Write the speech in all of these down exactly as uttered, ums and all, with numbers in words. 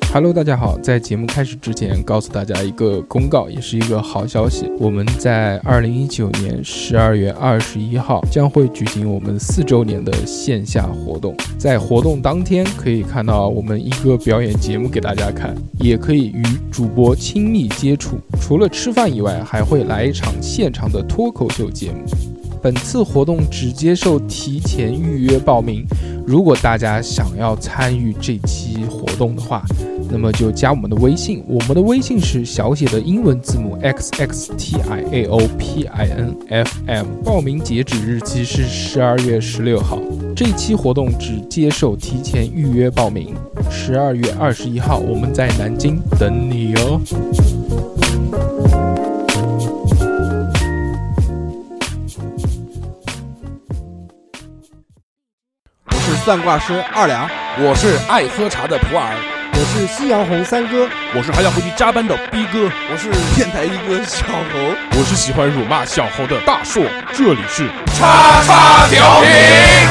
Hello， 大家好，在节目开始之前，告诉大家一个公告，也是一个好消息。我们在二零一九年十二月二十一号将会举行我们四周年的线下活动。在活动当天，可以看到我们一个表演节目给大家看，也可以与主播亲密接触。除了吃饭以外，还会来一场现场的脱口秀节目。本次活动只接受提前预约报名，如果大家想要参与这期活动的话，那么就加我们的微信，我们的微信是小写的英文字母 x x t i a o p i n f m， 报名截止日期是十二月十六号。这期活动只接受提前预约报名，十二月二十一号我们在南京等你哦。 我是算卦师二两， 我是爱喝茶的普洱， 我是夕阳红三哥， 我是还想回去加班的逼哥， 我是电台一哥小猴， 我是喜欢辱骂小猴的大硕。这里是叉叉调频。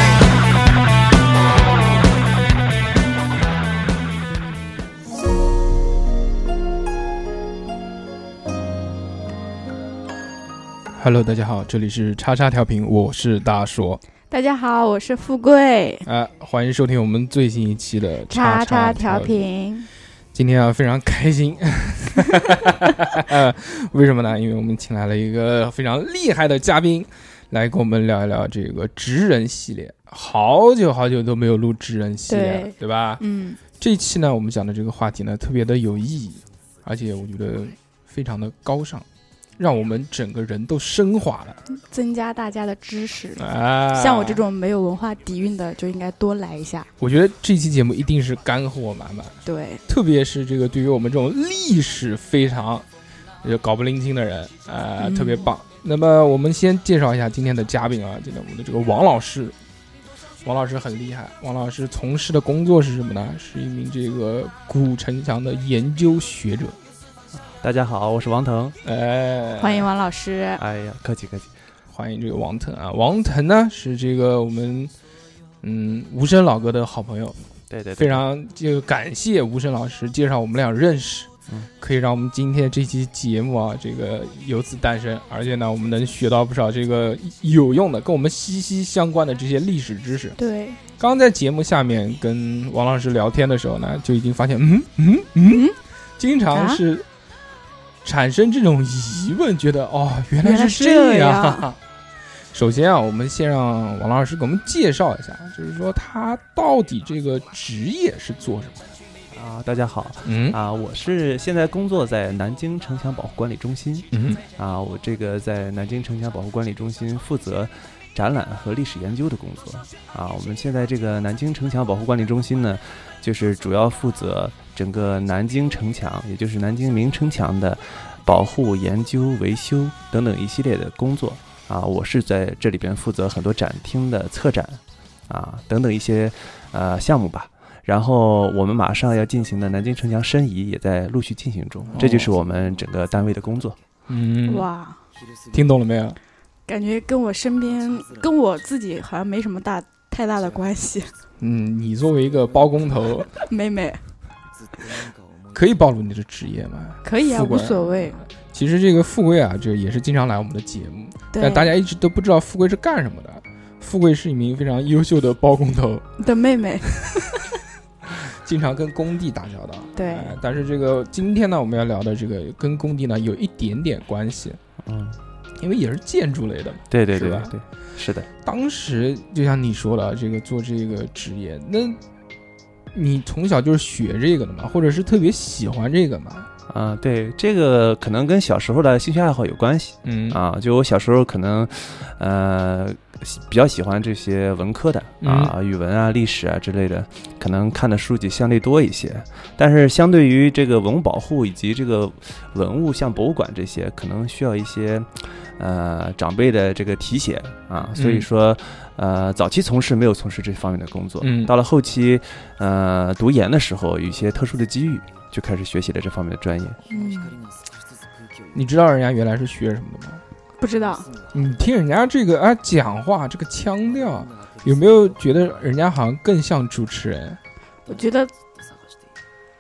Hello， 大家好，这里是叉叉调频，我是大硕。 大家好，我是富贵。 啊，欢迎收听我们最新一期的叉叉调频。 今天啊，非常开心。呃，为什么呢？因为我们请来了一个非常厉害的嘉宾，来跟我们聊一聊这个职人系列。好久好久都没有录职人系列了， 对, 对吧？ 嗯。 这一期呢，我们讲的这个话题呢，特别的有意义，而且我觉得非常的高尚。让我们整个人都升华了， 增加大家的知识。 啊， 像我这种没有文化底蕴的，就应该多来一下。 我觉得这期节目一定是干货满满。 对， 特别是这个对于我们这种历史非常搞不拎清的人啊、呃嗯，特别棒。那么我们先介绍一下今天的嘉宾啊，今天我们的这个王老师。王老师很厉害，王老师从事的工作是什么呢？是一名这个古城墙的研究学者。 大家好，我是王腾， 哎， 欢迎王老师。 哎呀，客气客气， 欢迎这个王腾啊。王腾呢是这个我们嗯吴声老哥的好朋友， 对 对, 对， 非常就感谢吴声老师介绍我们俩认识，嗯，可以让我们今天这期节目啊这个由此诞生，而且呢我们能学到不少这个有用的跟我们息息相关的这些历史知识。 对， 刚刚在节目下面跟王老师聊天的时候呢，就已经发现嗯嗯嗯，经常是。啊产生这种疑问，觉得哦，原来是这样。这样首先啊，我们先让王老师给我们介绍一下，就是说他到底这个职业是做什么的啊？大家好， 嗯啊，我是现在工作在南京城墙保护管理中心， 嗯啊，我这个在南京城墙保护管理中心负责展览和历史研究的工作啊。我们现在这个南京城墙保护管理中心呢，就是主要负责整个南京城墙，也就是南京明城墙的保护、研究、维修等等一系列的工作啊。我是在这里边负责很多展厅的策展啊等等一些呃项目吧。然后我们马上要进行的南京城墙申遗也在陆续进行中，这就是我们整个单位的工作。 嗯， 哇， 听懂了没有？ 感觉跟我身边跟我自己好像没什么大太大的关系。 嗯，你作为一个包工头， 妹妹。 可以暴露你的职业吗？ 可以啊，无所谓。 其实这个富贵啊，这也是经常来我们的节目，但大家一直都不知道富贵是干什么的。富贵是一名非常优秀的包工头的妹妹， 经常跟工地打交道。 对、 呃，但是这个今天呢，我们要聊的这个跟工地呢有一点点关系， 嗯， 因为也是建筑类的， 对对对是吧？ 对，是的。 当时就像你说的，这个做这个职业，那。你从小就是学这个的吗？或者是特别喜欢这个吗？ 啊、呃，对，这个可能跟小时候的兴趣爱好有关系。 嗯啊，就我小时候可能，呃，比较喜欢这些文科的啊， 嗯、 语文啊、历史啊之类的，可能看的书籍相对多一些。但是相对于这个文物保护以及这个文物，像博物馆这些，可能需要一些呃长辈的这个提携啊，所以说。嗯呃，早期从事没有从事这方面的工作， 嗯， 到了后期，呃，读研的时候有一些特殊的机遇，就开始学习了这方面的专业。 嗯， 你知道人家原来是学什么的吗？ 不知道。 你听人家这个啊讲话，这个腔调，有没有觉得人家好像更像主持人？ 我觉得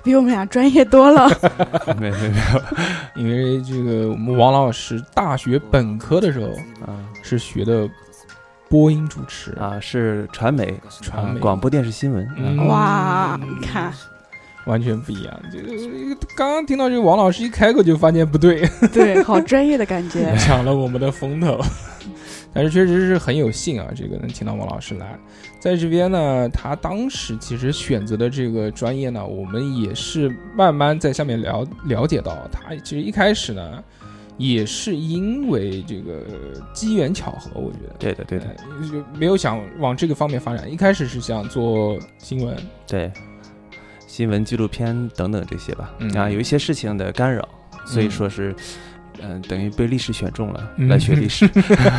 比我们俩专业多了。 没没没有， 因为这个我们王老师大学本科的时候啊是学的播音主持， 啊，是传媒、 传媒啊广播电视新闻。 嗯啊哇，你看， 完全不一样。这个刚刚听到这个王老师一开口就发现不对， 对，好专业的感觉。 抢了我们的风头。但是确实是很有幸啊，这个能请到王老师来，在这边呢，他当时其实选择的这个专业呢，我们也是慢慢在下面了了解到，他其实一开始呢，也是因为这个机缘巧合，我觉得， 对的对的， 呃就没有想往这个方面发展，一开始是想做新闻， 对，新闻、纪录片等等这些吧。 嗯啊，有一些事情的干扰，所以说是。嗯、呃，等于被历史选中了， 嗯来学历史。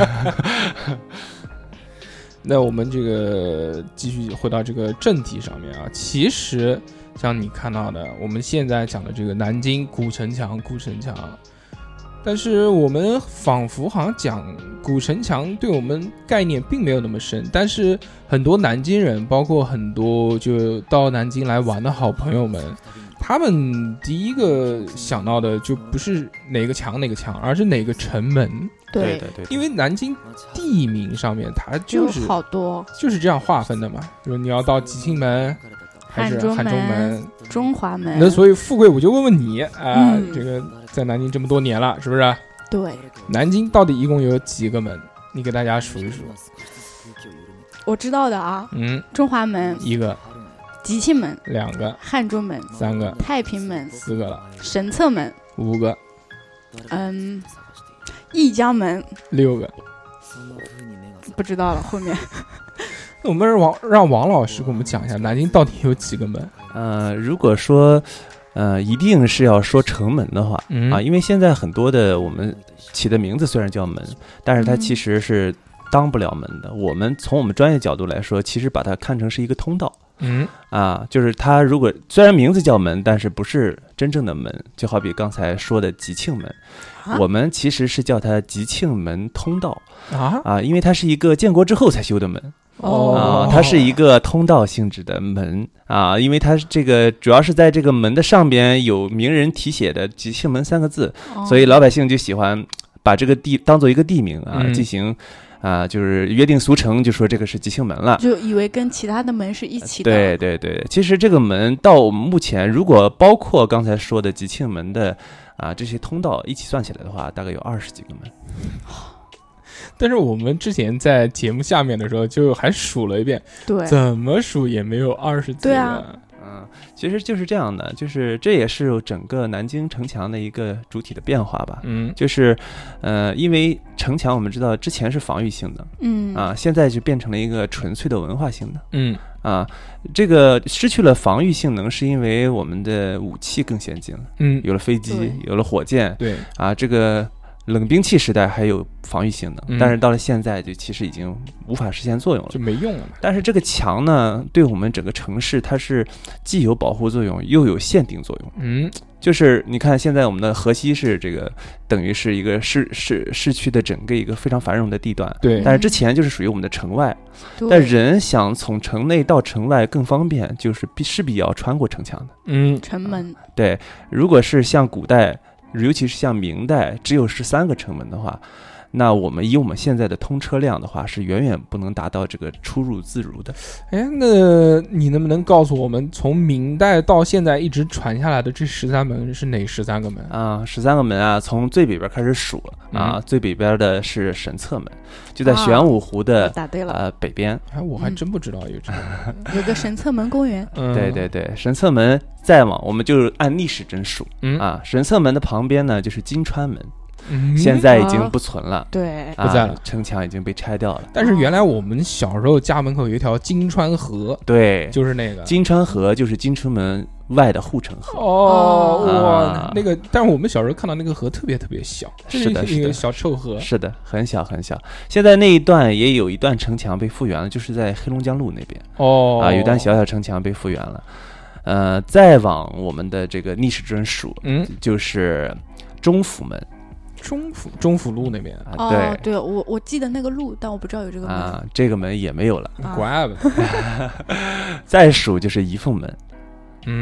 那我们这个继续回到这个正题上面啊，其实像你看到的，我们现在讲的这个南京古城墙，古城墙，但是我们仿佛好像讲古城墙对我们概念并没有那么深，但是很多南京人，包括很多就到南京来玩的好朋友们，他们第一个想到的就不是哪个墙哪个墙，而是哪个城门。 对对对， 因为南京地名上面它就是好多， 就是这样划分的嘛，就是你要到吉庆门还是汉中门、 中华门。 那所以富贵，我就问问你啊、呃嗯， 这个在南京这么多年了，是不是？ 对， 南京到底一共有几个门？你给大家数一数。 我知道的啊， 嗯， 中华门一个， 吉庆门、 两个， 汉中门、 三个， 太平门、 四个了， 神策门， 五个， 嗯，义江门， 六个。 不知道了。后面我们让王让王老师给我们讲一下，南京到底有几个门？ 呃，如果说呃一定是要说城门的话、 嗯、 啊，因为现在很多的我们起的名字虽然叫门，但是它其实是当不了门的。嗯、我们从我们专业角度来说，其实把它看成是一个通道。 嗯啊，就是它如果虽然名字叫门，但是不是真正的门，就好比刚才说的吉庆门，啊、我们其实是叫它吉庆门通道啊啊，因为它是一个建国之后才修的门。 哦、 啊，它是一个通道性质的门啊，因为它这个主要是在这个门的上边有名人题写的吉庆门三个字，哦、所以老百姓就喜欢把这个地当做一个地名啊、嗯、进行。啊，就是约定俗成，就说这个是吉庆门了， 就以为跟其他的门是一起的。 对对对，其实这个门到我们目前，如果包括刚才说的吉庆门的啊这些通道一起算起来的话，大概有二十几个门。 但是我们之前在节目下面的时候，就还数了一遍， 对， 怎么数也没有二十几个。 对啊。 嗯，其实就是这样的，就是这也是整个南京城墙的一个主体的变化吧。 嗯， 就是，呃，因为城墙我们知道之前是防御性的， 嗯啊，现在就变成了一个纯粹的文化性的， 嗯啊，这个失去了防御性能，是因为我们的武器更先进了， 嗯， 有了飞机，有了火箭， 对， 啊，这个。冷兵器时代还有防御性能、 嗯， 但是到了现在就其实已经无法实现作用了， 就没用了嘛。 但是这个墙呢，对我们整个城市它是既有保护作用，又有限定作用。 嗯， 就是你看现在我们的河西是这个等于是一个市市市区的整个一个非常繁荣的地段， 对。 但是之前就是属于我们的城外，但人想从城内到城外更方便，就是必势必要穿过城墙的。 嗯， 城门。 对，如果是像古代。尤其是像明代只有十三个城门的话，那我们以我们现在的通车量的话，是远远不能达到这个出入自如的。 哎，那你能不能告诉我们，从明代到现在一直传下来的这十三门是哪十三个门啊？十三个门啊，从最北边开始数啊， 嗯、 最北边的是神策门，就在玄武湖的、 啊、答对了呃北边。 哎，我还真不知道有这个， 嗯、有个神策门公园。 嗯， 对对对，神策门再往我们就按历史真数、 嗯、 啊，神策门的旁边呢就是金川门。 嗯、 现在已经不存了， 啊、对， 啊、 不在了， 城墙已经被拆掉了。 但是原来我们小时候家门口有一条金川河， 对， 就是那个金川河，就是金川门外的护城河。 哦，哇， 啊、 那个，但是我们小时候看到那个河特别特别小， 是的， 一个小臭河， 是的，很小很小。现在那一段也有一段城墙被复原了，就是在黑龙江路那边。 哦， 啊，有一段小小城墙被复原了。呃，再往我们的这个历史真数， 嗯， 就是中府门。 中府中府路那边啊， 哦、 对对，我我记得那个路，但我不知道有这个门啊，这个门也没有了， 怪不得。 再数就是仪凤门， 嗯，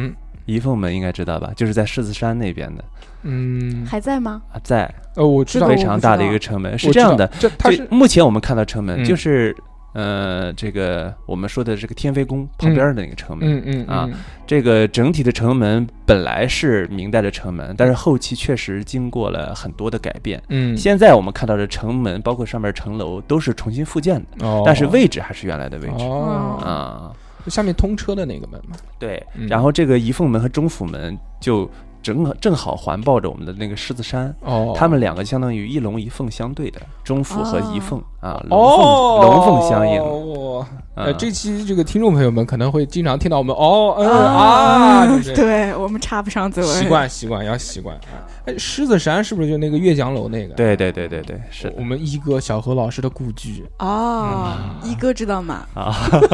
仪凤门应该知道吧？就是在狮子山那边的。 嗯， 还在吗？ 啊，在呃，我知道非常大的一个城门，是这样的。 这它是目前我们看到城门、 嗯、 就是呃，这个我们说的这个天妃宫旁边的那个城门。 嗯嗯, 嗯啊，这个整体的城门本来是明代的城门，但是后期确实经过了很多的改变。 嗯， 现在我们看到的城门，包括上面城楼，都是重新复建的， 哦、 但是位置还是原来的位置。 哦啊， 下面通车的那个门嘛。 对， 嗯、 然后这个仪凤门和中府门就。正正好环抱着我们的那个狮子山， 哦， 他们两个相当于一龙一凤相对的，中府和仪凤、哦、啊，龙凤、 哦、 龙凤相应。 哦， 嗯、 呃，这期这个听众朋友们可能会经常听到我们哦，嗯、 呃、 啊，对, 对我们插不上嘴， 习惯习惯要习惯啊。哎，狮子山是不是就那个阅江楼那个？ 对对对对对，是我们一哥小何老师的故居。 哦， 嗯、 一哥知道吗？ 啊，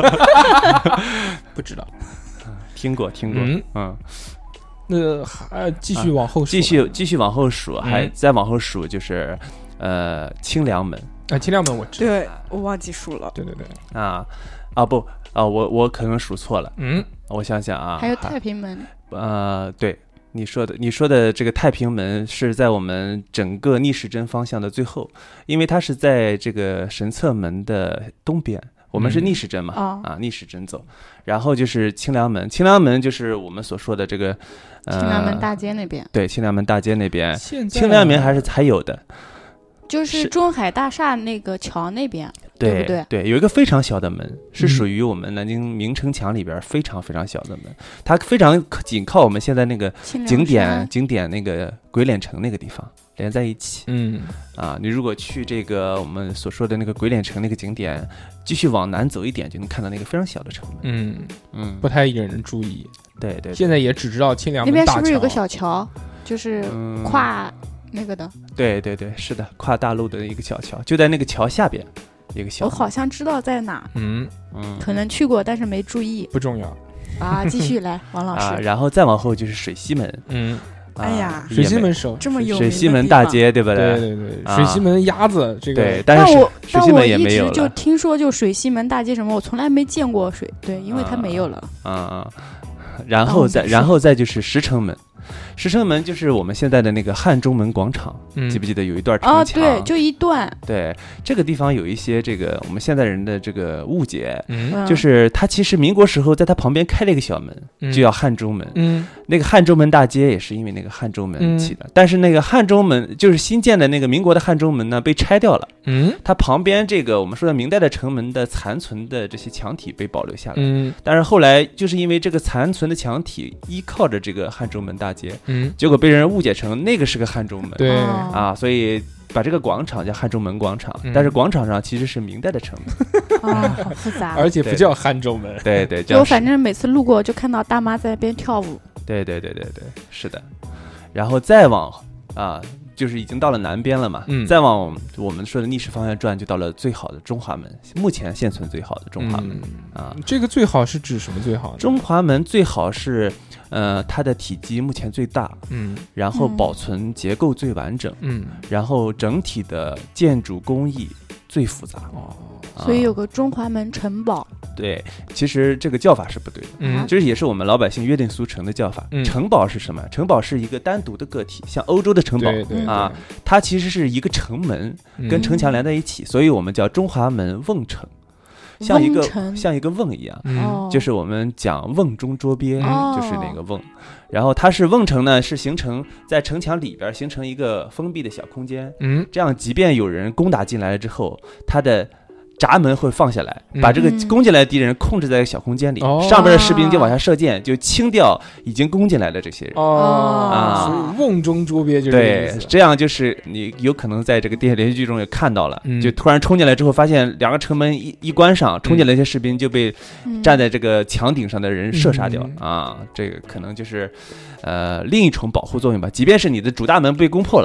不知道， 听过听过， 嗯嗯。 那还继续往后数、啊， 继续继续往后数，嗯、还再往后数就是，呃，清凉门啊，清凉门我知道， 对我忘记数了， 对对对， 啊啊不啊，我我可能数错了， 嗯， 我想想啊， 还有太平门， 呃，对你说的你说的这个太平门是在我们整个逆时针方向的最后，因为它是在这个神策门的东边。我们是逆时针嘛， 嗯、 啊，逆时针走，然后就是清凉门，清凉门就是我们所说的这个，呃， 清凉门大街那边， 对，清凉门大街那边， 清凉门还是还有的， 就是中海大厦那个桥那边， 对对不对？ 对，有一个非常小的门，是属于我们南京明城墙里边非常非常小的门，它非常紧靠我们现在那个景点景点那个鬼脸城那个地方。连在一起， 嗯啊，你如果去这个我们所说的那个鬼脸城那个景点，继续往南走一点，就能看到那个非常小的城门。 嗯嗯， 不太引人注意。 对 对, 对， 现在也只知道清凉门大桥。 那边是不是有个小桥，就是跨那个的？ 嗯、对对对，是的，跨大陆的一个小桥，就在那个桥下边一个小。 我好像知道在哪， 嗯嗯， 可能去过，但是没注意。 不重要啊，继续来，王老师、 啊。然后再往后就是水西门， 嗯。 哎呀， 水西门熟， 这么有水西门大街，对吧？ 对对对，水西门鸭子这个， 对，但是我水西门也没有了。 但我一直就听说就水西门大街什么，我从来没见过水，对，因为它没有了。 啊啊，然后再然后再就是石城门。石城门就是我们现在的那个汉中门广场， 嗯、 记不记得有一段城墙？ 哦，对，就一段。 对，这个地方有一些这个我们现代人的这个误解， 嗯、 就是它其实民国时候在它旁边开了一个小门， 嗯、 就叫汉中门。 嗯， 那个汉中门大街也是因为那个汉中门起的，嗯、但是那个汉中门就是新建的那个民国的汉中门呢，被拆掉了。 嗯， 它旁边这个我们说的明代的城门的残存的这些墙体被保留下来。 嗯， 但是后来就是因为这个残存的墙体依靠着这个汉中门大街。 嗯， 结果被人误解成那个是个汉中门， 对啊，所以把这个广场叫汉中门广场， 嗯、 但是广场上其实是明代的城门，啊、哦，好复杂， 而且不叫汉中门， 对对对， 我反正每次路过就看到大妈在那边跳舞， 对对对对对，是的，然后再往啊，就是已经到了南边了嘛， 嗯， 再往我们说的逆时方向转，就到了最好的中华门，目前现存最好的中华门、 嗯、 啊， 这个最好是指什么最好呢？ 中华门最好是。呃，它的体积目前最大， 嗯， 然后保存结构最完整， 嗯， 然后整体的建筑工艺最复杂， 哦， 所以有个中华门城堡。 对，其实这个叫法是不对的， 嗯， 这也是我们老百姓约定俗成的叫法。 嗯、 城堡是什么？城堡是一个单独的个体，像欧洲的城堡对对对啊，它其实是一个城门，跟城墙连在一起，嗯、所以我们叫中华门瓮城。像一个像一个瓮一样， 嗯、 就是我们讲瓮中捉鳖， 哦、 就是那个瓮。然后它是瓮城呢，是形成在城墙里边形成一个封闭的小空间。 嗯， 这样即便有人攻打进来了之后，它的闸门会放下来， 嗯、 把这个攻进来的敌人控制在小空间里， 哦、 上边的士兵就往下射箭，就清掉已经攻进来的这些人。 哦啊， 所以瓮中捉鳖就是对，这样就是你有可能在这个电视连续剧中也看到了， 嗯、 就突然冲进来之后，发现两个城门一一关上，冲进来一些士兵就被站在这个墙顶上的人射杀掉、 嗯、 啊，这个可能就是呃另一重保护作用吧。即便是你的主大门被攻破了。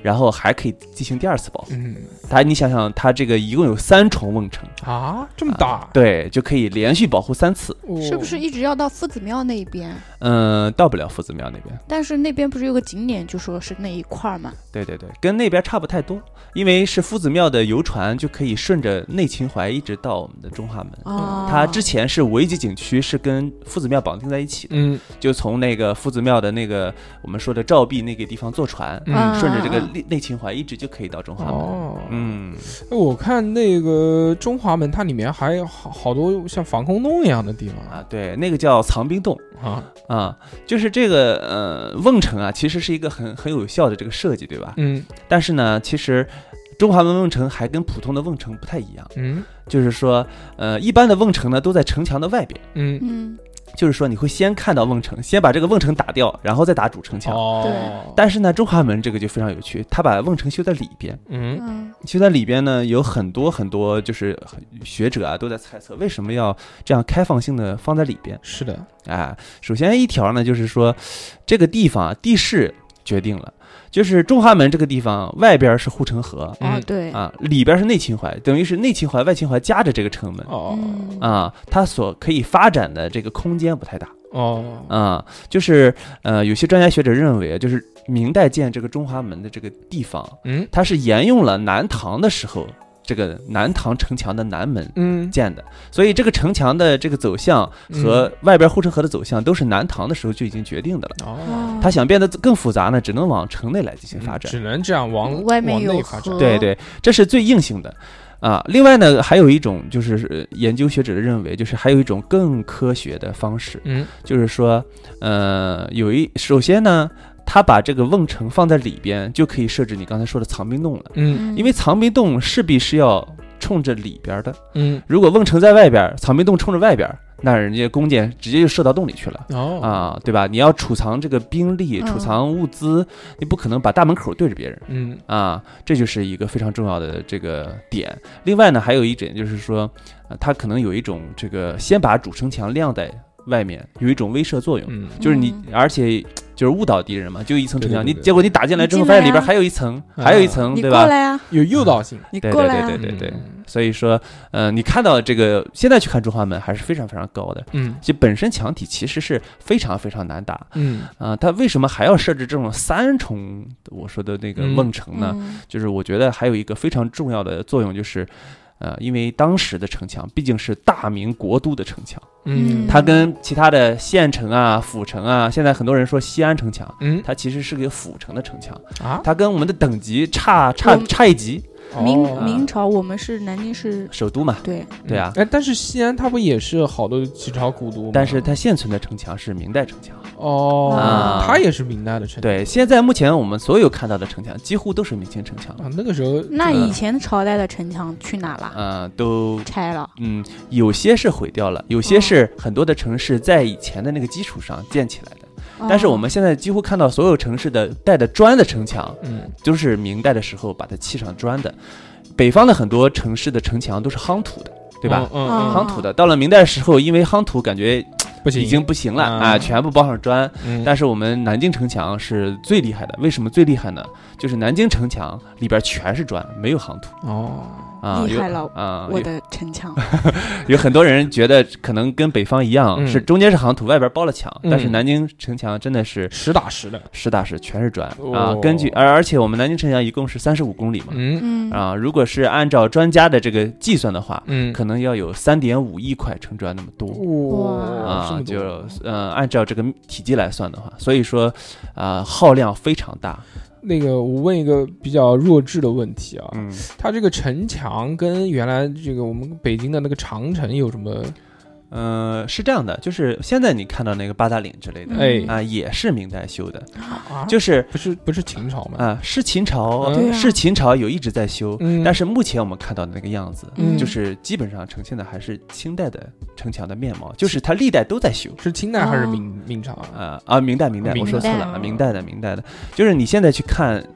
然后还可以进行第二次保护。 嗯， 它你想想，它这个一共有三重瓮城啊，这么大， 啊，对，就可以连续保护三次。 哦是不是一直要到夫子庙那边？ 嗯，到不了夫子庙那边。 但是那边不是有个景点，就说是那一块儿嘛？ 对对对，跟那边差不太多，因为是夫子庙的游船就可以顺着内秦淮一直到我们的中华门。 哦， 它之前是五 A 级景区，是跟夫子庙绑定在一起的。 嗯， 就从那个夫子庙的那个我们说的照壁那个地方坐船， 嗯顺着这个内内秦淮一直就可以到中华门。 哦， 嗯， 我看那个中华门，它里面还有好好多像防空洞一样的地方啊，对，那个叫藏兵洞啊啊，就是这个呃瓮城啊，其实是一个很很有效的这个设计，对吧？ 嗯， 但是呢，其实中华门瓮城还跟普通的瓮城不太一样， 嗯， 就是说，呃，一般的瓮城呢都在城墙的外边， 嗯嗯， 就是说你会先看到瓮城，先把这个瓮城打掉，然后再打主城墙。 哦， 但是呢，中华门这个就非常有趣，它把瓮城修在里边， 嗯嗯修在里边呢，有很多很多就是学者啊都在猜测为什么要这样开放性的放在里边。 是的， 哎，首先一条呢，就是说这个地方啊地势决定了，就是中华门这个地方外边是护城河， 哦对啊，里边是内秦淮，等于是内秦淮外秦淮夹着这个城门。 哦嗯啊，它所可以发展的这个空间不太大。 哦， 啊，就是呃，有些专家学者认为，就是明代建这个中华门的这个地方， 嗯它是沿用了南唐的时候这个南唐城墙的南门嗯建的，所以这个城墙的这个走向和外边护城河的走向都是南唐的时候就已经决定的了。 哦， 他想变得更复杂呢，只能往城内来进行发展， 只能这样往外面有往内发展。 河对对，这是最硬性的。啊，另外呢，还有一种就是呃研究学者认为，就是还有一种更科学的方式， 嗯就是说，呃，有一首先呢，他把这个瓮城放在里边，就可以设置你刚才说的藏兵洞了， 嗯因为藏兵洞势必是要冲着里边的， 嗯如果瓮城在外边，藏兵洞冲着外边，那人家弓箭直接就射到洞里去了。 哦啊，对吧？你要储藏这个兵力、 嗯储藏物资，你不可能把大门口对着别人。 嗯啊，这就是一个非常重要的这个点。另外呢，还有一点就是说，呃，它可能有一种这个先把主城墙亮在外面，有一种威慑作用， 嗯就是你， 嗯而且就是误导敌人嘛，就一层城墙， 对对对对你结果你打进来之后， 你进来啊发现里边还有一层，还有一层， 你对吧？ 过来啊， 有诱导性。 对你过来啊， 对对对对。 嗯所以说，呃，你看到这个，现在去看中华门还是非常非常高的。 嗯其实本身墙体其实是非常非常难打嗯啊、它为什么还要设置这种三重我说的那个嗯瓮城呢？ 嗯就是我觉得还有一个非常重要的作用，就是，呃，因为当时的城墙毕竟是大明国都的城墙， 嗯它跟其他的县城啊、府城啊，现在很多人说西安城墙， 嗯它其实是个府城的城墙， 啊， 它跟我们的等级差差我们差一级， 明哦明朝我们是南京市， 首都嘛， 对， 对啊。 哎，但是西安它不也是好多几朝古都吗？ 但是它现存的城墙是明代城墙， 哦啊， 它也是明代的城。 对，现在目前我们所有看到的城墙几乎都是明清城墙， 啊，那个时候那这个以前朝代的城墙去哪了？ 嗯、都拆了。 嗯，有些是毁掉了，有些是很多的城市在以前的那个基础上建起来的。但是我们现在几乎看到所有城市的带的砖的城墙， 嗯都是明代的时候把它砌上砖的。北方的很多城市的城墙都是夯土的，对吧？ 嗯嗯夯土的，到了明代的时候，因为夯土感觉不行， 已经不行了嗯啊，全部包上砖。 嗯， 但是我们南京城墙是最厉害的，为什么最厉害呢？就是南京城墙里边全是砖，没有夯土哦， 啊，有厉害了啊，有我的城墙， 有很多人觉得可能跟北方一样， 嗯是中间是夯土，外边包了墙， 嗯但是南京城墙真的是实打实的。 实打实全是砖哦啊。根据而而且我们南京城墙一共是三十五公里嘛， 嗯嗯啊，如果是按照专家的这个计算的话， 嗯， 可能要有三点五亿块城砖那么多。 哇，这啊， 么多就呃，按照这个体积来算的话，所以说，啊、耗量非常大。 那个，我问一个比较弱智的问题啊， 嗯， 它这个城墙跟原来这个我们北京的那个长城有什么？ 呃，是这样的，就是现在你看到那个八达岭之类的， 哎啊、也是明代修的， 啊， 就是不是不是秦朝吗？ 啊、是秦朝， 对啊是秦朝有一直在修， 嗯， 但是目前我们看到的那个样子， 嗯就是基本上呈现的还是清代的城墙的面貌，就是它历代都在修。 是清代还是哦明明朝啊？ 啊啊！明代，明代， 明我说错了代啊！明代的，明代的，就是你现在去看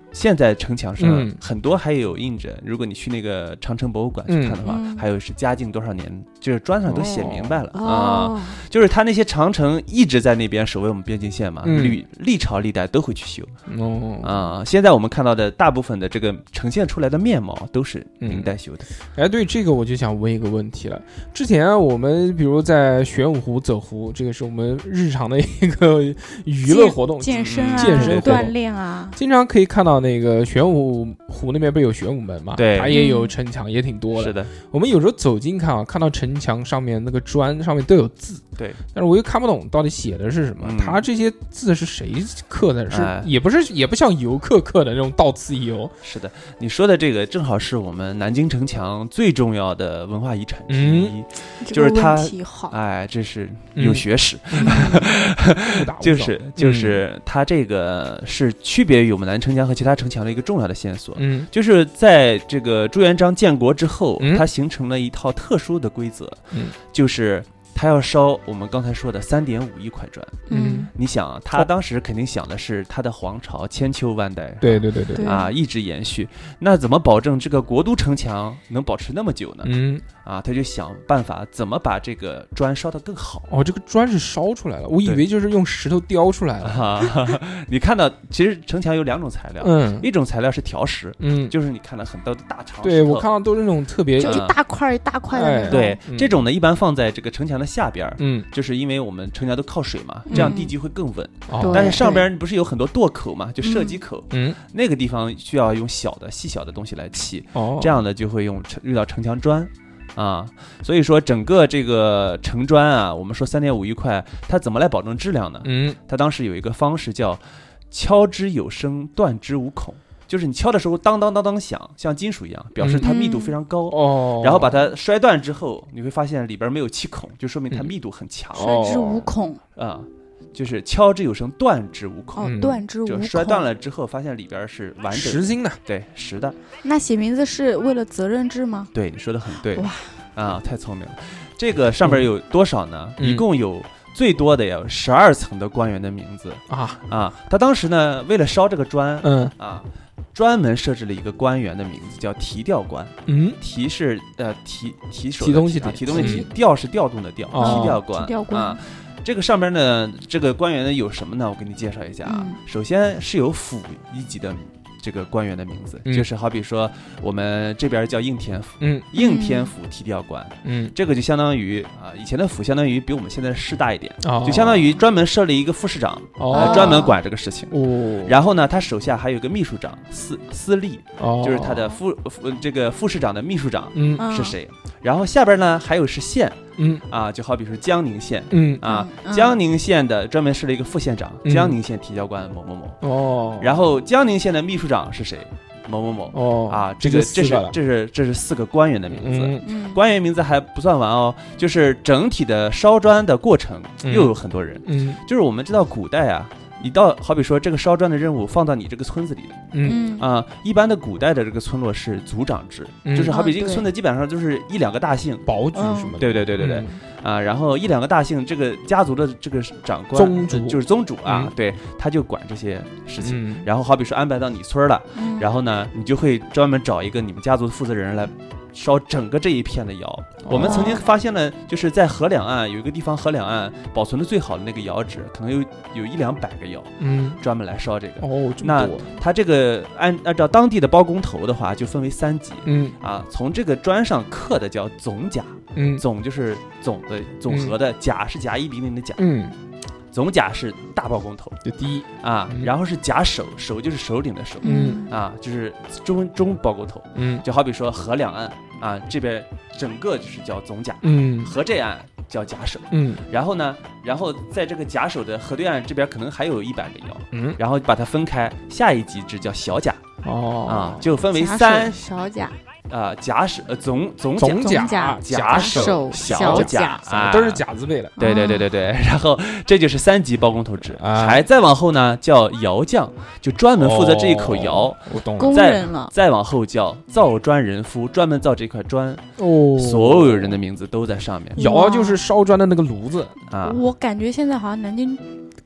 现在城墙上、 嗯、 很多还有印着，如果你去那个长城博物馆去看的话、 嗯、 还有是嘉靖多少年，就是砖上都写明白了、 哦、 啊、 哦， 就是他那些长城一直在那边守卫我们边境线嘛， 嗯、 历历朝历代都会去修哦啊。现在我们看到的大部分的这个呈现出来的面貌都是明代修的。 哎、嗯，对这个我就想问一个问题了。之前我们比如在玄武湖走湖，这个是我们日常的一个娱乐活动， 健身啊， 健身锻炼啊， 经常可以看到那个玄武湖那边不是有玄武门嘛？ 对， 它也有城墙，也挺多的。 是的， 我们有时候走近看啊，看到城墙上面那个砖上面都有字， 对， 但是我又看不懂到底写的是什么。 嗯、 它这些字是谁刻的？是、 哎、 也不是也不像游客刻的那种到此一游。 是的，你说的这个正好是我们南京城墙最重要的文化遗产之一， 嗯、 就是它。 哎， 这是有学识， 嗯、 就是就是它这个是区别于我们南城墙和其他城墙的一个重要的线索。 嗯， 就是在这个朱元璋建国之后， 嗯、 它形成了一套特殊的规则， 嗯， 就是他要烧我们刚才说的三点五亿块砖。 嗯， 你想，他当时肯定想的是他的皇朝千秋万代， 对对对对啊，一直延续。那怎么保证这个国都城墙能保持那么久呢？ 嗯， 啊，他就想办法怎么把这个砖烧得更好。 哦，这个砖是烧出来了，我以为就是用石头雕出来了。 啊、你看到，其实城墙有两种材料， 嗯， 一种材料是条石， 嗯， 就是你看到很多的大长石头， 对我看到都是那种特别就一大块一大块的那种。 哎、对、 嗯， 这种呢一般放在这个城墙的下边， 嗯， 就是因为我们城墙都靠水嘛，这样地基会更稳。 哦、 但是上边不是有很多垛口嘛，就射击口， 嗯， 那个地方需要用小的细小的东西来砌， 哦， 这样的就会用遇到城墙砖。啊，所以说整个这个城砖啊，我们说三点五亿块，它怎么来保证质量呢？ 嗯， 它当时有一个方式叫敲之有声，断之无孔，就是你敲的时候当当当当响，像金属一样，表示它密度非常高。 哦、 嗯，然后把它摔断之后，你会发现里边没有气孔，就说明它密度很强。 摔之无孔啊。就是敲之有声，断之无孔。 哦，断之无孔。 就摔断了之后，发现里边是完整实心的， 对，实的。 那写名字是为了责任制吗？ 对，你说的很对。 哇， 啊，太聪明了。这个上边有多少呢？ 嗯、 一共有最多的有十二层的官员的名字啊啊。他当时呢，为了烧这个砖， 嗯啊，专门设置了一个官员的名字，叫提调官。 嗯， 提是呃提提手提东西的提东西提， 嗯、 调是调动的调， 哦、 提调官。 提调官啊。这个上边呢，这个官员呢有什么呢？我给你介绍一下啊。 嗯、 首先是有府一级的这个官员的名字， 嗯、 就是好比说我们这边叫应天府， 嗯， 应天府提调官， 嗯， 这个就相当于啊、呃，以前的府相当于比我们现在市大一点， 哦、 就相当于专门设立一个副市长， 哦， 呃、专门管这个事情。 哦， 然后呢，他手下还有个秘书长司司隶， 哦， 就是他的副副这个副市长的秘书长， 嗯， 是谁？然后下边呢还有是县。 嗯啊，就好比说江宁县， 嗯啊， 嗯、 江宁县的专门设了一个副县长， 嗯、 江宁县提调官某某某。 哦， 然后江宁县的秘书长是谁？某某某。 哦， 啊，这个这是这是这是四个官员的名字。 嗯， 官员名字还不算完哦，就是整体的烧砖的过程又有很多人。 嗯， 就是我们知道古代啊。你到好比说这个烧砖的任务放到你这个村子里的， 嗯啊，一般的古代的这个村落是族长制， 嗯、 就是好比这个村子基本上就是一两个大姓， 保举什么的， 对对对对对， 嗯、 啊，然后一两个大姓，这个家族的这个长官宗主就是宗主啊， 嗯、 对，他就管这些事情。 嗯、 然后好比说安排到你村了， 嗯、 然后呢，你就会专门找一个你们家族的负责人来烧整个这一片的窑。 哦、 我们曾经发现了，就是在河两岸有一个地方，河两岸保存的最好的那个窑址，可能有有一两百个窑， 嗯， 专门来烧这个。 哦， 那它这个按按照当地的包工头的话，就分为三级。 嗯啊，从这个砖上刻的叫总甲， 嗯， 总就是总的总和的，甲是甲乙丙丁的甲， 嗯。 总甲是大包工头， 就第一啊， 嗯、 然后是甲首，首就是首领的首， 嗯啊，就是中中包工头， 嗯， 就好比说河两岸啊，这边整个就是叫总甲， 嗯， 河这岸叫甲首， 嗯， 然后呢，然后在这个甲首的河对岸这边可能还有一百个窑， 嗯， 然后把它分开，下一级制叫小甲， 哦， 啊，就分为三小甲。 啊，甲首呃总总总甲甲首小甲啊，都是甲字辈的。 对对对对对，然后这就是三级包工头制， 啊、 还再往后呢叫窑匠，就专门负责这一口窑。 哦、我懂了。 工人了。 再往后叫造砖人夫，专门造这块砖。 哦， 所有人的名字都在上面。 窑就是烧砖的那个炉子啊。 我感觉现在好像南京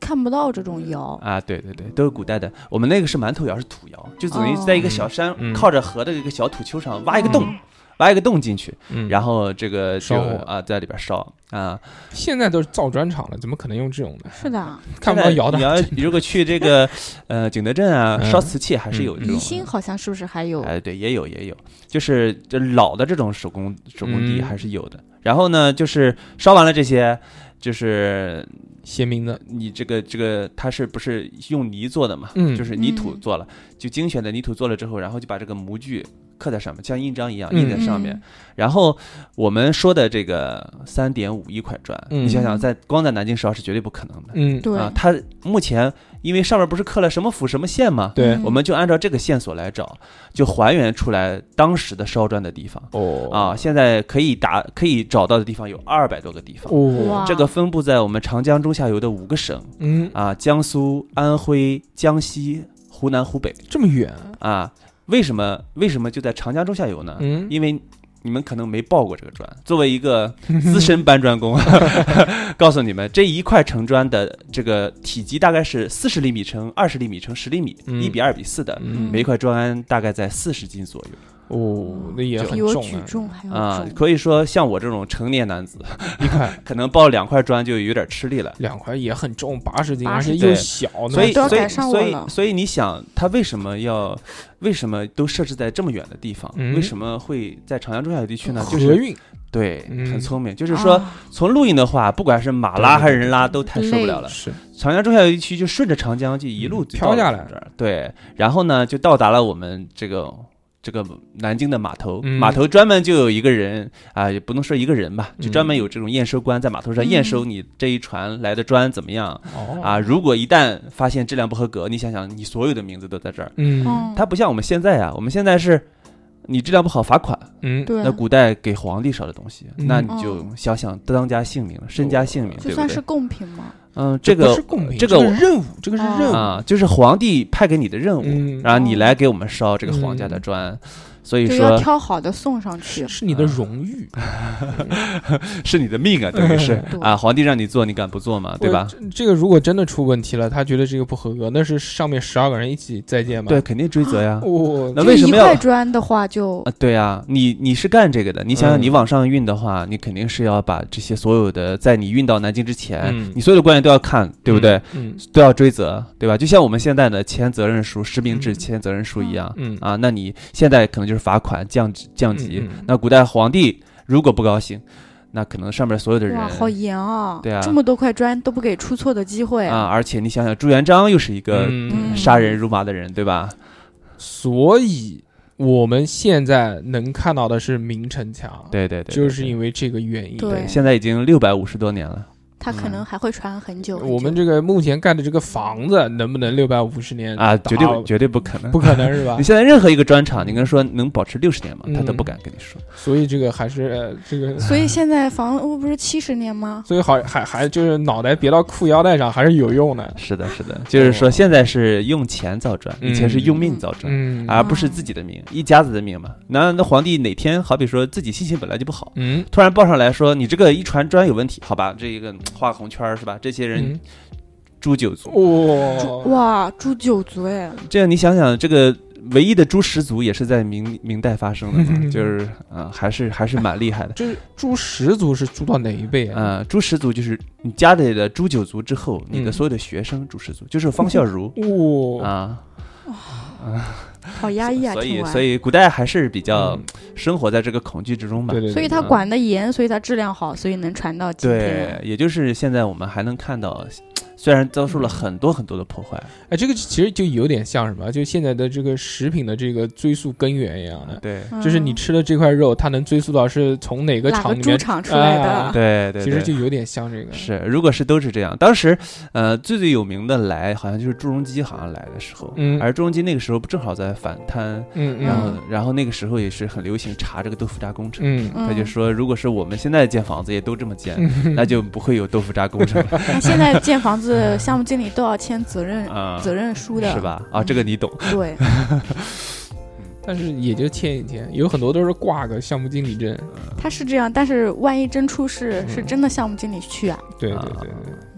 看不到这种窑啊，对对对，都是古代的。我们那个是馒头窑，是土窑，就等于在一个小山、 嗯、 靠着河的一个小土丘上挖一个洞。嗯挖一个洞进去， 嗯、 然后这个就烧啊在里边烧啊。 现在都是造砖厂了，怎么可能用这种的？ 是的， 看不到窑的。 你要如果去这个呃景德镇啊，烧瓷器还是有这种。 宜兴好像是不是还有？ 哎，对，也有也有，就是这老的这种手工手工地还是有的。嗯、然后呢，就是烧完了这些，就是鲜明的， 你这个这个它是不是用泥做的嘛？ 嗯， 就是泥土做了，就精选的泥土做了之后，然后就把这个模具刻在上面，像印章一样印在上面。 嗯、 然后我们说的这个三点五一块砖， 嗯、 你想想，在光在南京烧是绝对不可能的。 嗯， 对啊，它目前因为上面不是刻了什么府什么县嘛， 对， 我们就按照这个线索来找，就还原出来当时的烧砖的地方。 哦， 啊，现在可以打可以找到的地方有二百多个地方。 哦， 这个分布在我们长江中下游的五个省。 嗯啊，江苏、安徽、江西、湖南、湖北， 这么远啊？为什么为什么就在长江中下游呢？ 嗯， 因为你们可能没抱过这个砖。作为一个资深搬砖工，告诉你们，这一块成砖的这个体积大概是四十厘米乘二十厘米乘十厘米，一、嗯、比二比四的， 嗯、 每一块砖大概在四十斤左右。 哦，那也很重、啊，比我举重还要重啊！可以说，像我这种成年男子， 一块可能抱两块砖就有点吃力了。 两块也很重，八十斤，而且又小， 所以所以所以所以你想，他为什么要为什么都设置在这么远的地方？ 嗯、 为什么会在长江中下游地区呢？就是合运。 对， 嗯、 很聪明。就是说，从陆运的话，不管是马拉还是人拉，都太受不了了。 是长江中下游地区就顺着长江就一路飘下来， 对，然后呢，就到达了我们这个。这个南京的码头， 嗯、 码头专门就有一个人啊，也不能说一个人吧，就专门有这种验收官在码头上验收你这一船来的砖怎么样、 嗯、 啊。如果一旦发现质量不合格，你想想，你所有的名字都在这儿。 嗯， 它不像我们现在啊，我们现在是你质量不好罚款。 嗯， 对。 那古代给皇帝烧的东西， 嗯、 那你就想想当家性命了，身家性命，对不对？ 就算是贡品吗？ 嗯，这个不是贡品， 这个任务，这个是任务啊，就是皇帝派给你的任务， 嗯、 然后你来给我们烧这个皇家的砖。嗯，所以说要挑好的送上去， 是你的荣誉， 是你的命啊，等于是啊，皇帝让你做，你敢不做吗？对吧？ 这个如果真的出问题了，他觉得这个不合格，那是上面十二个人一起再见吗？ 对，肯定追责呀。 哦， 那为什么要一块砖的话就啊？对呀，你你是干这个的，你想想，你往上运的话，你肯定是要把这些所有的，在你运到南京之前，你所有的官员都要看，对不对？ 嗯， 都要追责，对吧？就像我们现在的签责任书、实名制签责任书一样， 嗯啊，那你现在可能就是罚款降。降级， 嗯嗯、 那古代皇帝如果不高兴，那可能上面所有的人， 哇，好严啊！ 对啊， 这么多块砖都不给出错的机会啊！而且你想想，朱元璋又是一个杀人如麻的人， 嗯、 对吧？ 所以我们现在能看到的是明城墙， 对对 对, 对， 就是因为这个原因。 对， 现在已经六百五十多年了。 它可能还会传很久、 嗯、我们这个目前盖的这个房子能不能六百五十年啊？绝对绝对不可能， 不可能是吧？ 你现在任何一个砖厂，你跟他说能保持六十年吗？他都不敢跟你说。 嗯、所以这个还是、呃、这个。 所以现在房屋不是七十年吗？ 所以好还还就是脑袋别到裤腰带上还是有用的。 是的，是的，就是说现在是用钱造砖， 嗯、 以前是用命造砖， 嗯、 而不是自己的命，一家子的命嘛。那那皇帝哪天好比说自己心情本来就不好， 嗯， 突然报上来说你这个一船砖有问题，好吧，这一个画个红圈是吧？这些人诛九族， 哇哇，诛九族哎！ 这样你想想，这个唯一的诛十族也是在明明代发生的嘛，就是啊、呃，还是还是蛮厉害的。 这诛十族是诛到哪一辈啊？ 啊、呃，诛十族就是你家里的诛九族之后，你的所有的学生诛十族，就是方孝孺。 哇啊啊！好压抑啊！ 所以所以古代还是比较生活在这个恐惧之中吧。 对对。 所以它管得严，所以它质量好，所以能传到今天。 对，也就是现在我们还能看到。虽然遭受了很多很多的破坏， 哎，这个其实就有点像什么？就现在的这个食品的这个追溯根源一样的。 对， 就是你吃的这块肉，它能追溯到是从哪个厂里面猪场出来的。 啊、 对, 对对， 其实就有点像这个。 是，如果是都是这样，当时呃最最有名的来，好像就是朱镕基好像来的时候， 嗯， 而朱镕基那个时候不正好在反贪， 嗯， 然后然后那个时候也是很流行查这个豆腐渣工程， 嗯， 他就说，如果是我们现在建房子也都这么建，嗯、那就不会有豆腐渣工程了。 那现在建房子项目经理都要签责任、 嗯、 责任书的， 是吧？啊，这个你懂。 对。 但是也就签一签，有很多都是挂个项目经理证。 他是这样，但是万一真出事，嗯、是真的项目经理去啊？ 对对对对，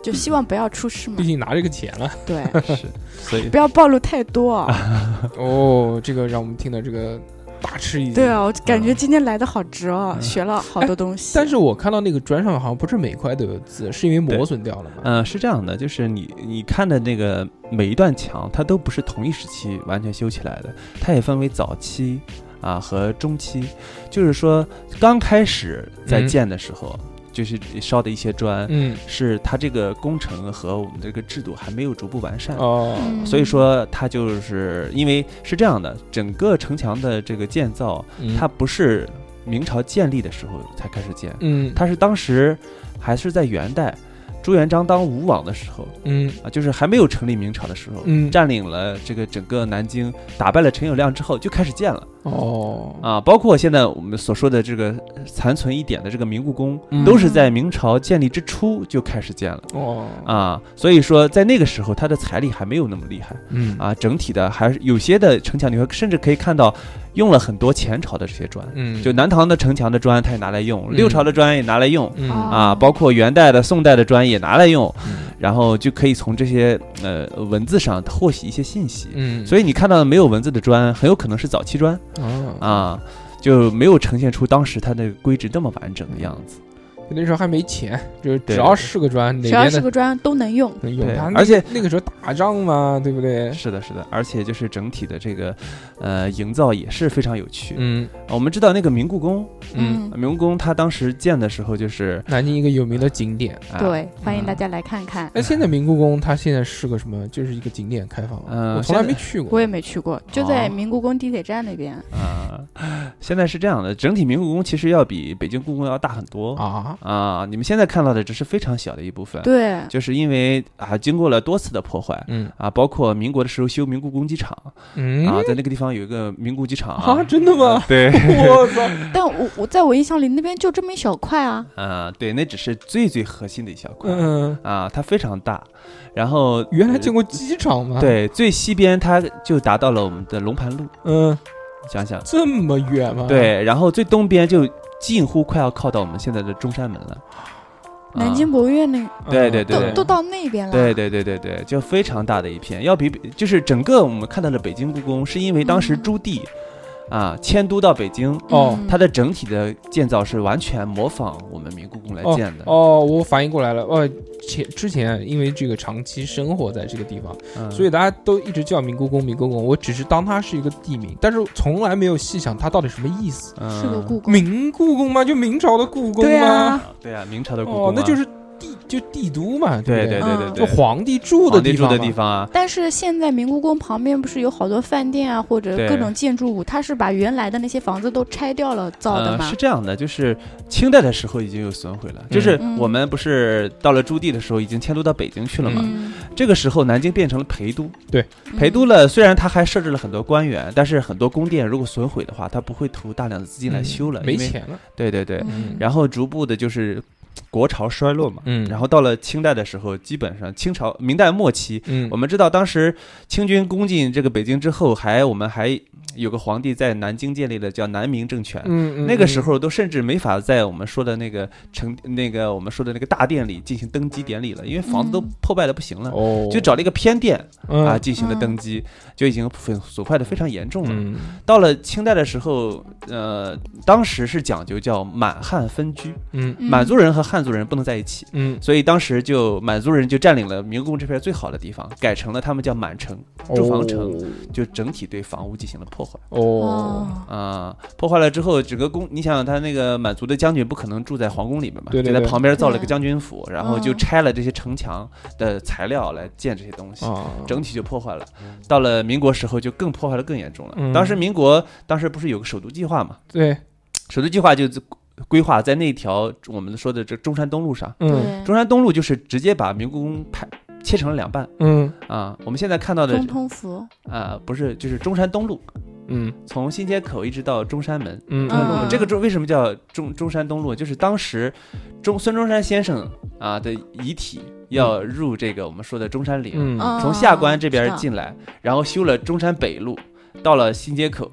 就希望不要出事嘛毕。竟拿这个钱了。 对， 是，所以不要暴露太多啊。 哦，这个让我们听到这个大吃一惊。 对啊，我感觉今天来的好值哦，学了好多东西。 但是我看到那个砖上好像不是每块都有字，是因为磨损掉了吗？ 嗯、呃，是这样的，就是你你看的那个每一段墙，它都不是同一时期完全修起来的，它也分为早期啊和中期，就是说刚开始在建的时候。嗯就是烧的一些砖， 嗯， 是它这个工程和我们这个制度还没有逐步完善哦， 所以说它就是因为是这样的，整个城墙的这个建造， 嗯、 它不是明朝建立的时候才开始建， 嗯， 它是当时还是在元代。朱元璋当吴王的时候， 嗯啊，就是还没有成立明朝的时候， 嗯， 占领了这个整个南京，打败了陈友谅之后，就开始建了。 哦， 啊，包括现在我们所说的这个残存一点的这个明故宫， 嗯、 都是在明朝建立之初就开始建了。 哦， 啊，所以说在那个时候，它的财力还没有那么厉害。 嗯， 啊，整体的还是有些的城墙，你会甚至可以看到用了很多前朝的这些砖。 嗯， 就南唐的城墙的砖，它也拿来用；嗯、六朝的砖也拿来用。 嗯啊，包括元代的、宋代的砖也拿来用。 嗯、 然后就可以从这些呃文字上获取一些信息。 嗯， 所以你看到的没有文字的砖，很有可能是早期砖。 哦、 啊，就没有呈现出当时它的规制那么完整的样子。 那时候还没钱，就是只要是个砖， 只要是个砖都能用， 能用它。 而且那个时候打仗嘛，对不对？ 是的，是的，而且就是整体的这个呃营造也是非常有趣。 嗯， 我们知道那个明故宫， 嗯， 明故宫它当时建的时候就是南京一个有名的景点。 啊、对，欢迎大家来看看。 那、嗯、现在明故宫它现在是个什么？就是一个景点开放。嗯、呃，我从来没去过。 我也没去过，就在明故宫地铁站那边。 啊、呃，现在是这样的，整体明故宫其实要比北京故宫要大很多啊啊！你们现在看到的只是非常小的一部分， 对， 就是因为啊，经过了多次的破坏， 嗯啊，包括民国的时候修明故宫机场， 嗯啊，在那个地方有一个明故机场啊，真的吗？ 啊、对， 我操！ 但我我在我印象里那边就这么一小块啊， 啊，对，那只是最最核心的一小块， 嗯啊，它非常大，然后原来见过机场吗？ 对，最西边它就达到了我们的龙盘路， 嗯， 想想这么远吗？ 对，然后最东边就近乎快要靠到我们现在的中山门了。 南京博物院那， 对对对， 都都到那边了。 对对对对对，就非常大的一片，要比就是整个我们看到的北京故宫，是因为当时朱棣。嗯啊，迁都到北京哦， 它的整体的建造是完全模仿我们明故宫来建的。 哦，哦我反应过来了，哦，前之前因为这个长期生活在这个地方，嗯、所以大家都一直叫明故宫，明故宫。我只是当它是一个地名，但是从来没有细想它到底什么意思。 嗯、 是个故宫， 明故宫吗？就明朝的故宫吗？ 对啊， 对啊，明朝的故宫、啊哦，那就是帝就帝都嘛， 对对对对对， 就皇帝住的地方， 皇帝住的地方啊。 但是现在明故宫旁边不是有好多饭店啊，或者各种建筑物，它是把原来的那些房子都拆掉了造的吗？ 呃、是这样的，就是清代的时候已经有损毁了，嗯、就是我们不是到了朱棣的时候已经迁都到北京去了嘛？ 嗯、 这个时候南京变成了陪都， 对， 陪都了。虽然它还设置了很多官员，但是很多宫殿如果损毁的话，它不会投大量的资金来修了， 嗯、没钱了。 对对对， 嗯、 然后逐步的就是国潮衰落嘛， 嗯， 然后到了清代的时候，基本上清朝明代末期， 嗯， 我们知道当时清军攻进这个北京之后，还我们还有个皇帝在南京建立了叫南明政权， 嗯嗯， 那个时候都甚至没法在我们说的那个城那个我们说的那个大殿里进行登基典礼了，因为房子都破败的不行了， 哦、 就找了一个偏殿、 嗯、 啊进行了登基，嗯、就已经损坏的非常严重了。 嗯、 到了清代的时候，呃，当时是讲究叫满汉分居， 嗯， 满族人和汉族人不能在一起。 嗯， 所以当时就满族人就占领了明故宫这片最好的地方，改成了他们叫满城住房城， 哦、 就整体对房屋进行了破坏。 哦， 啊、呃，破坏了之后，整个宫，你想想他那个满族的将军不可能住在皇宫里面嘛， 对对对， 就在旁边造了个将军府，然后就拆了这些城墙的材料来建这些东西， 哦、 整体就破坏了。到了民国时候就更破坏的更严重了。 嗯、 当时民国当时不是有个首都计划嘛？ 对， 首都计划就规划在那条我们说的这中山东路上， 嗯， 中山东路就是直接把明故宫拍切成了两半， 嗯啊，我们现在看到的中通府啊，不是，就是中山东路， 嗯， 从新街口一直到中山门， 嗯， 中山东路，这个中为什么叫中中山东路？就是当时中孙中山先生啊的遗体要入这个我们说的中山陵， 嗯， 从下关这边进来，然后修了中山北路，到了新街口。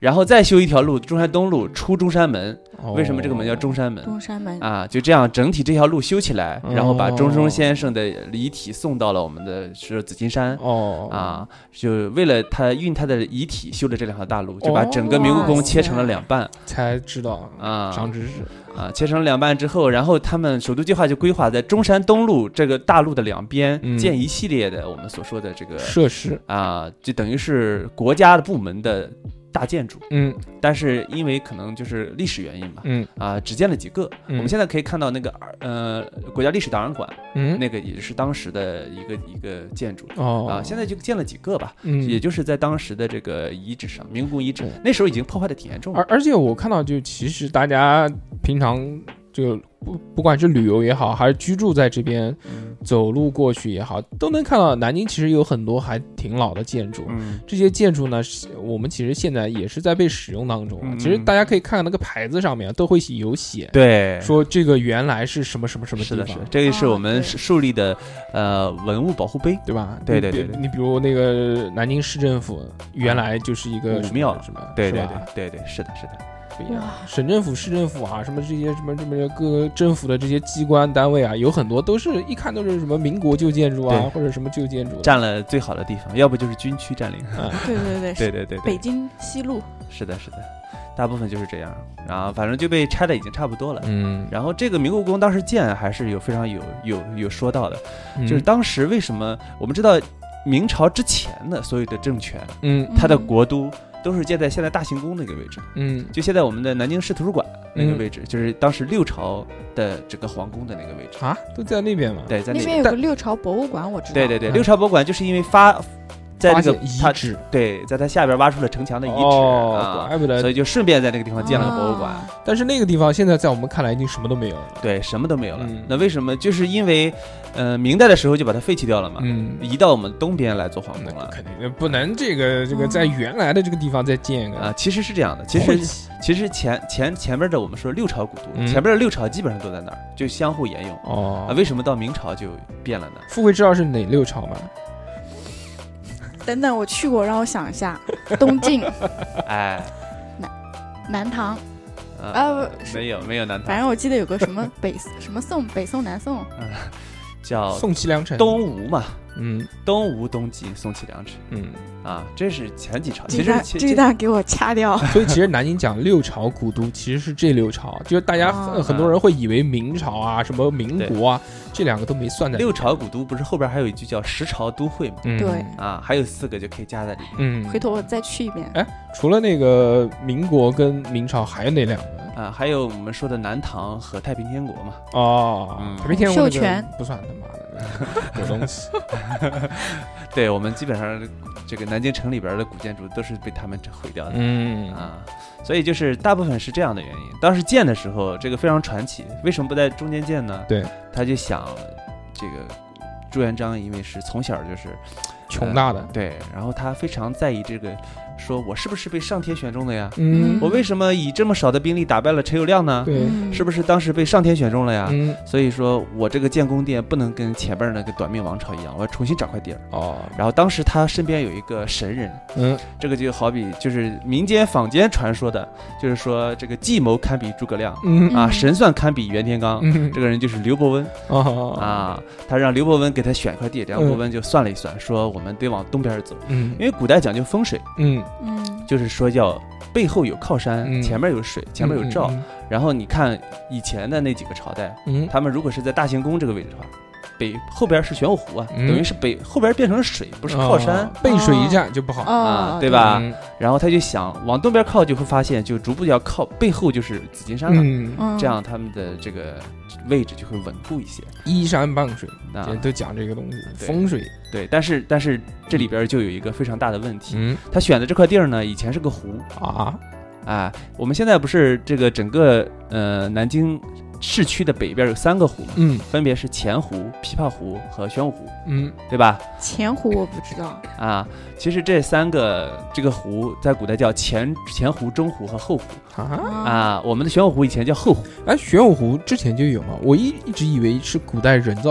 然后再修一条路，中山东路出中山门。 哦、 为什么这个门叫中山门？ 中山门啊，就这样整体这条路修起来， 哦、 然后把中中先生的遗体送到了我们的是紫金山。 哦， 啊，就为了他运他的遗体修了这两条大路，就把整个明故宫切成了两半。 才知道啊， 长知识啊，切成两半之后，然后他们首都计划就规划在中山东路这个大路的两边、嗯、建一系列的我们所说的这个设施啊，就等于是国家的部门的大建筑。 嗯， 但是因为可能就是历史原因嘛， 嗯啊，只建了几个。 嗯、 我们现在可以看到那个呃国家历史档案馆， 嗯， 那个也是当时的一个一个建筑。 哦啊，现在就建了几个吧， 嗯， 也就是在当时的这个遗址上，明故宫遗址、嗯、那时候已经破坏的挺严重了。 而而且我看到，就其实大家平常就不不管是旅游也好，还是居住在这边、嗯、走路过去也好，都能看到南京其实有很多还挺老的建筑。 嗯， 这些建筑呢，我们其实现在也是在被使用当中。嗯、其实大家可以看看那个牌子上面都会有写， 对， 说这个原来是什么什么什么地方。 是的，是的，这个是我们树立的、哦、呃文物保护碑， 对吧？ 对对对对。 你比如那个南京市政府原来就是一个武庙， 什么？ 对对对对对，是的，是的。 不一样，省政府、市政府啊，什么这些什么什么各个政府的这些机关单位啊，有很多都是一看都是什么民国旧建筑啊，或者什么旧建筑， 占了最好的地方，要不就是军区占领。 啊，对对对对对对， 北京西路。 是的，是的，大部分就是这样。然后反正就被拆的已经差不多了。 嗯， 然后这个明故宫当时建还是有非常有有有说到的， 嗯、 就是当时为什么我们知道明朝之前的所有的政权， 嗯， 它的国都。都是建在现在大行宫那个位置， 嗯， 就现在我们的南京市图书馆那个位置，嗯、就是当时六朝的整个皇宫的那个位置啊，都在那边嘛。 对，在那边有个六朝博物馆，我知道。 对对对，六朝博物馆就是因为发在这个遗址， 对，在它下边挖出了城墙的遗址， 哦，怪不得， 所以就顺便在那个地方建了个博物馆。 哦、 但是那个地方现在在我们看来已经什么都没有了。 对，什么都没有了。 嗯、 那为什么？就是因为。呃，明代的时候就把它废弃掉了嘛， 嗯， 移到我们东边来做皇宫了。 肯定不能这个这个在原来的这个地方再建一个啊。其实是这样的，其实其实前前前边的我们说六朝古都， 嗯、 前边的六朝基本上都在那儿，就相互沿用。 哦， 啊，为什么到明朝就变了呢？ 富贵知道是哪六朝吗？ 等等，我去过，让我想一下，东晋， 哎， 南南唐。 啊， 呃， 没有没有南唐， 反正我记得有个什么北什么宋，北宋南宋， 嗯，叫宋齐梁陈， 东吴嘛， 嗯， 东吴东晋宋齐梁陈， 嗯， 啊，这是前几朝，其实这一段给我掐掉。 所以其实南京讲六朝古都其实是这六朝，就是大家很多人会以为明朝啊、什么民国啊，这两个都没算在六朝古都，不是后边还有一句叫十朝都会嘛？ 嗯、 对， 啊，还有四个就可以加在里面。 嗯， 回头我再去一遍。 哎，除了那个民国跟明朝，还有哪两个？ 啊，还有我们说的南唐和太平天国嘛。 哦， 嗯、 太平天国授权不算他妈的有东西。 对，我们基本上这个南京城里边的古建筑都是被他们毁掉的。 嗯啊，所以就是大部分是这样的原因。当时建的时候，这个非常传奇。为什么不在中间建呢？ 对， 他就想这个朱元璋，因为是从小就是穷大的、 呃，对，然后他非常在意这个。说我是不是被上天选中的呀？ 嗯， 我为什么以这么少的兵力打败了陈友谅呢？ 对， 是不是当时被上天选中了呀？ 嗯， 所以说我这个建宫殿不能跟前边那个短命王朝一样，我要重新找块地儿。 哦， 然后当时他身边有一个神人， 嗯， 这个就好比就是民间坊间传说的，就是说这个计谋堪比诸葛亮， 嗯啊，神算堪比袁天罡， 嗯， 这个人就是刘伯温。 哦， 啊，他让刘伯温给他选块地，然后伯温就算了一算，说我们得往东边走， 嗯， 因为古代讲究风水， 嗯嗯。 就是说要背后有靠山， 嗯、 前面有水，前面有照、 嗯嗯嗯。 然后你看以前的那几个朝代， 嗯， 他们如果是在大行宫这个位置的话，北后边是玄武湖啊， 嗯、 等于是北后边变成了水，不是靠山， 哦、背水一战就不好、 哦、 啊，对吧、 嗯？ 然后他就想往东边靠，就会发现就逐步要靠背后就是紫金山了， 嗯、 这样他们的这个位置就会稳固一些。 依山傍水， 啊， 都讲这个东西，风水。 对，但是但是这里边就有一个非常大的问题， 嗯， 他选的这块地儿呢，以前是个湖啊， 啊，我们现在不是这个整个呃南京市区的北边有三个湖嘛， 嗯， 分别是钱湖、琵琶湖和玄武湖， 嗯， 对吧？ 钱湖我不知道啊，其实这三个这个湖在古代叫前前湖、中湖和后湖啊啊，我们的玄武湖以前叫后湖。 哎，玄武湖之前就有吗？我一一直以为是古代人造湖。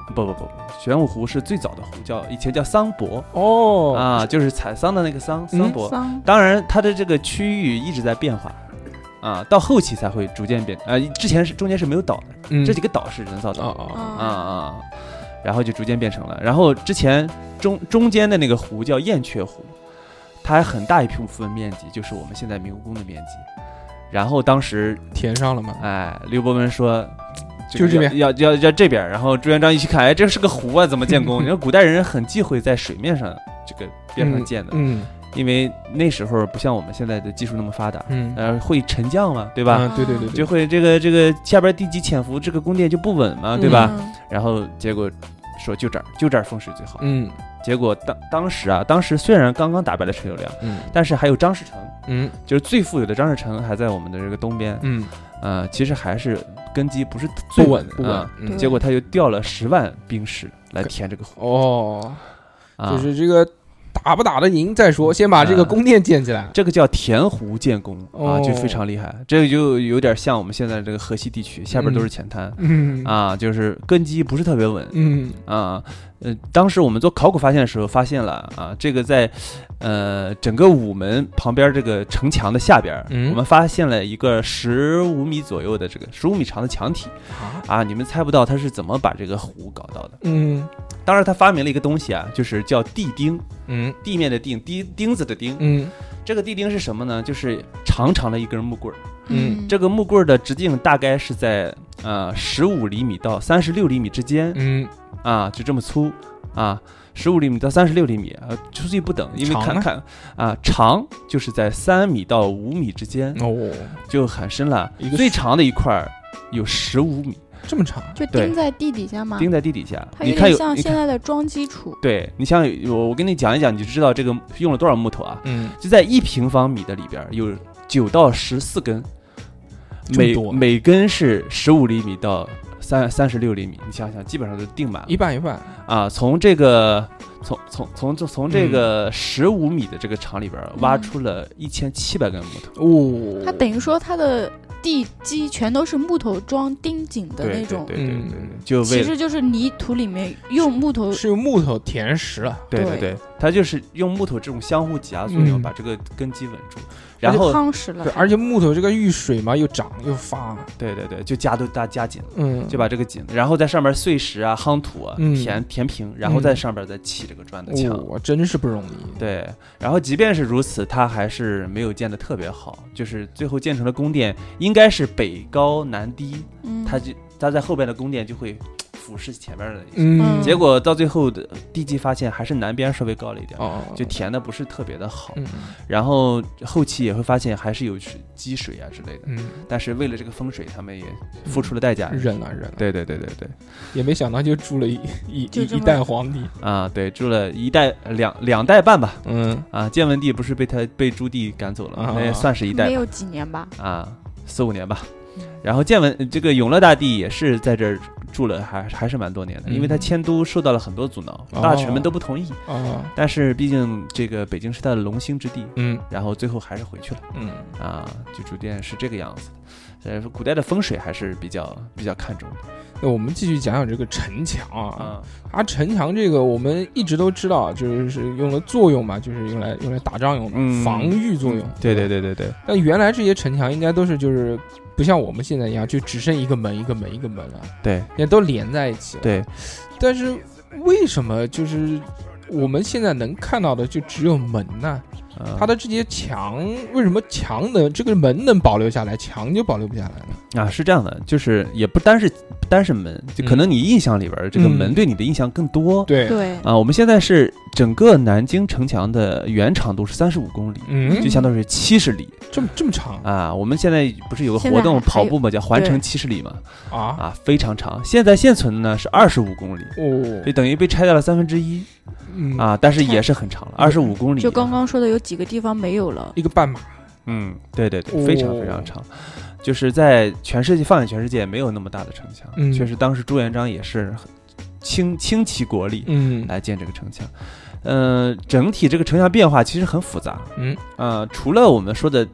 不不不不，玄武湖是最早的湖，叫以前叫桑博哦啊，就是采桑的那个桑桑博。 桑当然，它的这个区域一直在变化啊，到后期才会逐渐变啊，之前是中间是没有岛的， 嗯这几个岛是人造岛哦哦啊啊，然后就逐渐变成了。然后之前中中间的那个湖叫燕雀湖，它还很大一部分面积就是我们现在明故宫的面积。然后当时填上了吗？ 哎，刘伯温说。 就这边要要要这边，然后朱元璋一去看，哎，这是个湖啊，怎么建功？你说古代人很忌讳在水面上这个边上建的， 嗯，嗯因为那时候不像我们现在的技术那么发达， 嗯， 呃，会沉降嘛，对吧？ 嗯、对对对对， 就会这个这个下边地基潜伏，这个宫殿就不稳嘛，对吧？ 嗯、 然后结果说就这儿，就这儿风水最好。 嗯， 结果当当时啊，当时虽然刚刚打败了陈友谅， 嗯， 但是还有张士诚， 嗯， 就是最富有的张士诚还在我们的这个东边， 嗯。 呃，其实还是根基不是最不稳不稳、 啊嗯， 结果他又调了十万兵士来填这个湖。 哦， 啊、 就是这个打不打得赢再说，先把这个宫殿建起来。 啊、这个叫填湖建功、 哦、 啊，就非常厉害。这个就有点像我们现在这个河西地区，下边都是浅滩， 嗯啊，就是根基不是特别稳， 嗯啊。呃，当时我们做考古发现的时候，发现了啊，这个在，呃，整个午门旁边这个城墙的下边， 嗯、 我们发现了一个十五米左右的这个十五米长的墙体，啊，你们猜不到他是怎么把这个湖搞到的。 嗯， 当时他发明了一个东西啊，就是叫地钉， 嗯， 地面的钉，钉钉子的钉， 嗯， 这个地钉是什么呢？就是长长的一根木棍儿， 嗯， 这个木棍儿的直径大概是在呃十五厘米到三十六厘米之间， 嗯。 啊，就这么粗啊，十五厘米到三十六厘米，呃，粗细不等，因为看看啊，长就是在三米到五米之间， 哦， 就很深了。最长的一块有十五米， 这么长， 就钉在地底下吗？ 钉在地底下， 它有点像现在的桩基础。 对，你像我，我跟你讲一讲，你就知道这个用了多少木头啊？ 嗯， 就在一平方米的里边有九到十四根，每每根是十五厘米到。三三十六厘米，你想想，基本上都钉满了， 一半一半啊！从这个从从从从从这个十五米的这个场里边挖出了一千七百根木头哦。 它等于说它的地基全都是木头桩钉紧的那种， 对对对对对，就其实就是泥土里面用木头是用木头填实了， 对对对，它就是用木头这种相互挤压作用把这个根基稳住。然后夯实了， 对，而且木头这个遇水嘛，又长又发， 对对对，就夹都大夹紧了， 嗯， 就把这个紧，然后在上面碎石啊、夯土啊、 嗯、 填填平，然后在上边再砌这个砖的墙， 我、哦、真是不容易。 对，然后即便是如此，它还是没有建得特别好，就是最后建成的宫殿应该是北高南低， 嗯， 它就它在后边的宫殿就会俯视前面的， 嗯， 结果到最后的地基发现还是南边稍微高了一点， 哦， 就填的不是特别的好， 嗯， 然后后期也会发现还是有积水啊之类的， 嗯， 但是为了这个风水，他们也付出了代价， 忍了忍了， 对对对对对， 也没想到就住了一一一一代皇帝啊，对，住了一代两两代半吧， 嗯， 啊，建文帝不是被他被朱棣赶走了，那、 啊、 也算是一代， 没有几年吧， 啊，四五年吧。然后建文这个永乐大帝也是在这儿住了还还是蛮多年的， 嗯、 因为他迁都受到了很多阻挠， 哦、 大臣们都不同意。 哦， 但是毕竟这个北京是他的龙兴之地， 嗯， 然后最后还是回去了， 嗯， 啊，就逐渐是这个样子的。呃，古代的风水还是比较比较看重的。 那我们继续讲讲这个城墙啊， 啊， 啊，城墙这个我们一直都知道，就是用的作用嘛，就是用来用来打仗用的， 嗯、 防御作用。 对对对对对。 但原来这些城墙应该都是就是不像我们现在一样，就只剩一个门一个门一个门了， 对， 也都连在一起了。 对， 但是为什么就是我们现在能看到的就只有门呢？它的这些墙为什么墙能这个门能保留下来，墙就保留不下来呢？ 啊，是这样的，就是也不单是不单是门，就可能你印象里边、嗯、这个门对你的印象更多。 对对啊，我们现在是整个南京城墙的原长度是三十五公里， 嗯， 就相当于七十里， 这么这么长啊！我们现在不是有个活动跑步嘛，叫环城七十里嘛， 啊啊，非常长。现在现存的呢是二十五公里， 哦， 就等于被拆掉了三分之一。 嗯啊，但是也是很长了，二十五公里。 就刚刚说的，有几个地方没有了， 一个半马。 嗯，对对对，非常非常长，哦、就是在全世界放眼全世界没有那么大的城墙。嗯，确实当时朱元璋也是倾倾其国力， 嗯， 来建这个城墙。嗯、呃，整体这个城墙变化其实很复杂。 嗯， 呃，除了我们说的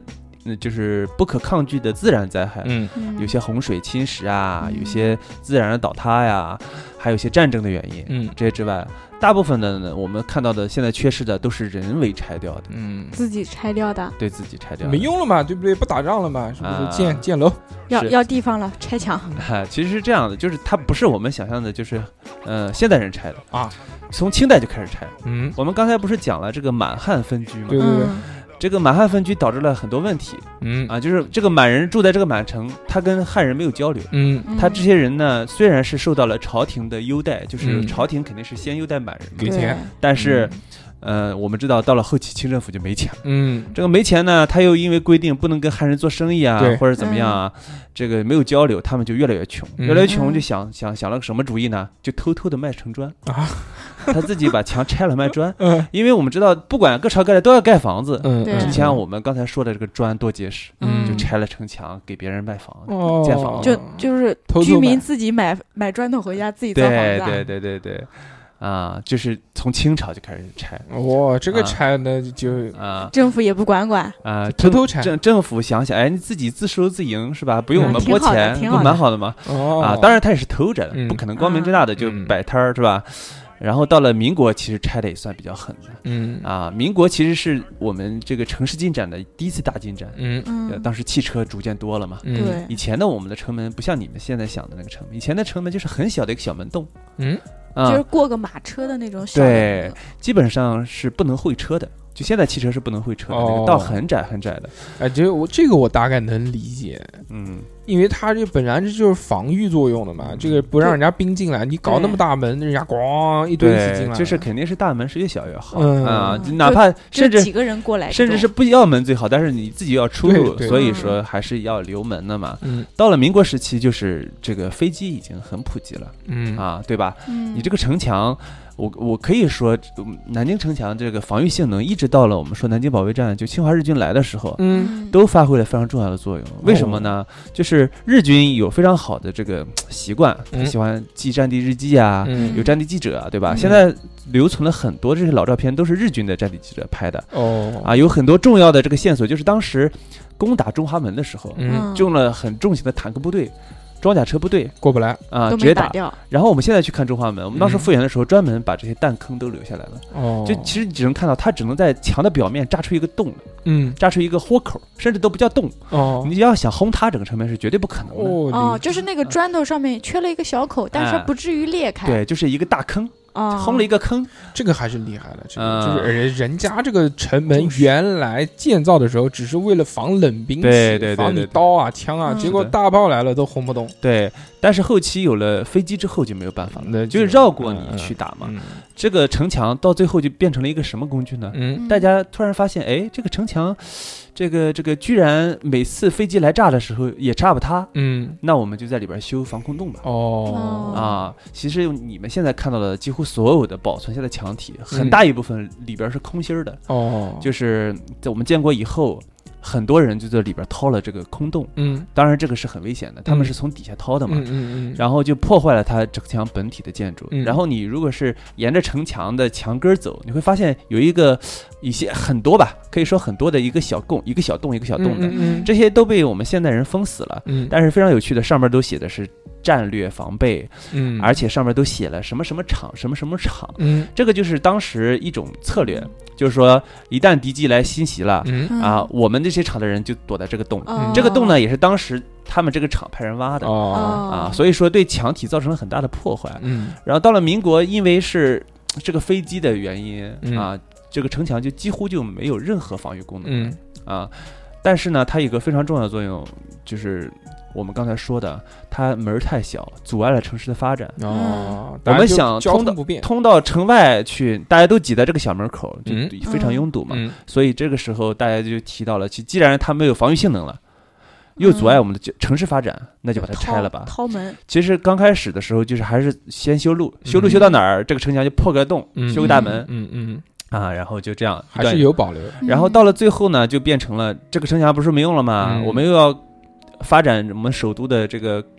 就是不可抗拒的自然灾害， 嗯， 有些洪水侵蚀啊， 嗯有些自然的倒塌呀，还有一些战争的原因， 嗯， 这些之外，大部分的呢，我们看到的现在缺失的都是人为拆掉的， 嗯， 自己拆掉的， 对自己拆掉的没用了嘛，对不对？不打仗了嘛，是不是？ 啊建建楼， 要是要地方了，拆墙。 啊，其实是这样的，就是它不是我们想象的，就是呃现代人拆的啊， 从清代就开始拆。 嗯， 我们刚才不是讲了这个满汉分居吗？ 对对对， 嗯这个满汉分居导致了很多问题嗯啊，就是这个满人住在这个满城，他跟汉人没有交流。 嗯， 他这些人呢，虽然是受到了朝廷的优待，就是嗯朝廷肯定是先优待满人嘛， 给钱， 但是，呃，我们知道到了后期清政府就没钱了。 嗯， 这个没钱呢，他又因为规定不能跟汉人做生意啊对， 或者怎么样啊，这个没有交流，他们就越来越穷， 嗯越来越穷就想想想了个什么主意呢？就偷偷的卖城砖啊， 他自己把墙拆了卖砖。 嗯因为我们知道，不管各朝各代都要盖房子。 嗯， 对之前我们刚才说的这个砖多结实， 嗯就拆了城墙给别人卖房子。 哦， 建房就就是偷偷居民买自己买买砖头回家自己造房子啊。 对对对对对，啊，就是从清朝就开始拆哇，这个啊拆呢就啊政府也不管管。 啊， 偷偷拆政政府想想，哎，你自己自收自赢是吧？不用我们嗯挺好的拨钱，不挺好的蛮好的吗？ 哦啊，当然他也是偷着的， 嗯不可能光明正大的就嗯摆摊儿是吧？然后到了民国，其实拆的也算比较狠的嗯啊。民国其实是我们这个城市进展的第一次大进展， 嗯呃嗯， 当时汽车逐渐多了嘛。 嗯， 对， 以前的我们的城门不像你们现在想的那个城门，以前的城门就是很小的一个小门洞， 嗯啊， 就是过个马车的那种小的对那个， 基本上是不能会车的。就现在汽车是不能会车的，那哦个道很窄很窄的。 哎，这我这个我大概能理解， 嗯， 因为它这本来这就是防御作用的嘛，这个不让人家兵进来，你搞那么大门，人家咣一堆一起进对， 来， 就是肯定是大门是越小越好嗯啊，哪怕就甚至几个人过来这种， 甚至是不要门最好，但是你自己要出入， 对对所以说还是要留门的嘛。 嗯到了民国时期，就是这个飞机已经很普及了嗯啊，对吧？ 嗯， 你这个城墙，我我可以说，嗯南京城墙这个防御性能一直到了我们说南京保卫战，就侵华日军来的时候， 嗯都发挥了非常重要的作用。为什么呢？就是日军有非常好的这个习惯， 嗯喜欢记战地日记啊， 嗯有战地记者啊，对吧？ 嗯现在留存了很多这些老照片，都是日军的战地记者拍的哦啊，有很多重要的这个线索，就是当时攻打中华门的时候， 嗯用了很重型的坦克部队。装甲车部队过不来啊， 都直接打。 没打掉， 然后我们现在去看中华门，我们当时嗯复原的时候，专门把这些弹坑都留下来了。 哦， 就其实你只能看到，它只能在墙的表面扎出一个洞， 嗯扎出一个豁口，甚至都不叫洞。 哦你要想轰塌整个城门是绝对不可能的。 哦哦，就是那个砖头上面缺了一个小口，但是哎不至于裂开。 对，就是一个大坑， 哦， 轰了一个坑。 这个还是厉害的，这个嗯就是人人家这个城门原来建造的时候只是为了防冷兵器， 对对对防你对对刀啊枪啊， 嗯结果是的大炮来了都轰不动， 对，但是后期有了飞机之后就没有办法那了，就是就绕过你嗯去打嘛。 嗯这个城墙到最后就变成了一个什么工具呢？ 嗯嗯大家突然发现，哎，这个城墙，这个这个居然每次飞机来炸的时候也炸不塌， 嗯那我们就在里边修防空洞吧。 哦啊，其实你们现在看到的几乎所有的保存下的墙体，很大一部分里边是空心儿的， 哦就是在我们建国以后，很多人就在里边掏了这个空洞， 嗯当然这个是很危险的，他们是从底下掏的嘛。 嗯嗯嗯， 然后就破坏了它城墙本体的建筑。 嗯然后你如果是沿着城墙的墙根儿走，你会发现有一个一些很多吧，可以说很多的一个小洞，一个小洞一个小洞的， 嗯嗯这些都被我们现代人封死了。 嗯但是非常有趣的，上面都写的是战略防备， 嗯， 而且上面都写了什么什么厂，什么什么厂。 嗯这个就是当时一种策略，就是说一旦敌机来侵袭了。 嗯嗯啊，我们这些厂的人就躲在这个洞， 哦这个洞呢也是当时他们这个厂派人挖的、 哦啊，所以说对墙体造成了很大的破坏。 嗯然后到了民国，因为是这个飞机的原因、 嗯啊，这个城墙就几乎就没有任何防御功能、 嗯啊。但是呢，它有个非常重要的作用，就是我们刚才说的，它门儿太小，阻碍了城市的发展。 哦， 我们大家就想通到交通不便， 通到城外去，大家都挤在这个小门口，就嗯非常拥堵嘛。 嗯所以这个时候大家就提到了，其既然它没有防御性能了，又阻碍我们的城市发展，那就把它拆了吧。 掏门， 其实刚开始的时候，就是还是先修路，修路修到哪儿，这个城墙就破个洞， 嗯修个大门、 嗯嗯， 啊，然后就这样一还段是有保留， 然后到了最后呢，就变成了这个城墙不是没用了吗？ 嗯我们又要发展我们首都的这个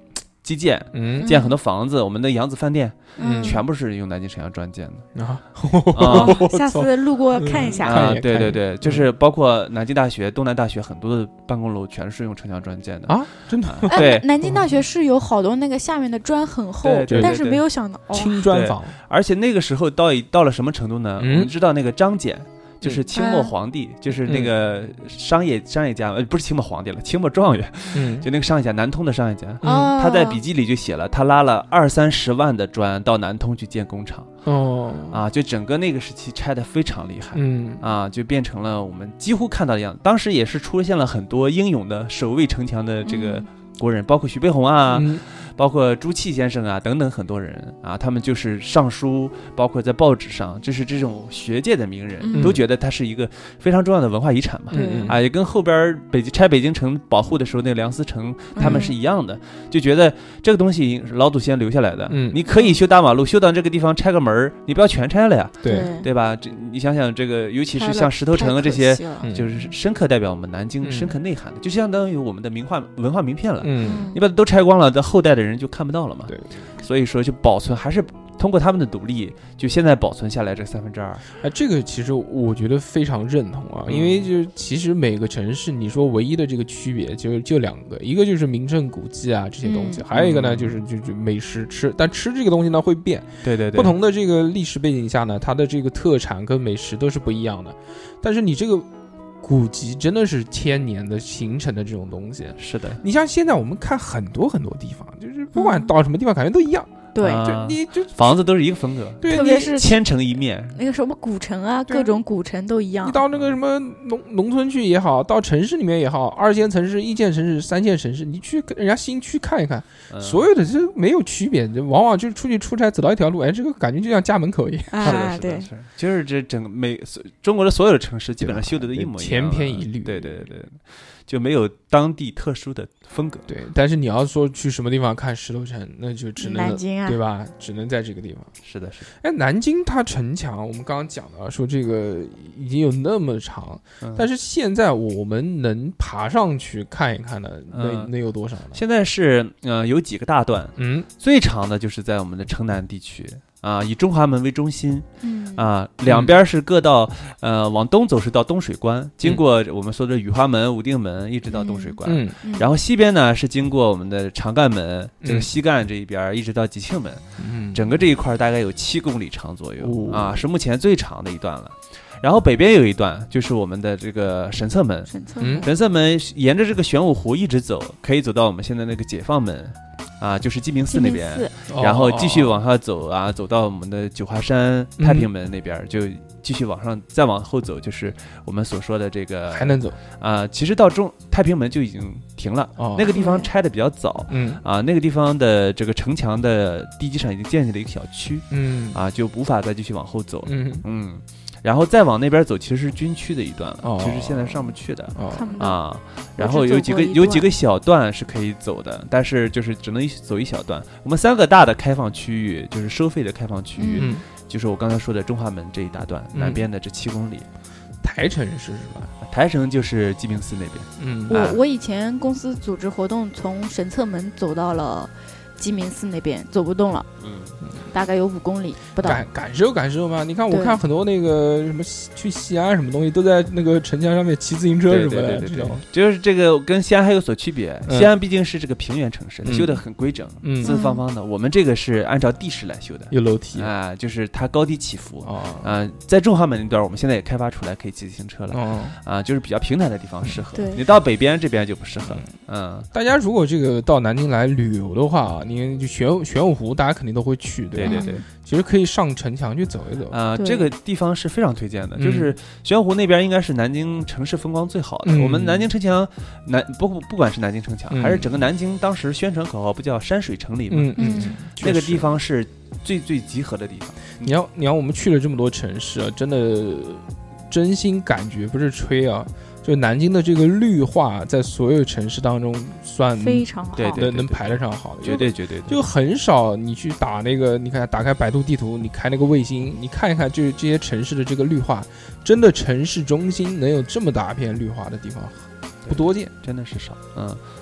基建， 嗯， 建很多房子，我们的扬子饭店， 嗯全部是用南京城墙砖建的啊。 啊哦下次路过看一下。 啊， 看一眼看一眼对对对，就是包括南京大学、东南大学很多的办公楼全是用城墙砖建的啊，真的， 哎， 对南南京大学是有好多那个下面的砖很厚对对， 但是对没有想到，哦， 青砖房， 而且那个时候到到了什么程度呢？ 嗯我们知道那个张謇。就是清末皇帝，就是那个商业商业家，呃，不是清末皇帝了，清末状元， 嗯， 就那个商业家，南通的商业家， 哦他在笔记里就写了，他拉了二三十万的砖到南通去建工厂， 哦， 啊，就整个那个时期拆得非常厉害， 嗯啊，就变成了我们几乎看到的样子。当时也是出现了很多英勇的守卫城墙的这个国人，包括徐悲鸿啊。 嗯包括朱熹先生啊等等很多人啊，他们就是上书，包括在报纸上，就是这种学界的名人、 嗯、 都觉得它是一个非常重要的文化遗产嘛。 对啊，也跟后边北京拆北京城保护的时候那个梁思成他们是一样的，嗯、就觉得这个东西是老祖先留下来的。 嗯， 你可以修大马路，修到这个地方拆个门，你不要全拆了呀。 对对吧？这你想想这个，尤其是像石头城这些，就是深刻代表我们南京、 嗯、 深刻内涵的，就相当于我们的名画文化名片了。 嗯， 你把它都拆光了，在后代的人就看不到了嘛。 对， 所以说就保存还是通过他们的努力，就现在保存下来这三分之二。 哎，这个其实我觉得非常认同啊，嗯、因为就其实每个城市，你说唯一的这个区别就就两个，一个就是名胜古迹啊这些东西，嗯、还有一个呢就是就就美食吃，但吃这个东西呢会变， 对对对， 不同的这个历史背景下呢，它的这个特产跟美食都是不一样的，但是你这个。古籍真的是千年的形成的这种东西， 是的。 你像现在我们看很多很多地方，就是不管到什么地方，感觉都一样。 对， 啊、 就你就房子都是一个风格， 对， 特别是千城一面， 那个什么古城啊，各种古城都一样。 你到那个什么农农村去也好，到城市里面也好，二线城市、一线城市、三线城市，你去人家新区看一看， 嗯、 所有的这没有区别，往往就出去出差走到一条路，哎，这个感觉就像家门口一样。 啊， 是的，是的，就是这整个每中国的所有的城市基本上修的都一模一样， 千篇一律。 对对对对。就没有当地特殊的风格。 对，但是你要说去什么地方看石头城，那就只能南京啊， 对吧？只能在这个地方。 是的，是的。 哎，南京它城墙，我们刚刚讲的说这个已经有那么长，嗯、但是现在我们能爬上去看一看的，那能、嗯、有多少呢？ 现在是呃有几个大段， 嗯， 最长的就是在我们的城南地区。啊，以中华门为中心， 嗯啊，两边是各到，呃，往东走是到东水关，经过我们说的雨花门、武定门，一直到东水关。 嗯， 然后西边呢是经过我们的长干门，这个西干这一边一直到吉庆门， 嗯， 整个这一块大概有七公里长左右， 哦、 啊，是目前最长的一段了。然后北边有一段，就是我们的这个神策门， 神策门， 神策门沿着这个玄武湖一直走，可以走到我们现在那个解放门。啊，就是鸡鸣寺那边，然后继续往下走啊，走到我们的九华山太平门那边，嗯、就继续往上，再往后走就是我们所说的这个还能走啊。其实到中太平门就已经停了， 哦、 那个地方拆的比较早， 嗯啊，那个地方的这个城墙的地基上已经建起了一个小区， 嗯啊，就无法再继续往后走， 嗯嗯。然后再往那边走，其实是军区的一段了， 哦、 其实现在上不去的， 哦、 啊。然后有几个有几个小段是可以走的，但是就是只能走一小段。我们三个大的开放区域，就是收费的开放区域， 嗯、 就是我刚才说的中华门这一大段， 嗯、 南边的这七公里。 台城是什么？ 台城就是鸡鸣寺那边。 嗯， 我我以前公司组织活动，从神策门走到了鸡鸣寺那边，走不动了。 嗯。 大概有五公里不到， 感感受感受嘛。你看，我看很多那个什么去西安什么东西，都在那个城墙上面骑自行车什么的。 这种就是这个跟西安还有所区别。 嗯、 西安毕竟是这个平原城市， 嗯、 修得很规整， 嗯、 四四方方的。我们这个是按照地势来修的， 有楼梯啊，就是它高低起伏。 哦， 啊，在中华门那段，我们现在也开发出来可以骑自行车了。 哦， 啊，就是比较平坦的地方适合。 对， 你到北边这边就不适合。嗯， 大家如果这个到南京来旅游的话，你就玄玄武湖，大家肯定都会去，对吧？ 对对对。 其实可以上城墙去走一走啊、呃，这个地方是非常推荐的。 嗯、 就是玄武湖那边应该是南京城市风光最好的。 嗯、 我们南京城墙，南不不管是南京城墙， 嗯、 还是整个南京，当时宣传口号不叫山水城里吗？ 嗯嗯， 那个地方是最最集合的地方。 你要你要我们去了这么多城市啊，真的真心感觉不是吹啊。就南京的这个绿化，在所有城市当中算非常好， 对对， 能能排得上好的， 绝对绝对， 就很少你去打那个，你看打开百度地图，你开那个卫星，你看一看，就是这些城市的这个绿化，真的城市中心能有这么大片绿化的地方不多见， 真的是少。嗯，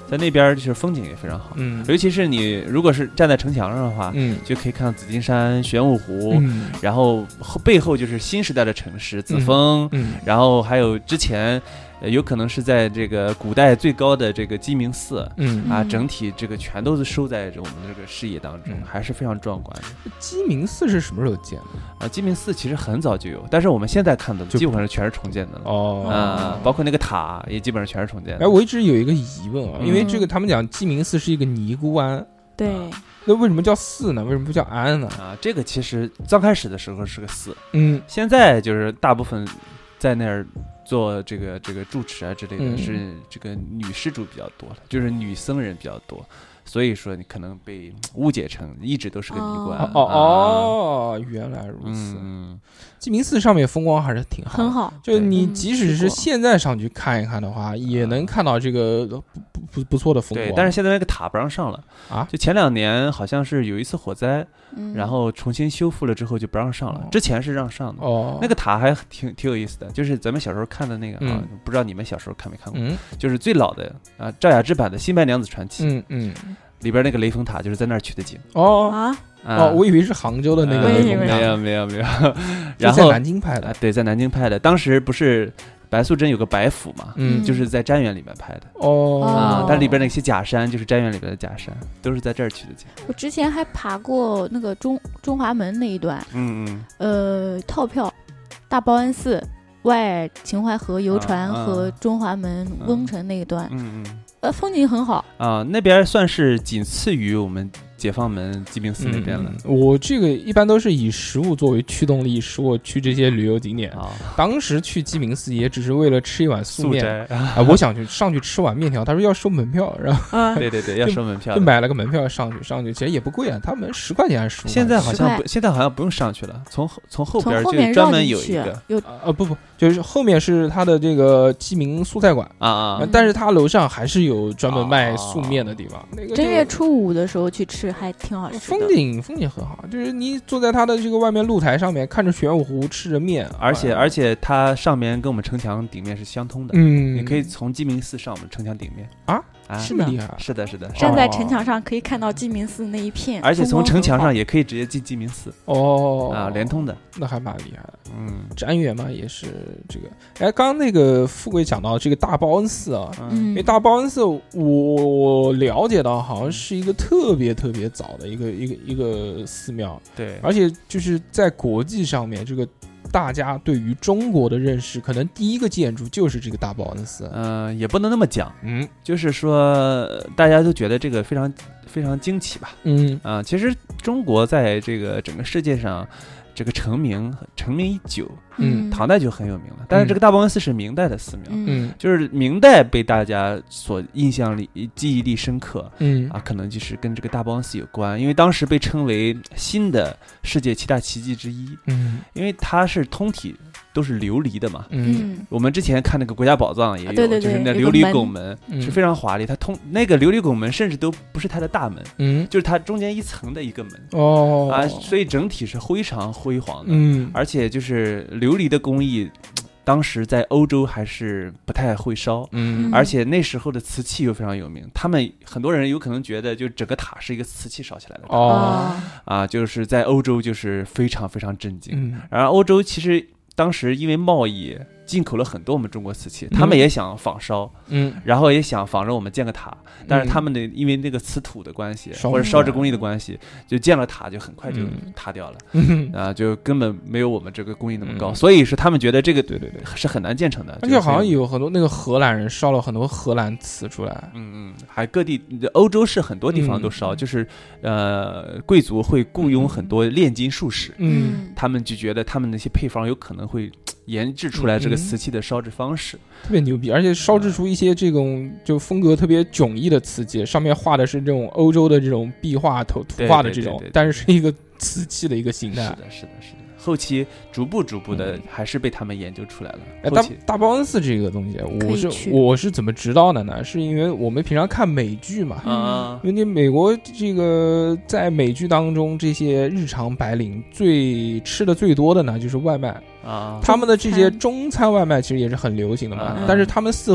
在那边就是风景也非常好， 嗯， 尤其是你如果是站在城墙上的话， 嗯， 就可以看到紫金山、玄武湖， 嗯， 然后后背后就是新时代的城市紫峰， 嗯， 然后还有之前。呃、有可能是在这个古代最高的这个鸡鸣寺， 嗯啊，整体这个全都是收在我们的这个视野当中，嗯、还是非常壮观的。 鸡鸣寺是什么时候建的？ 啊，鸡鸣寺其实很早就有，但是我们现在看的基本上全是重建的了。 哦， 啊，包括那个塔也基本上全是重建的。 哎，我一直有一个疑问啊， 嗯、 因为这个他们讲鸡鸣寺是一个尼姑庵， 对。 啊那为什么叫寺呢？为什么不叫庵呢？ 啊，这个其实刚开始的时候是个寺， 嗯， 现在就是大部分在那儿做这个这个住持啊之类的， 嗯、 是这个女施主比较多了，就是女僧人比较多，所以说你可能被误解成一直都是个尼姑庵。 哦哦哦，原来如此。 嗯， 鸡鸣寺上面风光还是挺好， 很好。 就你即使是现在上去看一看的话，也能看到这个不不不不错的风光。 对，但是现在那个塔不让上了啊！ 就前两年好像是有一次火灾， 嗯、 然后重新修复了之后就不让上了。哦、之前是让上的。 哦， 那个塔还挺挺有意思的，就是咱们小时候看的那个、 嗯、 啊，不知道你们小时候看没看过？ 嗯， 就是最老的啊，赵雅芝版的《新白娘子传奇》。 嗯嗯。 里边那个雷峰塔就是在那儿取的景哦啊哦，我以为是杭州的那个雷峰塔， 没有没有没有， 然后在南京拍的， 对，在南京拍的。当时不是白素贞有个白府嘛， 嗯， 就是在瞻园里面拍的哦啊，但里边那些假山就是瞻园里边的假山，都是在这儿取的景。 我之前还爬过那个中中华门那一段， 嗯嗯， 呃，套票，大报恩寺外秦淮河游船和中华门翁城那一段， 嗯嗯。 呃，风景很好啊，那边算是仅次于我们解放门鸡鸣寺那边了。 嗯、我这个一般都是以食物作为驱动力，使我去这些旅游景点。 啊， 当时去鸡鸣寺也只是为了吃一碗素面啊、 呃，我想去上去吃碗面条，他说要收门票，然后啊， 对对对，要收门票， 就买了个门票上去，上去其实也不贵啊，他们十块钱还是十块钱？ 现在好像不，现在好像不用上去了，从从后边就专门有一个， 有呃不不，就是后面是他的这个鸡鸣素菜馆啊啊、 呃，但是他楼上还是有专门卖素面的地方。啊、那个正月初五的时候去吃还挺好吃的， 风景风景很好，就是你坐在他的这个外面露台上面，看着玄武湖，吃着面， 而且、啊、而且它上面跟我们城墙顶面是相通的， 嗯， 你可以从鸡鸣寺上我们城墙顶面啊。 啊， 这么厉害！ 是的，是的， 站在城墙上可以看到鸡鸣寺那一片， 而且从城墙上也可以直接进鸡鸣寺哦， 啊，连通的， 那还蛮厉害的。 嗯， 瞻园嘛也是这个。哎，刚刚那个富贵讲到这个大报恩寺啊， 嗯， 因为大报恩寺我我了解到好像是一个特别特别早的一个一个一个寺庙， 对， 而且就是在国际上面这个。大家对于中国的认识，可能第一个建筑就是这个大报恩寺。 嗯、呃，也不能那么讲， 嗯， 就是说大家都觉得这个非常非常惊奇吧。 嗯啊、呃，其实中国在这个整个世界上，这个成名成名已久， 嗯， 唐代就很有名了。但是这个大报恩寺是明代的寺庙， 嗯， 就是明代被大家所印象里记忆力深刻， 嗯啊，可能就是跟这个大报恩寺有关，因为当时被称为新的世界七大奇迹之一， 嗯， 因为它是通体都是琉璃的嘛， 嗯， 我们之前看那个国家宝藏也有， 啊、对对对就是那琉璃拱门是非常华丽，它通那个琉璃拱门甚至都不是它的大门， 嗯， 就是它中间一层的一个门， 哦， 啊，所以整体是非常辉煌的， 嗯， 而且就是琉璃的工艺。当时在欧洲还是不太会烧， 嗯， 而且那时候的瓷器又非常有名，他们很多人有可能觉得就整个塔是一个瓷器烧起来的， 哦， 啊，就是在欧洲就是非常非常震惊， 嗯， 然后欧洲其实当时因为贸易进口了很多我们中国瓷器，他们也想仿烧， 嗯，然后也想仿着我们建个塔，但是他们的因为那个瓷土的关系、 嗯、 或者烧制工艺的关系，就建了塔就很快就塌掉了， 嗯、 啊，就根本没有我们这个工艺那么高，嗯、所以是他们觉得这个对对对是很难建成的。 而且好像有很多那个荷兰人烧了很多荷兰瓷出来， 嗯嗯，还各地欧洲是很多地方都烧，嗯、就是呃贵族会雇佣很多炼金术士， 嗯， 他们就觉得他们那些配方有可能会研制出来这个瓷器的烧制方式， 嗯、特别牛逼，而且烧制出一些这种就风格特别迥异的瓷器，上面画的是这种欧洲的这种壁画图图画的这种，但是是一个瓷器的一个形态。 是的，是的，是的。后期逐步逐步的还是被他们研究出来了。 哎、大大报恩寺这个东西，我是我是怎么知道的呢？是因为我们平常看美剧嘛， 嗯， 因为你美国这个在美剧当中，这些日常白领最吃的最多的呢就是外卖啊， 他们的这些中餐外卖其实也是很流行的嘛， 嗯、 但是他们似乎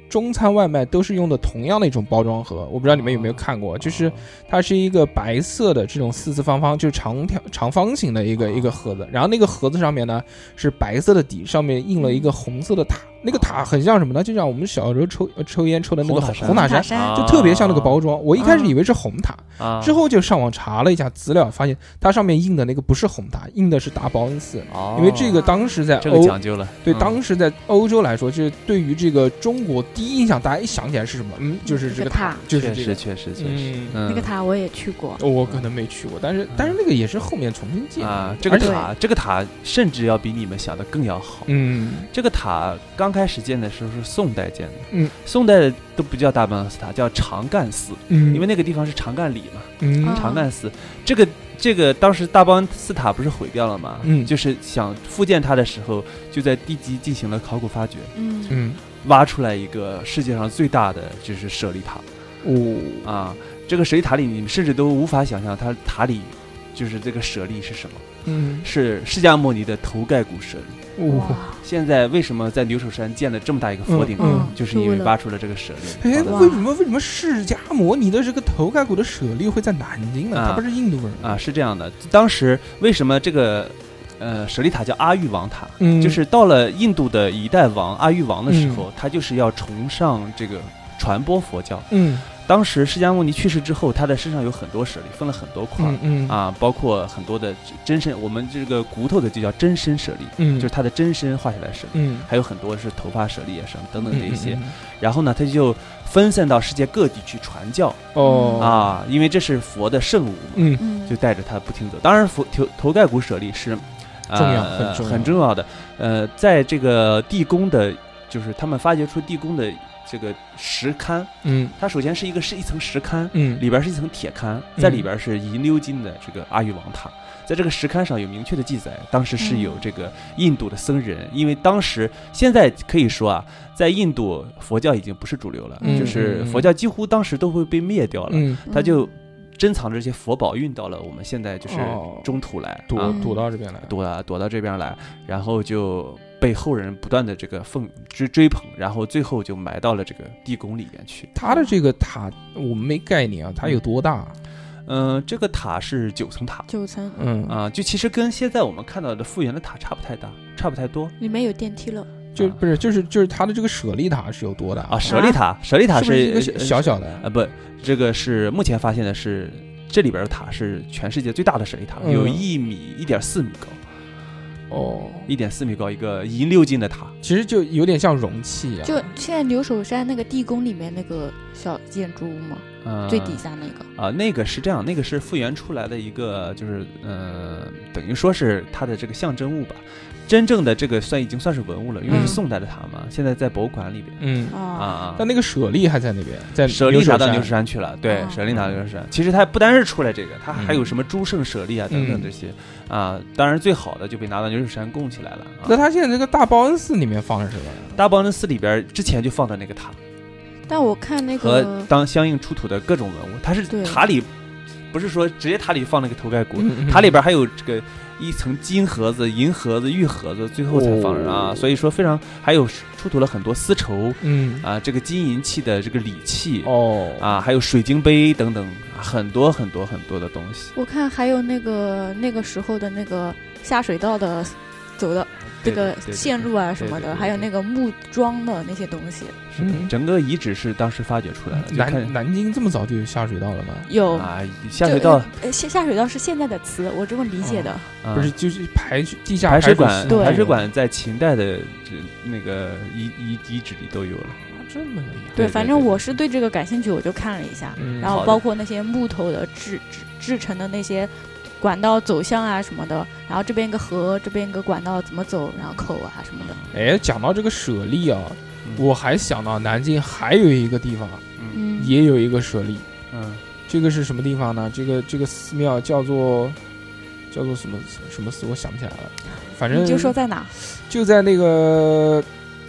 中餐外卖都是用的同样的一种包装盒，我不知道你们有没有看过，就是它是一个白色的这种四四方方，就是长条长方形的一个一个盒子，然后那个盒子上面呢是白色的底，上面印了一个红色的塔，那个塔很像什么呢？就像我们小时候抽抽烟抽的那个红塔山， 山就特别像那个包装。我一开始以为是红塔， 啊、 之后就上网查了一下资料，发现它上面印的那个不是红塔，印的是大报恩寺。 哦、 因为这个当时在欧， 这个讲究了。 对， 嗯、 当时在欧洲来说，就是对于这个中国第一印象，大家一想起来是什么？嗯，就是这个塔，就是这个， 确实确实确实。 嗯， 那个塔我也去过， 我可能没去过，但是但是那个也是后面重新建啊。这个塔，这个塔甚至要比你们想的更要好。 嗯， 这个塔刚开始建的时候是宋代建的， 嗯， 宋代都不叫大报恩寺塔，叫长干寺，嗯，因为那个地方是长干里嘛，嗯，长干寺。这个这个当时大报恩寺塔不是毁掉了吗？嗯，就是想复建它的时候，就在地基进行了考古发掘， 嗯嗯， 挖出来一个世界上最大的就是舍利塔。 哦啊，这个舍利塔里你们甚至都无法想象它塔里就是这个舍利是什么， 嗯， 是释迦牟尼的头盖骨舍利。 哇！ 现在为什么在牛首山建了这么大一个佛顶， 嗯嗯、 就是因为挖出了这个舍利。 哎，为什么为什么释迦牟尼的这个头盖骨的舍利会在南京呢？他、啊、不是印度人啊？是这样的，当时为什么这个呃舍利塔叫阿育王塔？ 嗯， 就是到了印度的一代王阿育王的时候，嗯、他就是要崇尚这个传播佛教。 嗯。 当时释迦牟尼去世之后，他的身上有很多舍利，分了很多块， 嗯嗯、 啊，包括很多的真身，我们这个骨头的就叫真身舍利， 嗯， 就是他的真身画下来舍利， 嗯， 还有很多是头发舍利啊什么等等这一些， 嗯嗯嗯、 然后呢，他就分散到世界各地去传教， 哦， 啊，因为这是佛的圣物嘛， 嗯， 就带着他不停走。当然，佛头头盖骨舍利是重要、 呃、 很重要很重要的，呃，在这个地宫的，就是他们发掘出地宫的。这个石龛， 嗯， 它首先是一个是一层石龛， 嗯， 里边是一层铁龛，在里边是银鎏金的这个阿育王塔，在这个石龛上有明确的记载，当时是有这个印度的僧人，嗯、因为当时现在可以说啊，在印度佛教已经不是主流了， 嗯、 就是佛教几乎当时都会被灭掉了， 嗯， 他就珍藏着这些佛宝运到了我们现在就是中土来， 躲、 哦、 躲到这边来， 躲啊躲到这边来，然后就。被后人不断的这个奉追追捧，然后最后就埋到了这个地宫里面去。 它的这个塔我们没概念啊，它有多大？ 嗯、呃，这个塔是九层塔， 九层， 嗯啊，就其实跟现在我们看到的复原的塔差不太大，差不太多。 里面有电梯了， 就不是就是就是它的这个舍利塔是有多大啊？舍利塔，舍利塔是一个小小的啊、呃，不，这个是目前发现的是这里边的塔是全世界最大的舍利塔， 嗯、 有一米一点四米高。 哦， 一点四米高一个银鎏金的塔， 其实就有点像容器一样。 就现在牛首山那个地宫里面那个小建筑物吗？ 嗯， 最底下那个啊、呃，那个是这样，那个是复原出来的一个，就是呃，等于说是它的这个象征物吧。真正的这个算已经算是文物了，因为是宋代的塔嘛，嗯、现在在博物馆里边。 嗯啊， 但那个舍利还在那边，在舍利拿到牛首山去了。对， 哦、 舍利拿到牛首山。其实它不单是出来这个，它还有什么诸圣舍利啊、嗯、等等这些啊。当然最好的就被拿到牛首山供起来了。啊、 那它现在这个大报恩寺里面放的是什么？ 大报恩寺里边之前就放的那个塔。 但我看那个和当相应出土的各种文物，它是塔里不是说直接塔里放那个头盖骨， 嗯、 塔里边还有这个一层金盒子、银盒子、玉盒子，最后才放上、哦、啊。所以说非常还有出土了很多丝绸， 嗯啊，这个金银器的这个礼器哦啊，还有水晶杯等等，很多很多很多的东西。 我看还有那个那个时候的那个下水道的走的。这个线路啊什么的，还有那个木桩的那些东西， 是的，整个遗址是当时发掘出来的。 南南京这么早就有下水道了吗？ 有啊，下水道， 呃，下下水道是现在的词，我这么理解的。 嗯、 不是，就是排地下排水管， 对排水管在秦代的这那个遗遗遗址里都有了。 这么厉害？ 对，反正我是对这个感兴趣，我就看了一下， 嗯、 然后包括那些木头的制制制成的那些。管道走向啊什么的，然后这边一个河，这边一个管道怎么走，然后口啊什么的。 哎，讲到这个舍利啊，嗯、我还想到南京还有一个地方， 嗯， 也有一个舍利， 嗯， 这个是什么地方呢？这个这个寺庙叫做叫做什么什么寺，我想不起来了。反正你就说在哪？ 就在那个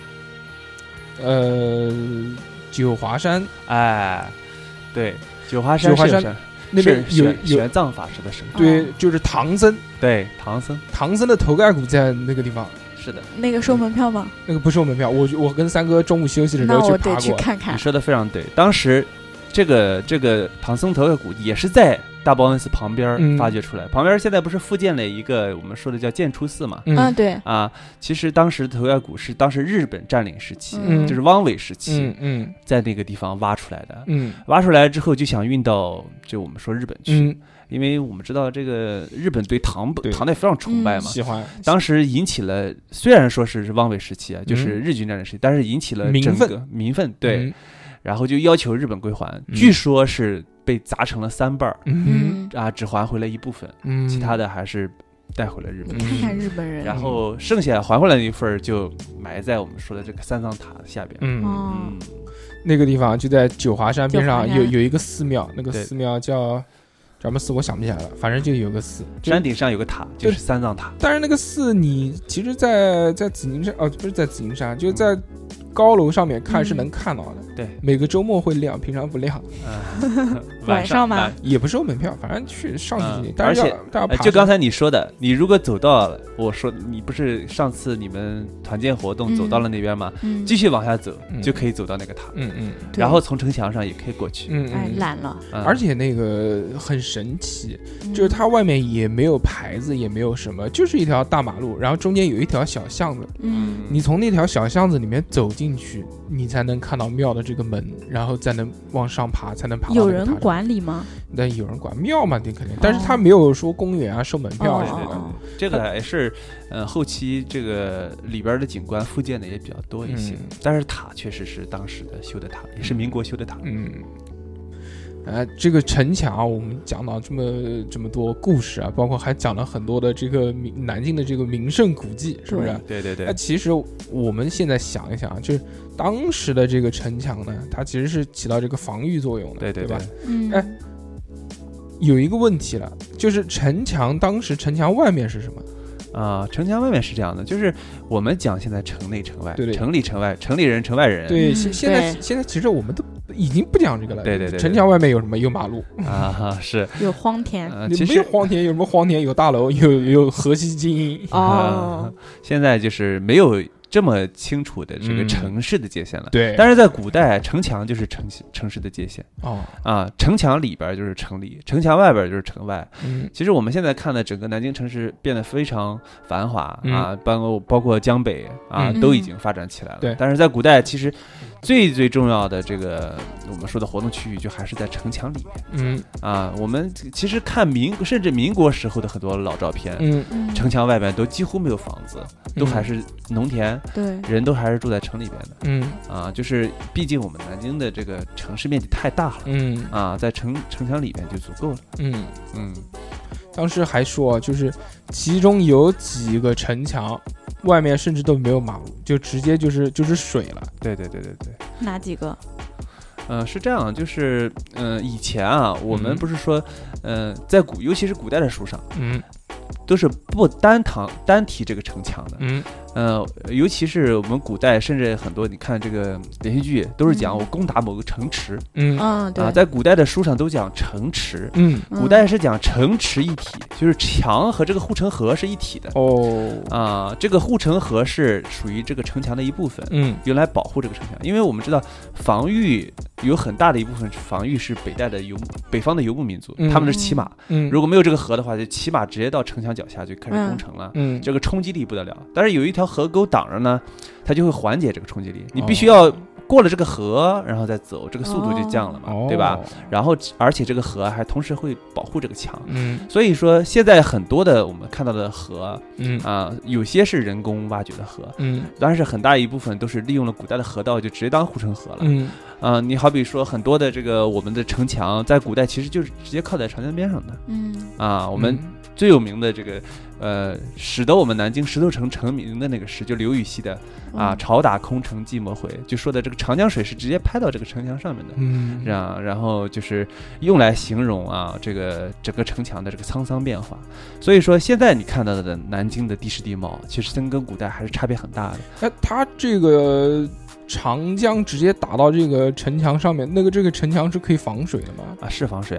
呃九华山， 哎，对，九华山， 九华山。那边有有玄奘法师的神， 对，就是唐僧， 对，唐僧， 唐僧的头盖骨在那个地方， 是的， 那个收门票吗？ 那个不收门票，我我跟三哥中午休息的时候那我得去爬过。 去看看。 你说的非常对，当时这个这个唐僧头盖骨也是在大报恩寺旁边发掘出来，嗯、旁边现在不是复建了一个我们说的叫建初寺嘛？ 嗯，对啊，其实当时头盖骨是当时日本占领时期， 嗯、 就是汪伪时期， 嗯嗯， 在那个地方挖出来的， 嗯， 挖出来之后就想运到就我们说日本去。 嗯， 因为我们知道这个日本对唐唐代非常崇拜嘛， 嗯、喜欢， 当时引起了虽然说是汪伪时期啊，就是日军占领时期，嗯、但是引起了整个民愤，对，嗯、然后就要求日本归还，嗯、据说是被砸成了三瓣儿， 嗯啊，只还回来一部分，嗯，其他的还是带回了日本。 你看看日本人， 然后剩下还回来的一份就埋在我们说的这个三藏塔下边， 嗯嗯， 那个地方就在九华山边上有有一个寺庙，那个寺庙叫。叫什么寺我想不起来了，反正就有个寺， 山顶上有个塔，就是三藏塔。 但是那个寺你其实在，在在紫金山哦，不是在紫金山，就在高楼上面看是能看到的。 嗯、对， 每个周末会亮，平常不亮。 嗯、 晚上吗？ 也不收门票，反正去上去。 嗯、 但是而且要爬就刚才你说的，你如果走到我说你不是上次你们团建活动走到了那边吗？ 嗯、 继续往下走、 嗯、 就可以走到那个塔。 嗯嗯。 然后从城墙上也可以过去。 嗯哎，懒了。 嗯、 而且那个很神奇，就是它外面也没有牌子，也没有什么，就是一条大马路，然后中间有一条小巷子。 嗯。 你从那条小巷子里面走进去，你才能看到庙的这个门，然后再能往上爬，才能爬到那个塔上。 有人管理吗？ 但有人管庙嘛，这肯定，但是他没有说公园啊收门票之类的。 哦、 这个还是，呃，后期这个里边的景观复建的也比较多一些， 嗯、 但是塔确实是当时的修的塔，也是民国修的塔。 嗯。呃，这个城墙我们讲到这么这么多故事啊，包括还讲了很多的这个南京的这个名胜古迹，是不是？ 对对对。 那其实我们现在想一想，就是当时的这个城墙呢，它其实是起到这个防御作用的， 对对对吧？ 嗯。 哎，有一个问题了，就是城墙当时城墙外面是什么？ 啊、呃，城墙外面是这样的，就是我们讲现在城内城外， 对对， 城里城外，城里人城外人。 对， 嗯、 现现在现在其实我们都已经不讲这个了。 对对 对, 对， 城墙外面有什么？有马路啊，是有荒田。 呃、 其实没有荒田，有什么荒田？有大楼，有有河西精英。 哦、 呃，现在就是没有这么清楚的这个城市的界限了。 嗯、对， 但是在古代，城墙就是城城市的界限。 哦， 啊，城墙里边就是城里，城墙外边就是城外。 嗯， 其实我们现在看的整个南京城市变得非常繁华、 嗯、 啊，包括包括江北啊、 嗯， 都已经发展起来了。 对， 但是在古代，其实最最重要的这个我们说的活动区域，就还是在城墙里面。 嗯， 啊，我们其实看民甚至民国时候的很多老照片， 嗯， 城墙外边都几乎没有房子，都还是农田， 对， 人都还是住在城里边的。 嗯， 啊，就是毕竟我们南京的这个城市面积太大了， 嗯， 啊，在城城墙里边就足够了。 嗯嗯， 当时还说，就是其中有几个城墙外面甚至都没有马路，就直接就是就是水了。 对对对对对。 哪几个？ 呃，是这样，就是呃，以前啊，我们不是说，呃，在古，尤其是古代的书上， 嗯， 都是不单谈单提这个城墙的， 嗯， 呃，尤其是我们古代，甚至很多你看这个连续剧都是讲我攻打某个城池， 嗯啊，对啊，在古代的书上都讲城池， 嗯， 古代是讲城池一体，就是墙和这个护城河是一体的。 哦， 啊，这个护城河是属于这个城墙的一部分， 嗯， 用来保护这个城墙，因为我们知道防御有很大的一部分防御是北代的游北方的游牧民族， 嗯、 他们是骑马， 嗯， 如果没有这个河的话，就骑马直接到城墙脚下就开始攻城了， 嗯， 这个冲击力不得了。但是有一条河沟挡着呢，它就会缓解这个冲击力，你必须要过了这个河，然后再走，这个速度就降了嘛， 哦、 对吧？然后而且这个河还同时会保护这个墙， 嗯， 所以说现在很多的我们看到的河， 嗯啊，有些是人工挖掘的河， 嗯， 但是很大一部分都是利用了古代的河道，就直接当护城河了， 嗯， 啊，你好比说很多的这个我们的城墙，在古代其实就是直接靠在长江边上的， 嗯， 啊，我们最有名的这个呃，使得我们南京石头城成名的那个诗，就刘禹锡的啊，潮打空城寂寞回，就说的这个长江水是直接拍到这个城墙上面的， 嗯， 这样，然后就是用来形容啊这个整个城墙的这个沧桑变化。所以说，现在你看到的南京的地势地貌，其实跟古代还是差别很大的。 那它这个长江直接打到这个城墙上面，那个这个城墙是可以防水的吗？ 啊，是防水啊。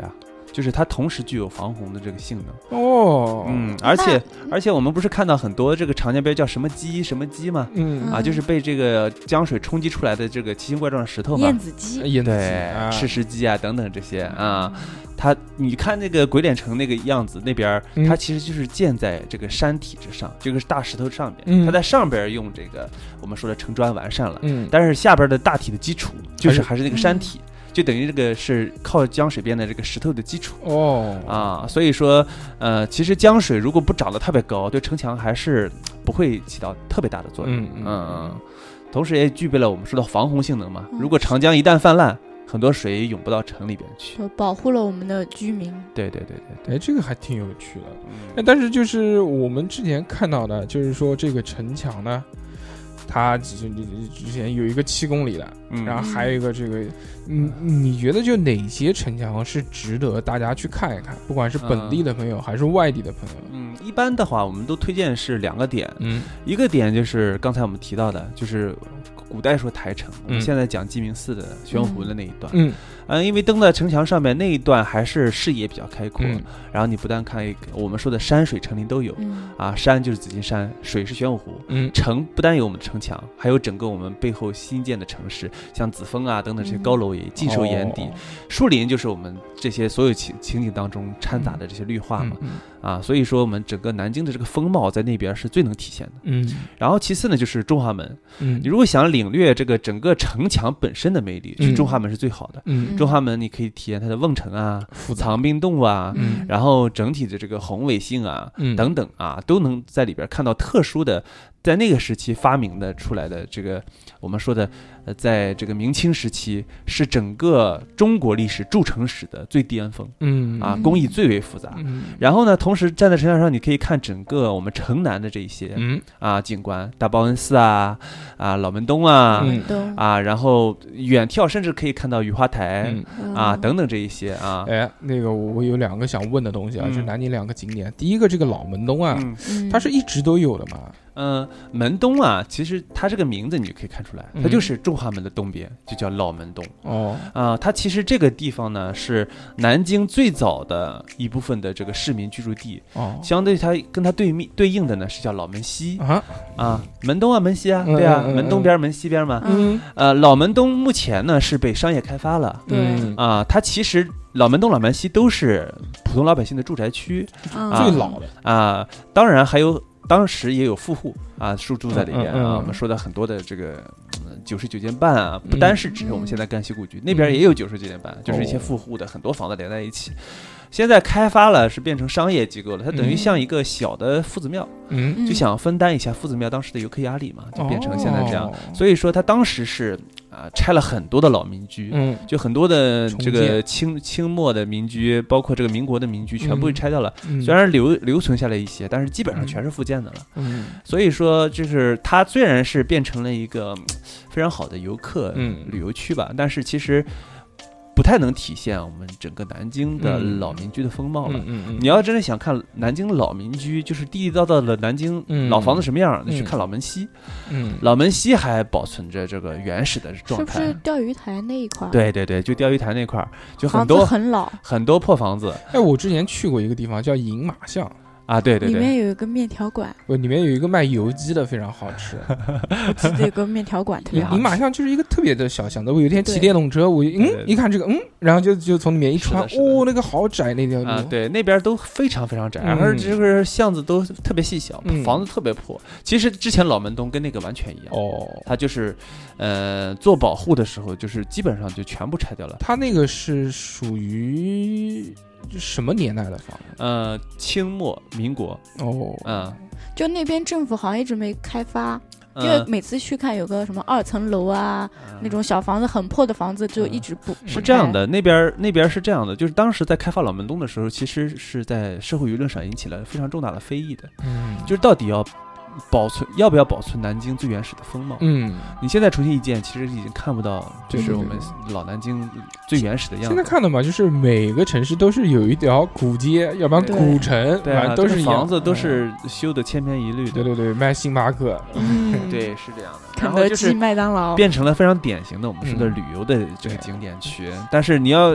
就是它同时具有防洪的这个性能。 哦， 嗯，而且而且我们不是看到很多这个长江边叫什么鸡什么鸡吗？ 嗯啊，就是被这个江水冲击出来的这个奇形怪状的石头嘛， 燕子鸡， 燕子鸡对， 啊赤石鸡啊等等这些啊。它，你看那个鬼脸城那个样子，那边嗯它其实就是建在这个山体之上，这个是大石头上边， 嗯它在上边用这个我们说的城砖完善了， 嗯， 但是下边的大体的基础就是还是那个山嗯体，就等于这个是靠江水边的这个石头的基础。 哦啊，所以说，呃，其实江水如果不涨得特别高，对城墙还是不会起到特别大的作用。 嗯嗯嗯，同时也具备了我们说的防洪性能嘛。 嗯如果长江一旦泛滥，很多水涌不到城里边去。 就保护了我们的居民。 对对对对哎，这个还挺有趣的。哎， 对， 但是就是我们之前看到的，就是说这个城墙呢，它之之前有一个七公里的， 嗯然后还有一个这个，你你觉得就哪些城墙是值得大家去看一看？不管是本地的朋友还是外地的朋友。 嗯，一般的话，我们都推荐是两个点， 嗯一个点就是刚才我们提到的，就是古代说台城，我们嗯现在讲鸡鸣寺的玄武湖的那一段。 嗯嗯，因为登在城墙上面那一段还是视野比较开阔， 嗯然后你不但看一个我们说的山水城林都有， 嗯啊，山就是紫金山，水是玄武湖， 嗯城不单有我们的城墙，还有整个我们背后新建的城市，像紫峰啊等等这些高楼也尽收眼底。 哦树林就是我们这些所有情情景当中掺杂的这些绿化嘛， 嗯啊，所以说我们整个南京的这个风貌在那边是最能体现的。 嗯然后其次呢就是中华门， 嗯你如果想领略这个整个城墙本身的魅力，去嗯中华门是最好的。 嗯中华门你可以体验它的瓮城啊、 复杂藏兵洞啊， 嗯然后整体的这个宏伟性啊， 嗯等等啊，都能在里边看到特殊的，在那个时期发明的出来的这个我们说的，呃，在这个明清时期是整个中国历史筑城史的最巅峰嗯啊，工艺最为复杂。 嗯然后呢，同时站在城墙上，你可以看整个我们城南的这一些嗯啊景观，大报恩寺啊，啊老门东啊， 嗯东啊，然后远眺甚至可以看到雨花台。 嗯啊，等等这一些啊， 哎，那个我我有两个想问的东西啊， 嗯是南京两个景点。第一个这个老门东啊， 嗯嗯它是一直都有的嘛？ 嗯、呃门东啊，其实它这个名字你就可以看出来，它嗯就是中华门的东边，就叫老门东哦， 啊、它其实这个地方呢是南京最早的一部分的这个市民居住地， 哦相对它跟它对面对应的呢是叫老门西啊， 啊，门东啊门西啊， 嗯对啊， 嗯嗯门东边门西边嘛。 嗯呃，老门东目前呢是被商业开发了对嗯啊、它其实老门东、老门西都是普通老百姓的住宅区嗯啊最老的， 啊、当然还有当时也有富户啊，住住在里边嗯嗯嗯啊。我们说的很多的这个九十九间半啊，不嗯单是指我们现在赣西故居，那边也有九十九间半，就是一些哦富户的很多房子连在一起。现在开发了，是变成商业机构了，它等于嗯像一个小的夫子庙， 嗯， 嗯就想分担一下夫子庙当时的游客压力嘛，就变成现在这样。 哦所以说，它当时是啊、拆了很多的老民居， 嗯就很多的这个重建清清末的民居，包括这个民国的民居，全部嗯拆掉了。 嗯， 虽然留留存下来一些，但是基本上嗯全是复建的了。 嗯所以说，就是它虽然是变成了一个嗯非常好的游客嗯旅游区吧，但是其实不太能体现我们整个南京的嗯老民居的风貌了。 嗯嗯嗯， 你要真的想看南京老民居，就是地地道道的南京嗯老房子什么样，你去嗯看老门西。 嗯老门西还保存着这个原始的是状态。 不是钓鱼台那一块儿？， 对对对，就钓鱼台那块儿，就很房子多很老， 很多破房子哎，我之前去过一个地方叫饮马巷。 啊，对对里对， 面有一个面条馆， 不，里面有一个卖油鸡的，非常好吃。 我记得有个面条馆特别好吃。 饮马巷就是一个特别的小巷子。我有一天骑对电动车，我一嗯对对对一看这个嗯，然后就就从里面一穿， 是的是的哦，那个好窄那条路。 啊，对，那边都非常非常窄， 嗯而且就是巷子都特别细小， 嗯房子特别破。其实之前老门东跟那个完全一样， 哦， 它就是，呃，做保护的时候，就是基本上就全部拆掉了。 它那个是属于什么年代的房子？ 呃，清末民国， 哦， 嗯， 就那边政府好像一直没开发，因为呃每次去看有个什么二层楼啊，那种小房子很破的房子就一直不是这样，的，那边那边是这样的，就是当时在开发老门东的时候，其实是在社会舆论上引起了非常重大的非议的， 嗯， 就是到底要保存要不要保存南京最原始的风貌？ 嗯， 你现在重新一建，其实已经看不到，就是对对我们老南京最原始的样现在子。 看到嘛，就是每个城市都是有一条古街，要不然对古城， 对啊， 都是一样这个房子都是修的千篇一律的。 对对对，卖星巴克， 嗯， 对，是这样的。 肯德基、 然后就是麦当劳， 变成了非常典型的我们说的嗯旅游的这个对景点区。但是你要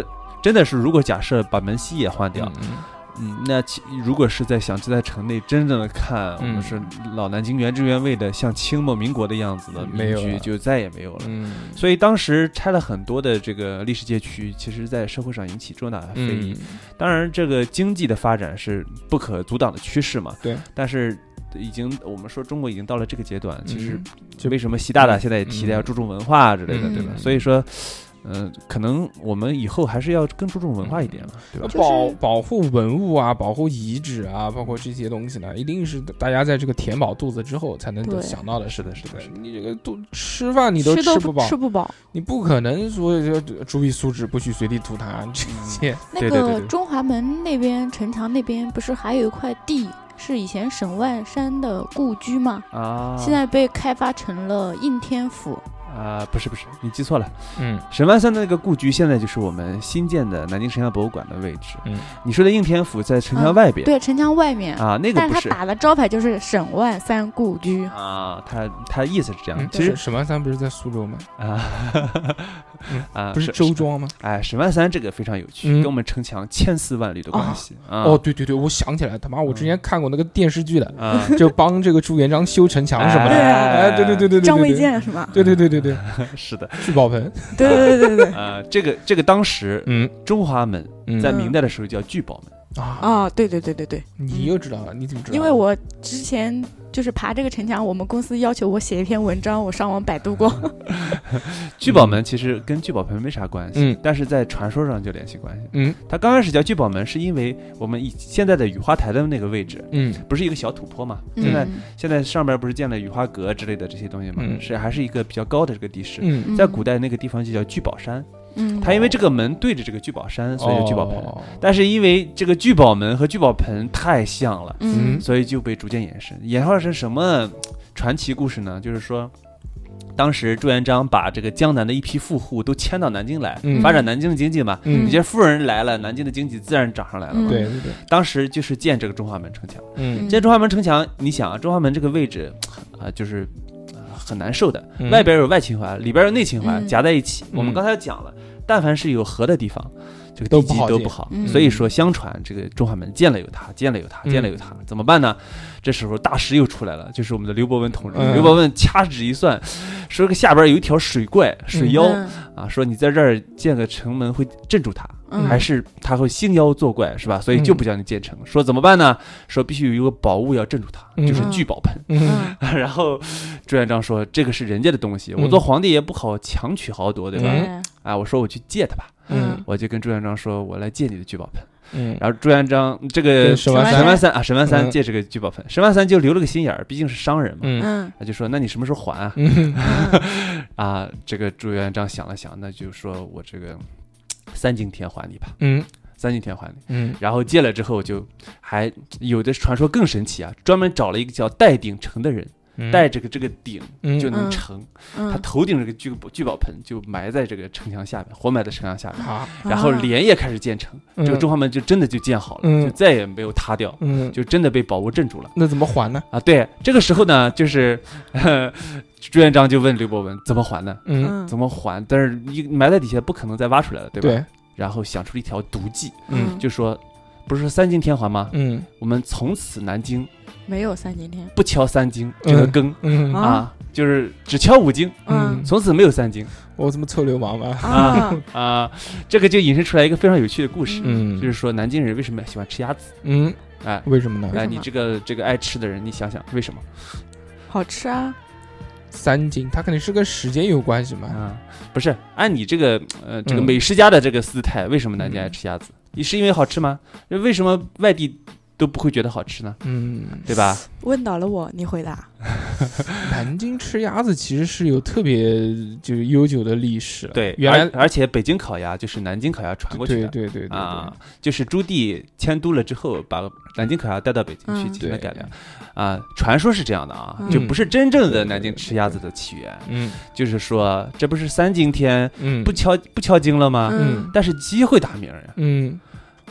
真的是如果假设把门西也换掉， 嗯嗯，那其如果是在想在城内真正的看， 嗯我们是老南京原汁原味的像清末民国的样子的没有了民居，就再也没有了。 嗯， 所以当时拆了很多的这个历史街区，其实在社会上引起重大的非议。 嗯当然，这个经济的发展是不可阻挡的趋势嘛。 对。 但是已经我们说中国已经到了这个阶段，其实就为什么习大大现在也提的要注重文化之类的， 嗯对吧？ 嗯所以说。嗯、呃，可能我们以后还是要更注重文化一点了，对吧？ 保保护文物啊，保护遗址啊，包括这些东西呢，一定是大家在这个填饱肚子之后才能想到的。 是的，是的，是的。 你这个都吃饭你都吃不饱， 吃不饱， 你不可能说注意素质，不许随地吐痰这些。 那个中华门那边城墙那边不是还有一块地？是以前沈万三的故居吗？ 啊， 现在被开发成了应天府。 啊、呃，不是不是，你记错了。 嗯， 沈万三的那个故居现在就是我们新建的南京城墙博物馆的位置。 嗯， 你说的应天府在城墙外边、 嗯，对，城墙外面啊，那个不是。 但是他打的招牌就是沈万三故居啊，他他意思是这样。 嗯、 其实沈万三不是在苏州吗？ 啊， 嗯、 啊， 不是周庄吗？ 哎，沈万三这个非常有趣，嗯、跟我们城墙千丝万缕的关系。 哦， 啊、 哦对对对，我想起来，他妈，我之前看过那个电视剧的， 啊、 就帮这个朱元璋修城墙什么的。哎，对对对对对， 张卫健是吗？ 对对对对对， 是的。 聚宝盆， 对对对对对， 呃，这个这个当时， 嗯， 中华门在明代的时候叫聚宝门啊啊，对对对对对， 嗯你又知道了，你怎么知道？ 因为我之前就是爬这个城墙，我们公司要求我写一篇文章，我上网百度过。 聚宝门其实跟聚宝盆没啥关系， 嗯， 但是在传说上就联系关系。 嗯， 它刚开始叫聚宝门，是因为我们以现在的雨花台的那个位置， 嗯， 不是一个小土坡嘛？ 嗯、 现在现在上边不是建了雨花阁之类的这些东西嘛？ 嗯、 是还是一个比较高的这个地势。 嗯， 在古代那个地方就叫聚宝山。 嗯， 它因为这个门对着这个聚宝山，所以叫聚宝盆。 哦、 但是因为这个聚宝门和聚宝盆太像了， 嗯， 所以就被逐渐延伸。演化成什么传奇故事呢？就是说，当时朱元璋把这个江南的一批富户都迁到南京来， 嗯、 发展南京的经济嘛。 嗯， 这些富人来了，南京的经济自然涨上来了嘛。 嗯、对对对。 当时就是建这个中华门城墙。 嗯， 建中华门城墙，你想啊，中华门这个位置啊、呃，就是。很难受的， 嗯、 外边有外情怀，里边有内情怀， 嗯、 夹在一起。 嗯、 我们刚才讲了，但凡是有河的地方，这个地基都不好， 嗯、 所以说相传这个中华门建了有它，建了有它，建了有它，嗯、怎么办呢？这时候大师又出来了，就是我们的刘伯温同志。 嗯、 刘伯温掐指一算，说个下边有一条水怪、水妖、 嗯、 啊，说你在这儿建个城门会镇住它。 嗯、 还是他会兴妖作怪，是吧？所以就不叫你建成。嗯、说怎么办呢？说必须有一个宝物要镇住它， 嗯、 就是聚宝盆。 嗯、 然后朱元璋说：“这个是人家的东西，嗯、我做皇帝也不好强取豪夺，对吧？” 嗯、 啊，我说我去借它吧。 嗯， 我就跟朱元璋说：“我来借你的聚宝盆。” 嗯， 然后朱元璋这个沈万沈万三啊，沈万三借这个聚宝盆，沈万三就留了个心眼儿，毕竟是商人嘛。 嗯， 他就说：“那你什么时候还啊？” 嗯、 啊，这个朱元璋想了想，那就说我这个。三更天还你吧， 嗯， 三更天还你， 嗯， 然后借了之后就还有的传说更神奇啊，专门找了一个叫戴顶成的人， 嗯、 带这个这个顶就能嗯成， 嗯、 他头顶这个聚聚宝盆就埋在这个城墙下面，活埋在城墙下面， 啊、 然后连夜开始建成， 嗯、 这个中华门就真的就建好了， 嗯、 就再也没有塌掉， 嗯， 就真的被宝物镇住了。 那怎么还呢？ 啊，对，这个时候呢，就是呵朱元璋就问刘伯温怎么还呢？ 嗯， 怎么还？但是你埋在底下不可能再挖出来了，对吧？ 对。 然后想出了一条毒计， 嗯， 就说，不是三更天还吗？ 嗯， 我们从此南京没有三更天， 不敲三更这个更， 嗯啊，就是只敲五更， 嗯， 从此没有三更。 我怎么臭流氓嘛？ 啊啊，这个就引申出来一个非常有趣的故事， 嗯， 就是说南京人为什么喜欢吃鸭子？ 嗯， 哎， 为什么呢？ 哎，你这个这个爱吃的人，你想想为什么？ 好吃啊。 三更，它肯定是跟时间有关系嘛？ 啊，不是，按你这个呃这个美食家的这个姿态，为什么南京爱吃鸭子？你是因为好吃吗？为什么外地都不会觉得好吃呢？ 嗯， 对吧？ 问到了我，你回答。 南京吃鸭子其实是有特别就是悠久的历史了。 对， 原来而而且北京烤鸭就是南京烤鸭传过去的。 对对对对对啊，就是朱棣迁都了之后，把南京烤鸭带到北京去进行了改良。啊，传说是这样的啊， 嗯就不是真正的南京吃鸭子的起源。 嗯， 就是说，这不是三更天嗯不敲不敲更了吗？ 嗯， 但是鸡会打鸣呀。 嗯，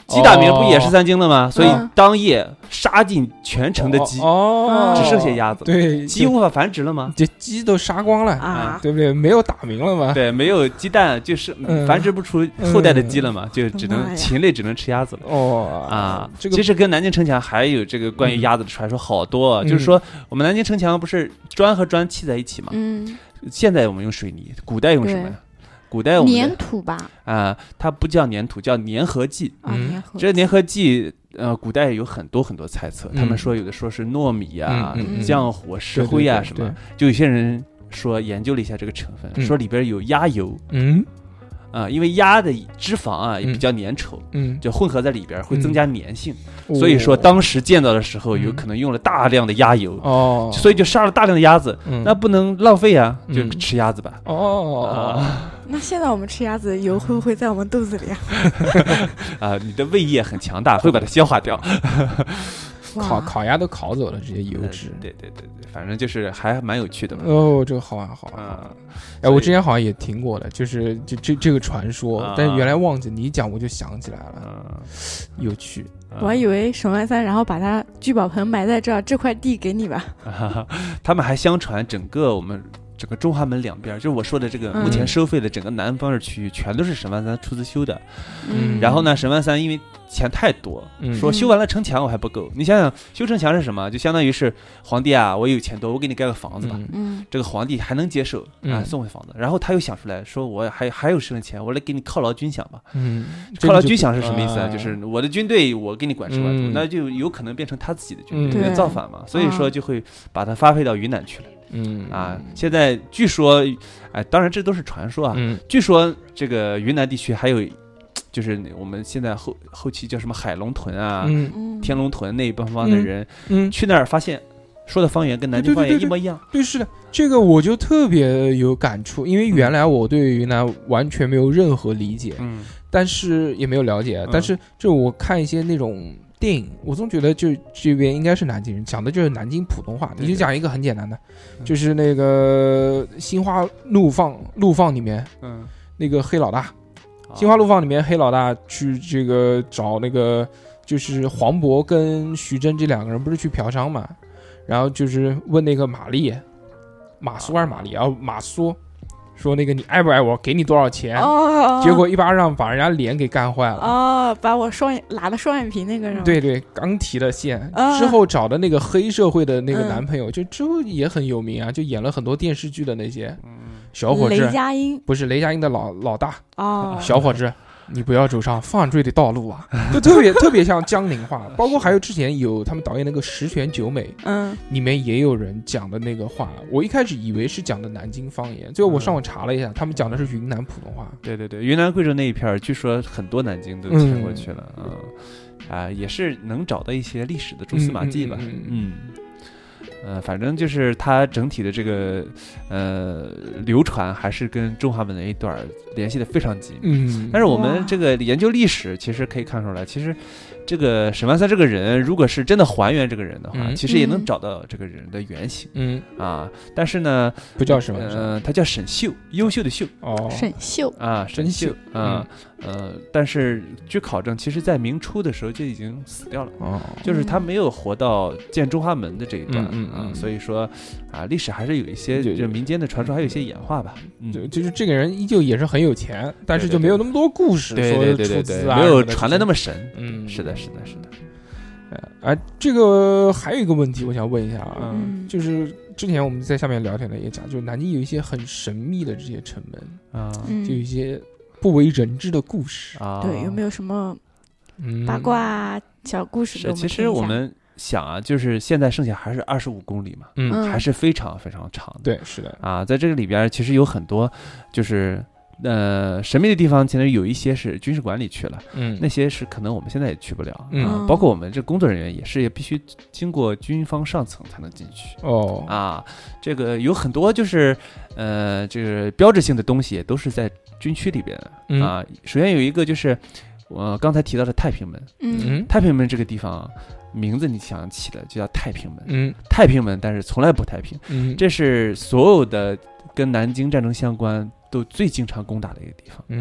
鸡打鸣不也是三惊的吗？ 哦、 所以当夜杀尽全城的鸡， 哦， 只剩下鸭子。 对， 鸡无法繁殖了吗？ 这鸡都杀光了啊， 对不对？没有打鸣了吗？ 对，没有鸡蛋，就是繁殖不出后代的鸡了嘛，嗯、就只能禽类只能吃鸭子了。 哦啊， 这个其实跟南京城墙还有这个关于鸭子的传说好多， 嗯、 就是说我们南京城墙不是砖和砖砌在一起嘛？ 嗯， 现在我们用水泥，古代用什么呀？古代我们粘土吧， 啊、呃，它不叫粘土，叫粘合剂。 嗯， 这粘合剂，呃，古代有很多很多猜测， 嗯、 他们说有的说是糯米啊、 嗯嗯、 浆糊、石灰啊什么， 对对对对就有些人说研究了一下这个成分， 嗯、 说里边有鸭油。 嗯。 啊、呃，因为鸭的脂肪啊也比较粘稠， 嗯， 就混合在里边会增加粘性， 嗯、 所以说当时建造的时候有可能用了大量的鸭油， 哦、 嗯，所以就杀了大量的鸭子， 嗯、 那不能浪费啊， 嗯、 就吃鸭子吧。 哦， 啊、 那现在我们吃鸭子油会不会在我们肚子里啊？ 啊，你的胃液很强大，会把它消化掉。 烤烤鸭都烤走了这些油脂， 对对对对，反正就是还蛮有趣的嘛。 哦，这个好玩好玩。哎、嗯，我之前好像也听过的，就是这这这个传说，啊、但是原来忘记你一讲我就想起来了， 啊、 有趣。 我还以为沈万三，然后把他聚宝盆埋在这儿，这块地给你吧。 啊、他们还相传整个我们。整个中华门两边，就是我说的这个目前收费的整个南方的区域，嗯、全都是沈万三出资修的。 嗯， 然后呢，沈万三因为钱太多，嗯、说修完了城墙我还不够。你想想，修城墙是什么？就相当于是皇帝啊，我有钱多，我给你盖个房子吧。 嗯，这个皇帝还能接受啊， 嗯、 送回房子。然后他又想出来说，我还还有剩的钱，我来给你犒劳军饷吧。 嗯， 犒劳军饷是什么意思啊？就是我的军队我给你管吃管住， 嗯、 那就有可能变成他自己的军队， 嗯、 造反嘛。所以说就会把它发配到云南去了。 嗯啊，现在据说，哎，当然这都是传说啊。 嗯， 据说这个云南地区还有，就是我们现在后后期叫什么海龙屯啊、 嗯、 天龙屯那一帮方的人， 嗯， 去那儿发现说的方言跟南京方言一模一样。 对，是的，这个我就特别有感触，因为原来我对云南完全没有任何理解， 嗯， 但是也没有了解， 嗯、 但是就我看一些那种。电影我总觉得就这边应该是南京人讲的就是南京普通话，你就讲一个很简单的，就是那个心花怒放怒放里面， 嗯， 那个黑老大，心花怒放里面黑老大去这个找那个就是黄渤跟徐峥这两个人不是去嫖娼嘛，然后就是问那个玛丽，马苏尔玛丽啊马苏。说那个你爱不爱我，给你多少钱？ 哦， 结果一巴掌把人家脸给干坏了。 哦，把我双眼拉了双眼皮那个人。 对对，刚提的线、 哦、 之后找的那个黑社会的那个男朋友，嗯、就之后也很有名啊，就演了很多电视剧的那些小伙子。 雷佳音不是雷佳音的老老大哦， 小伙子。你不要走上犯罪的道路啊！就特别特别像江宁话，包括还有之前有他们导演那个《十全九美》， 嗯， 里面也有人讲的那个话，我一开始以为是讲的南京方言，最后我上网查了一下，他们讲的是云南普通话。 对对对，云南贵州那一片据说很多南京都迁过去了啊、嗯嗯，啊，也是能找到一些历史的蛛丝马迹吧， 嗯。嗯嗯呃，反正就是它整体的这个呃流传还是跟中华门那一段联系的非常紧密。 嗯， 但是我们这个研究历史，其实可以看出来，其实这个沈万三这个人，如果是真的还原这个人的话， 嗯、 其实也能找到这个人的原型。 嗯啊，但是呢， 不叫沈万三， 呃，他叫沈秀，优秀的秀。 哦， 沈秀啊，沈秀啊，嗯、呃，但是据考证，其实在明初的时候就已经死掉了。 哦， 就是他没有活到建中华门的这一段。 嗯嗯。 啊，所以说，啊，历史还是有一些，就民间的传说还有一些演化吧。嗯， 就就是这个人依旧也是很有钱，但是就没有那么多故事， 对对对对对，没有传的那么神。 嗯， 是的，是的，是的。 啊，这个还有一个问题，我想问一下啊， 嗯， 就是之前我们在下面聊天的也讲，就是南京有一些很神秘的这些城门啊， 嗯、 就有一些不为人知的故事啊。 对，有没有什么八卦小故事？ 是，其实我们。想啊，就是现在剩下还是二十五公里嘛， 嗯， 还是非常非常长的。 对，是的啊，在这个里边其实有很多，就是呃神秘的地方，其实有一些是军事管理去了， 嗯， 那些是可能我们现在也去不了， 嗯， 啊、包括我们这工作人员也是也必须经过军方上层才能进去。 哦， 啊，这个有很多就是呃这个标志性的东西都是在军区里边的、 嗯、 啊。首先有一个就是我、呃、刚才提到的太平门， 嗯， 太平门这个地方。名字你想起的就叫太平门， 嗯， 太平门，但是从来不太平， 嗯， 这是所有的跟南京战争相关都最经常攻打的一个地方， 嗯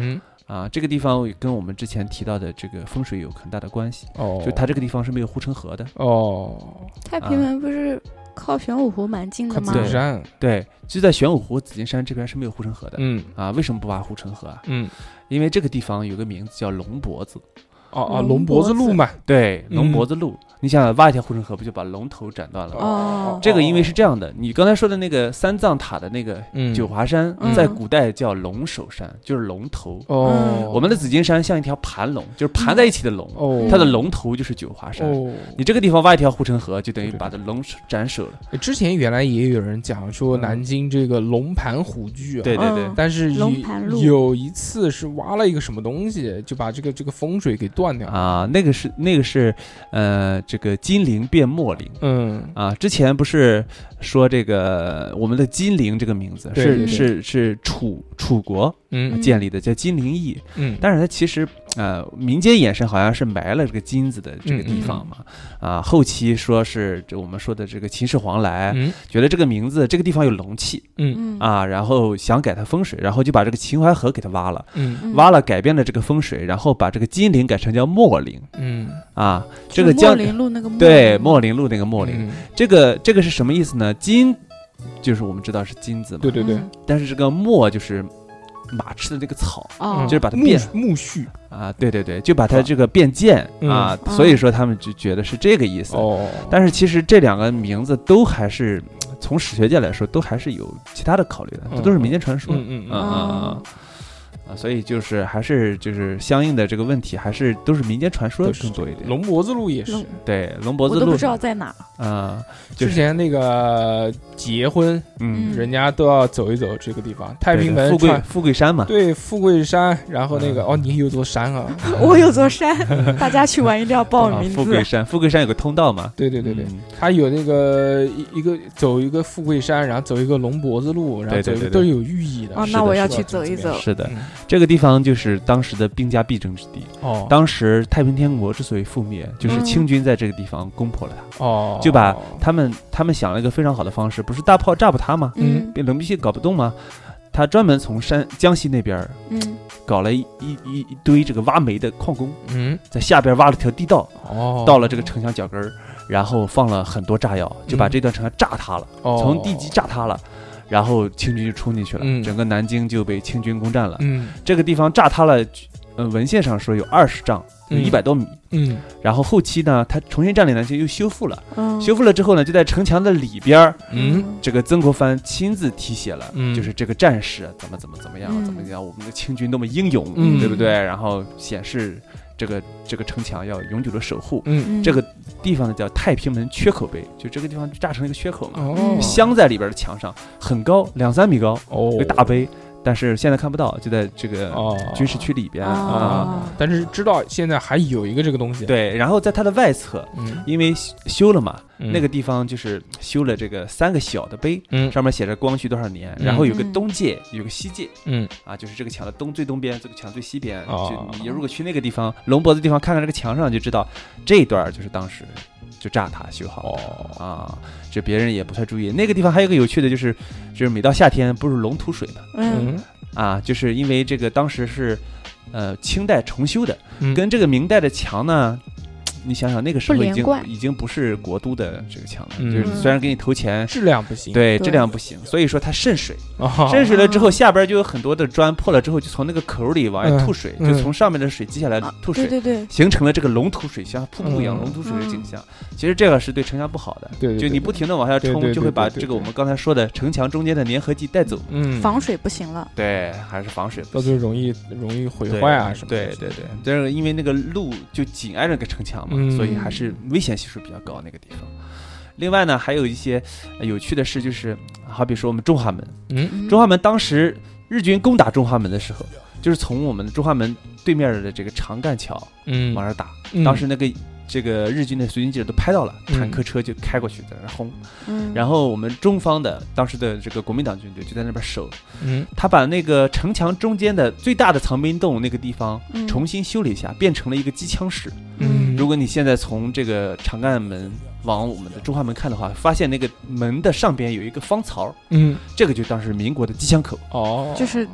啊，这个地方跟我们之前提到的这个风水有很大的关系。 哦， 就它这个地方是没有护城河的。 哦， 太平门不是靠玄武湖蛮近的吗？ 靠紫金山， 对，就在玄武湖紫金山这边是没有护城河的。 嗯啊，为什么不挖护城河啊？ 嗯， 因为这个地方有个名字叫龙脖子。 哦哦，龙脖子路嘛， 对，龙脖子路。嗯，你想挖一条护城河，不就把龙头斩断了吗？ 哦， 这个因为是这样的，你刚才说的那个三藏塔的那个九华山， 嗯， 在古代叫龙首山，就是龙头。 哦， 我们的紫金山像一条盘龙，就是盘在一起的龙， 哦， 它的龙头就是九华山。 哦， 你这个地方挖一条护城河，就等于把这龙斩首了。 之前原来也有人讲说南京这个龙盘虎踞， 对对对， 但是龙盘路有一次是挖了一个什么东西，就把这个这个风水给断掉啊。那个是那个是呃这个金陵变墨陵。 嗯啊，之前不是说这个我们的金陵这个名字是是是楚楚国嗯建立的，叫金陵邑。嗯，但是它其实呃民间衍生好像是埋了这个金子的这个地方嘛。嗯、啊，后期说是这我们说的这个秦始皇来，嗯、觉得这个名字这个地方有龙气。嗯啊，然后想改它风水，然后就把这个秦淮河给它挖了。嗯，挖了改变了这个风水，然后把这个金陵改成叫墨陵。嗯啊，这个江墨陵路那个对墨陵路那个墨陵， 嗯、 这个这个是什么意思呢？金就是我们知道是金子嘛， 对对对， 但是这个墨就是马吃的这个草， 哦、 就是把它变苜蓿啊，对对对，就把它这个变贱、嗯、啊，所以说他们就觉得是这个意思。哦，但是其实这两个名字都还是从史学界来说，都还是有其他的考虑的，这、嗯、都是民间传说。嗯嗯嗯嗯嗯。啊，所以就是还是就是相应的这个问题，还是都是民间传说更多一点。 龙脖子路也是， 对，龙脖子路我都不知道在哪啊。 之前那个结婚，嗯，人家都要走一走这个地方，太平门富贵富贵山嘛， 对，富贵山。然后那个、嗯、哦，你有座山啊， 我有座山，大家去玩一定要报名字。 富贵山，富贵山有个通道嘛， 对对对对，嗯、它有那个一一个走一个富贵山，然后走一个龙脖子路，然后走一个都有寓意的。 哦，那我要去走一走。 是的。嗯，这个地方就是当时的兵家必争之地。哦，当时太平天国之所以覆灭，就是清军在这个地方攻破了它。哦，就把他们他们想了一个非常好的方式，不是大炮炸不塌吗？嗯，冷兵器搞不动吗？他专门从山江西那边，嗯，搞了一一一一堆这个挖煤的矿工，嗯，在下边挖了条地道，哦，到了这个城墙脚跟儿，然后放了很多炸药，就把这段城墙炸塌了，嗯、从地基炸塌了。然后清军就冲进去了，嗯、整个南京就被清军攻占了。嗯，这个地方炸塌了，呃，文献上说有二十丈，有一百多米。嗯，然后后期呢，他重新占领南京，又修复了。嗯，修复了之后呢，就在城墙的里边，嗯，这个曾国藩亲自题写了，嗯，就是这个战士怎么怎么怎么样，嗯、怎么样，我们的清军多么英勇，嗯、对不对？然后显示。这个这个城墙要永久的守护，嗯，这个地方呢叫太平门缺口碑，就这个地方炸成一个缺口嘛，哦，镶在里边的墙上，很高，两三米高，哦，一个大碑，但是现在看不到，就在这个军事区里边、哦、啊。 但是知道现在还有一个这个东西， 对，然后在它的外侧，嗯，因为修了嘛。嗯、那个地方就是修了这个三个小的碑，嗯，上面写着光绪多少年，嗯、然后有个东界，有个西界，嗯，啊，就是这个墙的东最东边，这个墙最西边。哦，就你如果去那个地方龙脖子地方看看这个墙上，就知道这一段就是当时就炸塔修好的。哦，啊，这别人也不太注意。那个地方还有一个有趣的就是，就是每到夏天不是龙吐水嘛，嗯，啊，就是因为这个当时是呃清代重修的，嗯、跟这个明代的墙呢。你想想，那个时候已经已经不是国都的这个墙了，嗯、就是虽然给你投钱， 质量不行， 对，质量不行，所以说它渗水，哦、渗水了之后，下边就有很多的砖破了之后，就从那个口里往外吐水，嗯、就从上面的水积下来吐水， 啊、对对对， 形成了这个龙吐水，像瀑布一样龙吐水的景象。嗯、其实这个是对城墙不好的，对对对对，就你不停的往下冲，就会把这个我们刚才说的城墙中间的粘合剂带走， 嗯，防水不行了， 对，还是防水不行， 到最后容易容易毁坏啊什么的， 对对对，但是因为那个路就紧挨着个城墙嘛，嗯、所以还是。危险系数比较高那个地方。另外呢，还有一些有趣的事，就是好比说我们中华门，嗯，中华门当时日军攻打中华门的时候，就是从我们中华门对面的这个长干桥，嗯，往这打。嗯、当时那个这个日军的随军记者都拍到了，坦克车就开过去在那轰，嗯，然后我们中方的当时的这个国民党军队就在那边守，嗯，他把那个城墙中间的最大的藏兵洞那个地方重新修了一下，嗯、变成了一个机枪室。嗯，如果你现在从这个长干门往我们的中华门看的话，发现那个门的上边有一个方槽，嗯，这个就当时民国的机枪口。 哦，就是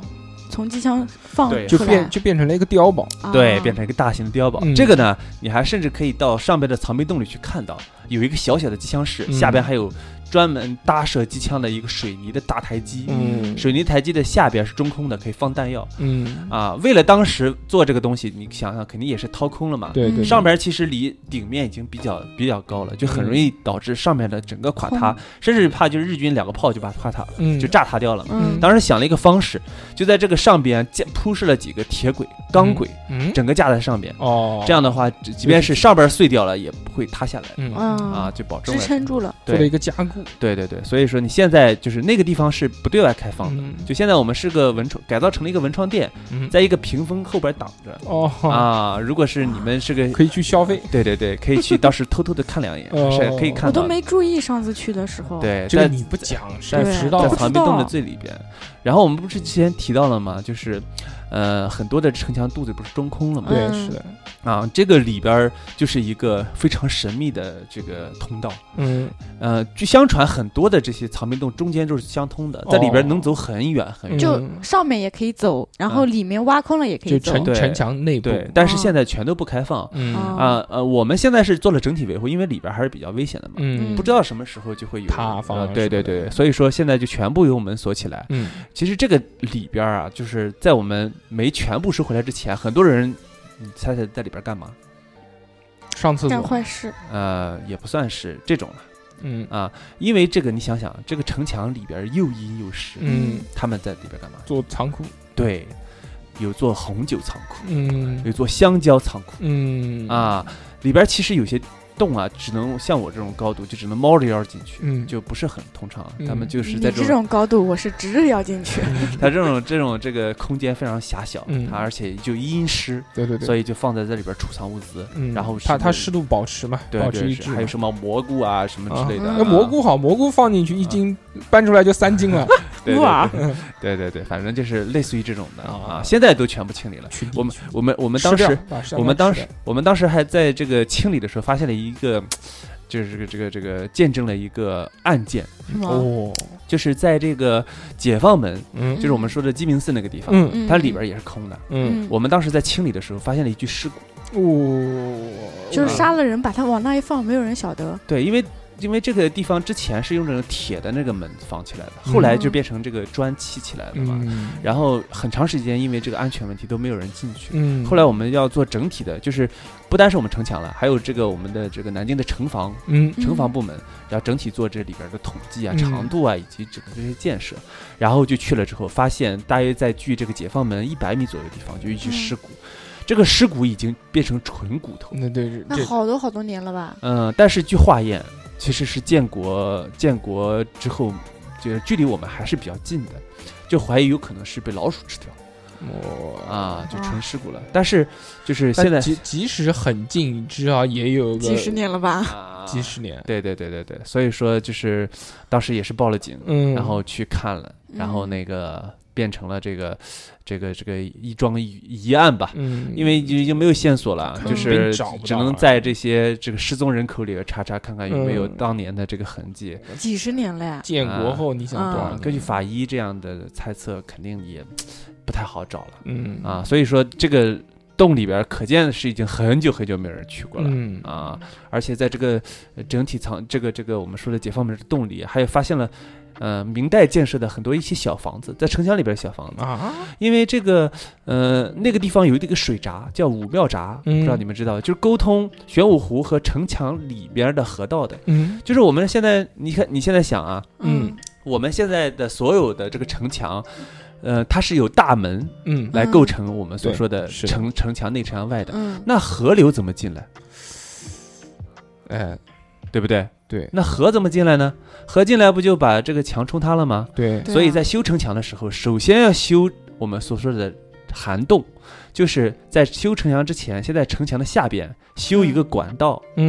从机枪放对就出来， 变就变成了一个碉堡。 啊对，变成一个大型的碉堡。 嗯这个呢，你还甚至可以到上边的藏兵洞里去看到，有一个小小的机枪室， 嗯下边还有专门搭设机枪的一个水泥的大台基。 嗯水泥台基的下边是中空的，可以放弹药嗯， 啊。为了当时做这个东西，你想想肯定也是掏空了嘛。 对对， 嗯上边其实离顶面已经比较比较高了，就很容易导致上面的整个垮塌，甚至怕就是日军两个炮就把它垮塌了， 嗯就炸塌掉了嘛。 嗯， 当时想了一个方式，就在这个上边架铺设了几个铁轨、钢轨， 嗯整个架在上边。 哦， 这样的话，即即便是上边碎掉了，也不会塌下来嗯啊啊，就保证支了。 撑住了， 做了对一个加固。 对对对，所以说你现在就是那个地方是不对外开放的。 嗯就现在我们是个文创，改造成了一个文创店， 嗯在一个屏风后边挡着。 哦啊，如果是你们是个， 可以去消费。 对对对，可以去到时偷偷的看两眼， 哦是可以看到的。 我都没注意上次去的时候， 对， 这个在你不讲，谁在对知道啊？ 在不知道藏兵洞的最里边。然后我们不是之前提到了吗？就是，呃，很多的城墙肚子不是中空了吗？ 对， 嗯是的， 啊，这个里边儿就是一个非常神秘的这个通道。 嗯， 呃，据相传，很多的这些藏兵洞中间都是相通的，在里边哦能走很远很远。 就嗯上面也可以走，然后里面挖空了也可以走就城， 对城墙内部。 对，但是哦现在全都不开放。 嗯哦啊呃，我们现在是做了整体维护，因为里边还是比较危险的嘛， 嗯， 不知道什么时候就会有塌方啊呃对对什么的对，所以说现在就全部由我们锁起来。 嗯其实这个里边啊，就是在我们没全部收回来之前，很多人，你猜猜在里边干嘛？ 上厕所。 干坏事， 呃，也不算是这种了嗯啊，因为这个你想想，这个城墙里边又阴又湿， 嗯， 他们在里边干嘛？ 做仓库。 对，有做红酒仓库， 嗯有做香蕉仓库嗯啊，里边其实有些洞啊，只能像我这种高度，就只能猫着腰进去。 嗯， 就不是很通畅， 嗯他们就是你在这种高度我是直着要进去， 它这种这种这个空间非常狭小， 嗯它而且就阴湿， 对对对， 所以就放在这里边储藏物资， 嗯， 然后它它是湿度保持嘛， 对对是保持一致嘛。 还有什么蘑菇啊什么之类的， 啊啊那蘑菇好，蘑菇放进去一斤，搬出来就三斤了。 对对哇对对对对，反正就是类似于这种的啊啊，现在都全部清理了。 去地我们我们我们当时我们当时我们当时还在这个清理的时候，发现了一个，就是这个这个这个见证了一个案件， 哦， 就是在这个解放门， 嗯就是我们说的鸡鸣寺那个地方， 嗯嗯它里边也是空的。 嗯， 我们当时在清理的时候，发现了一具尸骨。 哦， 就是杀了人把他往那一放，没有人晓得， 对，因为因为这个地方之前是用这种铁的那个门放起来的，后来就变成这个砖砌起来的嘛。 嗯然后很长时间因为这个安全问题都没有人进去。 嗯， 后来我们要做整体的，就是不单是我们城墙了，还有这个我们的这个南京的城防嗯城防部门，要整体做这里边的统计啊、 嗯长度啊以及整个这些建设。然后就去了之后，发现大约在距这个解放门一百米左右的地方，就一具尸骨。这个尸骨已经变成纯骨头， 那对那这好多好多年了吧？ 嗯，但是据化验，其实是建国建国之后，就是距离我们还是比较近的，就怀疑有可能是被老鼠吃掉我啊，就纯尸骨了。但是就是现在但即即使很近，至少也有个几十年了吧？ 啊， 几十年。 对对对对对，所以说就是当时也是报了警， 嗯， 然后去看了，然后嗯那个变成了这个这个这个一桩疑疑案吧。 嗯， 因为已经没有线索了， 肯定就是找不到只能在这些这个失踪人口里边查查，看看有没有嗯当年的这个痕迹。 几十年了呀， 建国后你想多少啊年？ 根据法医这样的猜测，肯定也不太好找了嗯啊。所以说这个洞里边，可见是已经很久很久没有人去过了。 嗯啊，而且在这个呃整体藏这个这个我们说的解放门的洞里，还有发现了，呃，明代建设的很多一些小房子，在城墙里边的小房子。 啊， 因为这个呃那个地方有一个水闸叫武庙闸， 嗯不知道你们知道，就是沟通玄武湖和城墙里边的河道的。 嗯就是我们现在你看你现在想啊， 嗯我们现在的所有的这个城墙。呃，它是有大门嗯， 来构成我们所对说的是的城城墙内、城墙外的。 嗯， 那河流怎么进来？ 哎， 对不对？ 对那河怎么进来呢？河进来不就把这个墙冲塌了吗？ 对， 对啊所以在修城墙的时候，首先要修我们所说的涵洞，就是在修城墙之前，先在城墙的下边修一个管道， 嗯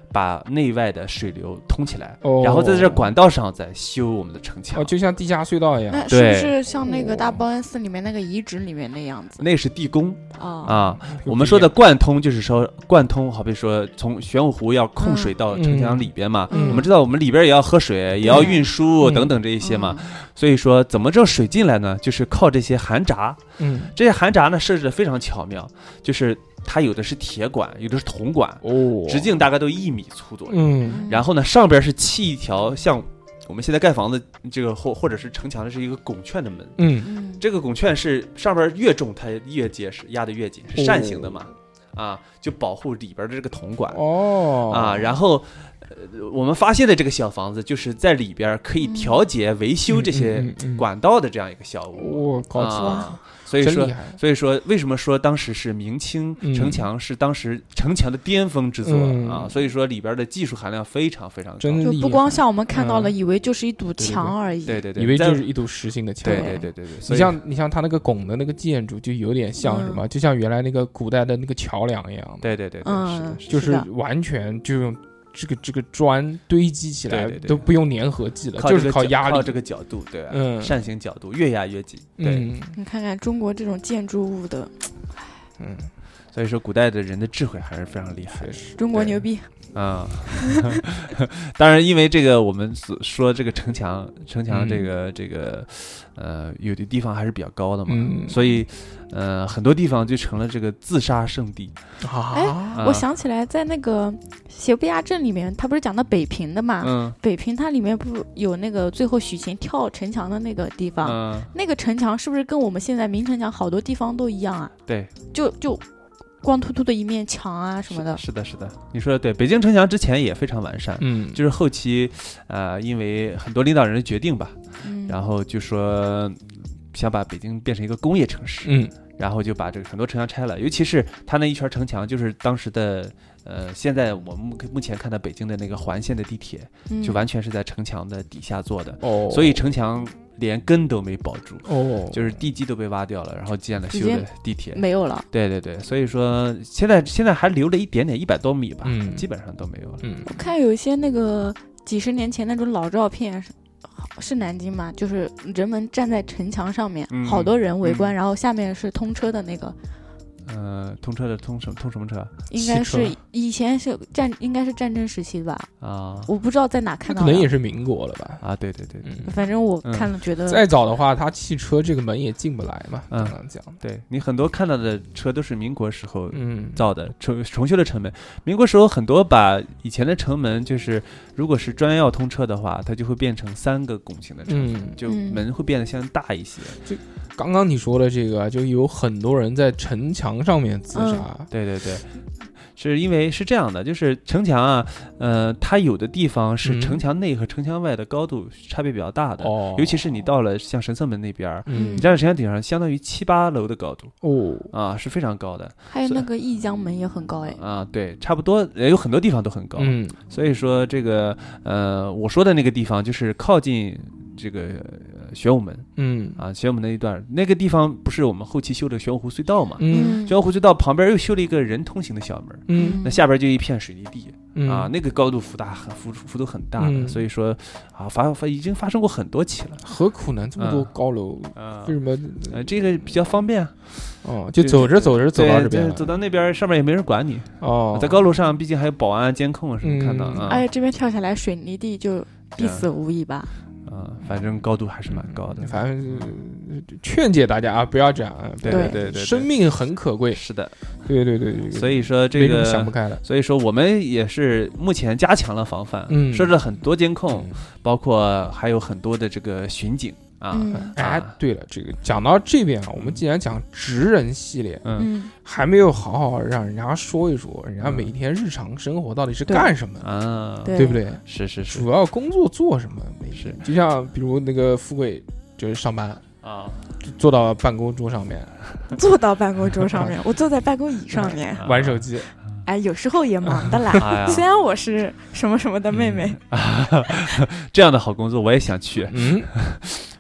把内外的水流通起来， 哦然后在这管道上再修我们的城墙。 哦，就像地下隧道一样。 那是不对是像那个大报恩寺里面那个遗址里面那样子？ 那是地宫哦， 啊，我们说的贯通就是说贯通，好比说从玄武湖要控水到城墙里边嘛， 嗯我们知道我们里边也要喝水，也要运输嗯等等这一些嘛， 嗯所以说怎么这水进来呢？就是靠这些涵闸， 嗯， 这些涵闸呢设置的非常巧妙，就是它有的是铁管，有的是铜管， 哦， 直径大概都一米粗左右， 嗯然后呢上边是砌一条像我们现在盖房子这个或或者是城墙的是一个拱券的门， 嗯嗯， 这个拱券是上边越重它越结实，压得越紧，是扇形的嘛，啊，就保护里边的这个铜管， 哦啊，然后。呃，我们发现的这个小房子，就是在里边可以调节、维修这些嗯嗯嗯嗯管道的这样一个小屋。 哇，高级啊！所以说真厉害， 所以说，为什么说当时是明清城墙是当时城墙的巅峰之作、 嗯、 啊？所以说里边的技术含量非常非常高， 真就不光像我们看到了， 嗯、 以为就是一堵墙而已， 对对对， 以为就是一堵实心的墙。 对对对对对。 你像你像它那个拱的那个建筑，就有点像什么？嗯、就像原来那个古代的那个桥梁一样的。 对对对对， 嗯， 是的，是的就是完全就用。这个这个砖堆积起来对对对都不用粘合剂了， 靠就是靠压力， 靠这个角度，对、啊， 嗯， 扇形角度越压越紧，对。 嗯、 你看看中国这种建筑物的， 嗯，所以说古代的人的智慧还是非常厉害的， 中国牛逼啊！当然，因为这个我们所说这个城墙，城墙这个、嗯、这个呃，有的地方还是比较高的嘛， 嗯、 所以呃，很多地方就成了这个自杀圣地。 啊、 哎，我想起来，在那个《邪不压正》里面，他不是讲到北平的嘛？ 嗯， 北平它里面不有那个最后许晴跳城墙的那个地方？ 嗯， 那个城墙是不是跟我们现在明城墙好多地方都一样啊？ 对， 就就。光秃秃的一面墙啊什么的， 是的，是的，你说的对。北京城墙之前也非常完善， 嗯， 就是后期，呃，因为很多领导人的决定吧， 嗯， 然后就说想把北京变成一个工业城市， 嗯， 然后就把这个很多城墙拆了，尤其是它那一圈城墙，就是当时的，呃，现在我们目前看到北京的那个环线的地铁， 嗯、 就完全是在城墙的底下做的， 哦， 所以城墙。连根都没保住， 哦， 就是地基都被挖掉了，然后建了修的地铁没有了。 对对对，所以说现在现在还留了一点点，一百多米吧， 嗯， 基本上都没有了。 嗯， 我看有一些那个几十年前那种老照片，是南京嘛，就是人们站在城墙上面， 嗯、 好多人围观、 嗯， 然后下面是通车的那个。 呃，通车的通什么通什么车？ 应该是以前是战，应该是战争时期吧。 啊， 我不知道在哪看到。 可能也是民国了吧？ 啊，对对对对。 嗯、反正我看了觉得。 再早的话，他汽车这个门也进不来嘛。 嗯， 刚刚讲。 对你很多看到的车都是民国时候嗯造的重重修的城门。民国时候很多把以前的城门，就是如果是专要通车的话，它就会变成三个拱形的城门， 嗯、 就门会变得相对大一些。 就刚刚你说的这个，就有很多人在城墙上面自杀。 嗯、对对对，是因为是这样的，就是城墙啊，呃，它有的地方是城墙内和城墙外的高度差别比较大的， 哦、 尤其是你到了像神策门那边， 嗯， 你站在城墙顶上，相当于七八楼的高度， 哦， 啊，是非常高的。 还有那个义江门也很高哎。 啊，对，差不多，有很多地方都很高。 嗯， 所以说这个呃，我说的那个地方就是靠近这个。玄武门， 嗯啊，玄武门那一段那个地方不是我们后期修的玄武湖隧道嘛？ 嗯， 玄武湖隧道旁边又修了一个人通行的小门， 嗯， 那下边就一片水泥地， 嗯、 啊，那个高度幅大很幅幅度很大的， 嗯、 所以说啊发发已经发生过很多起了。 何苦呢？这么多高楼， 嗯、 为什么？ 呃，这个比较方便啊。 哦，就走着走着走到这边， 走到那边上面也没人管你。 哦， 在高楼上，毕竟还有保安监控什么看到啊。 哎，这边跳下来水泥地就必死无疑吧。 啊，反正高度还是蛮高的。 反正劝诫大家啊，不要这样啊。 对对对对， 生命很可贵。 是的， 对对对。 所以说这个想不开了。 所以说我们也是目前加强了防范， 嗯， 设置了很多监控，包括还有很多的这个巡警。啊， 嗯、 哎，对了，这个讲到这边啊，我们既然讲职人系列， 嗯， 还没有好好让人家说一说，人家每天日常生活到底是干什么啊， 对, 对不对？ 是是是， 主要工作做什么？没事， 就像比如那个富贵，就是上班啊， 坐到办公桌上面， 坐到办公桌上面，我坐在办公椅上面玩手机。 哎，有时候也忙的啦。哎、虽然我是什么什么的妹妹， 嗯、这样的好工作我也想去。 嗯，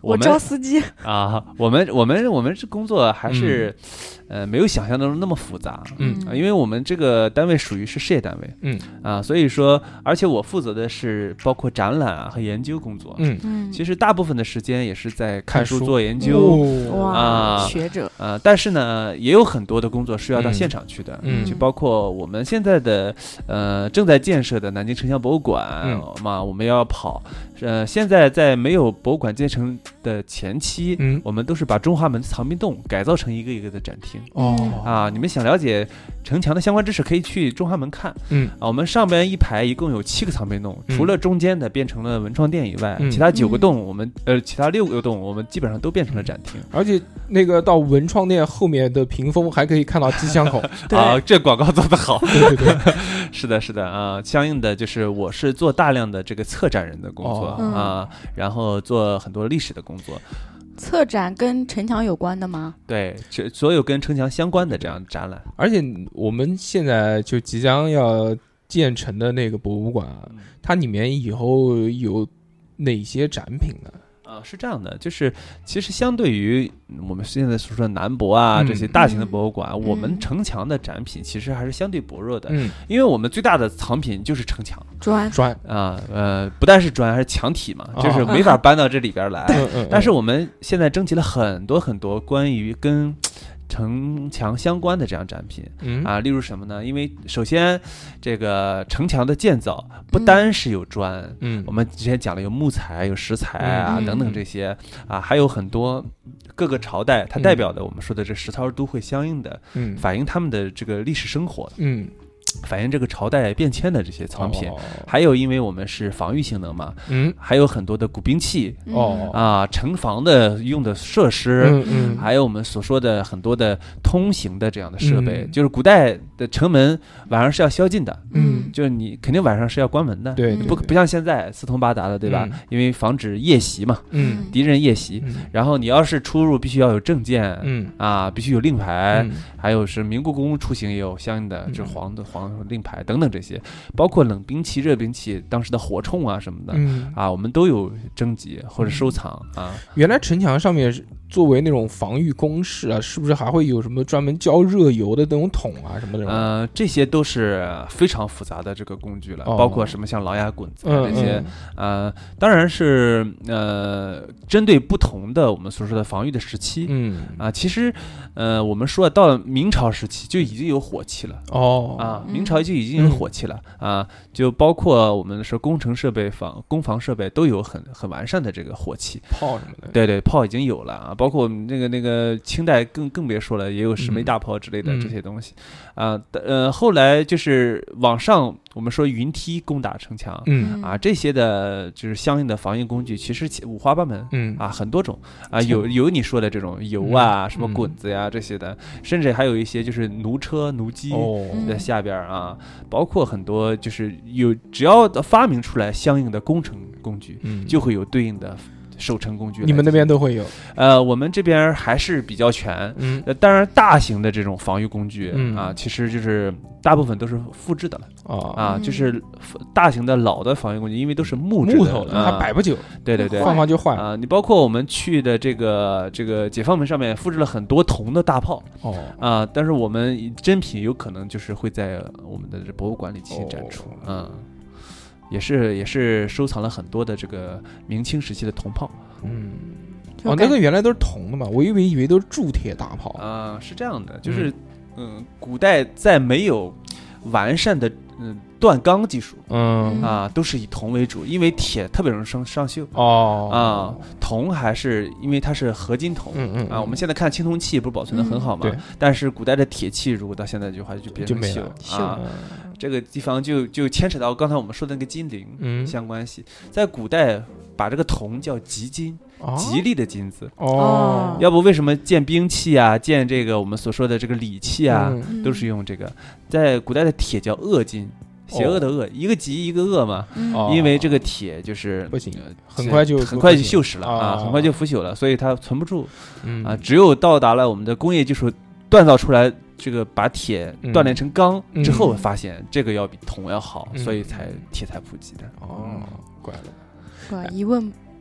我们招司机啊，我们我们我们这工作还是、嗯、呃没有想象中那么复杂， 嗯、 啊，因为我们这个单位属于是事业单位， 嗯啊，所以说，而且我负责的是包括展览啊和研究工作， 嗯嗯， 其实大部分的时间也是在看书看书做研究。 哦哇、 啊学者呃，但是呢，也有很多的工作是要到现场去的， 嗯就包括我们现在的呃正在建设的南京城乡博物馆嘛、 嗯， 我们要跑。呃，现在在没有博物馆建成的前期， 嗯， 我们都是把中华门藏兵洞改造成一个一个的展厅。 哦啊，你们想了解城墙的相关知识，可以去中华门看。 嗯啊，我们上边一排一共有七个藏兵洞， 嗯除了中间的变成了文创店以外， 嗯其他九个洞我们呃，其他六个洞我们基本上都变成了展厅。 而且那个到文创店后面的屏风还可以看到机箱口。 啊，这广告做得好。 对对对， 是的，是的啊，相应的就是我是做大量的这个策展人的工作、 哦、 啊，然后做很多历史的工作。 策展跟城墙有关的吗？ 对，这所有跟城墙相关的这样展览。 而且我们现在就即将要建成的那个博物馆，它里面以后有哪些展品呢？ 啊，是这样的，就是其实相对于我们现在所说的南博啊、嗯、这些大型的博物馆、嗯，我们城墙的展品其实还是相对薄弱的，嗯，因为我们最大的藏品就是城墙砖砖啊，呃，不但是砖，还是墙体嘛，哦、就是没法搬到这里边来。 嗯、 但是我们现在征集了很多很多关于跟城墙相关的这样展品、嗯、啊，例如什么呢？因为首先这个城墙的建造不单是有砖，嗯，我们之前讲了有木材、有石材啊、嗯、等等这些啊，还有很多各个朝代它代表的我们说的这十套都会相应的，嗯，反映他们的这个历史生活，嗯。反映这个朝代变迁的这些藏品、哦，还有因为我们是防御性能嘛，嗯，还有很多的古兵器，哦啊，城防的用的设施，嗯嗯，还有我们所说的很多的通行的这样的设备，嗯、就是古代的城门晚上是要宵禁的，嗯，就是你肯定晚上是要关门的， 对， 不不像现在四通八达的，对吧？嗯、因为防止夜袭嘛，嗯，敌人夜袭、嗯，然后你要是出入必须要有证件，嗯啊，必须有令牌，嗯、还有是明故宫出行也有相应的，嗯、就是黄的黄。令牌等等这些，包括冷兵器、热兵器，当时的火铳啊什么的、嗯、啊，我们都有征集或者收藏、嗯、啊。 原来城墙上面作为那种防御工事啊，是不是还会有什么专门浇热油的那种桶啊什么的？ 呃，这些都是非常复杂的这个工具了，哦、包括什么像狼牙滚子、啊嗯、这些，呃，当然是呃，针对不同的我们所说的防御的时期，嗯啊，其实呃，我们说到了明朝时期就已经有火器了，哦啊。明朝就已经有火器了、嗯、啊，就包括我们说工程设备、防攻防设备都有很很完善的这个火器， 炮什么的， 对对，炮已经有了啊，包括我们那个那个清代更更别说了，也有石梅大炮之类的这些东西、嗯、啊，呃，后来就是往上我们说云梯攻打城墙，嗯啊，这些的就是相应的防御工具，其实五花八门，嗯啊，很多种啊，有有你说的这种油啊、嗯、什么滚子呀、嗯、这些的，甚至还有一些就是奴车、奴机在下边。啊，包括很多就是有，只要发明出来相应的工程工具，嗯，就会有对应的守城工具。 你们那边都会有？ 呃，我们这边还是比较全，嗯，呃、当然大型的这种防御工具、嗯、啊，其实就是大部分都是复制的了，哦、啊，就是大型的老的防御工具，因为都是木质的木头的，它、啊、摆不久， 对对对， 放放就坏啊。你包括我们去的这个这个解放门上面复制了很多铜的大炮，哦啊，但是我们真品有可能就是会在我们的博物馆里进行展出，哦、嗯。也是也是收藏了很多的这个明清时期的铜炮， 嗯，哦，那个原来都是铜的嘛，我以为以为都是铸铁大炮啊、呃，是这样的，就是嗯、呃，古代在没有完善的嗯锻钢技术，嗯啊，都是以铜为主，因为铁特别容易生上锈哦啊，铜还是因为它是合金铜，嗯嗯啊，我们现在看青铜器不是保存的很好嘛，嗯、但是古代的铁器如果到现在的话就变成锈啊。这个地方就就牵扯到刚才我们说的那个金陵相关系，嗯、在古代把这个铜叫吉金，哦、吉利的金子哦，要不为什么建兵器啊，建这个我们所说的这个礼器啊，嗯、都是用这个。在古代的铁叫恶金，邪恶的恶，哦、一个吉一个恶嘛，嗯、因为这个铁就是不行，很快就很快就锈蚀了啊，很快就腐朽了，所以它存不住，嗯、啊，只有到达了我们的工业技术锻造出来。这个把铁锻炼成钢之后，发现这个要比铜要好，嗯、所以才铁才普及的。 哦，怪了， 怪一问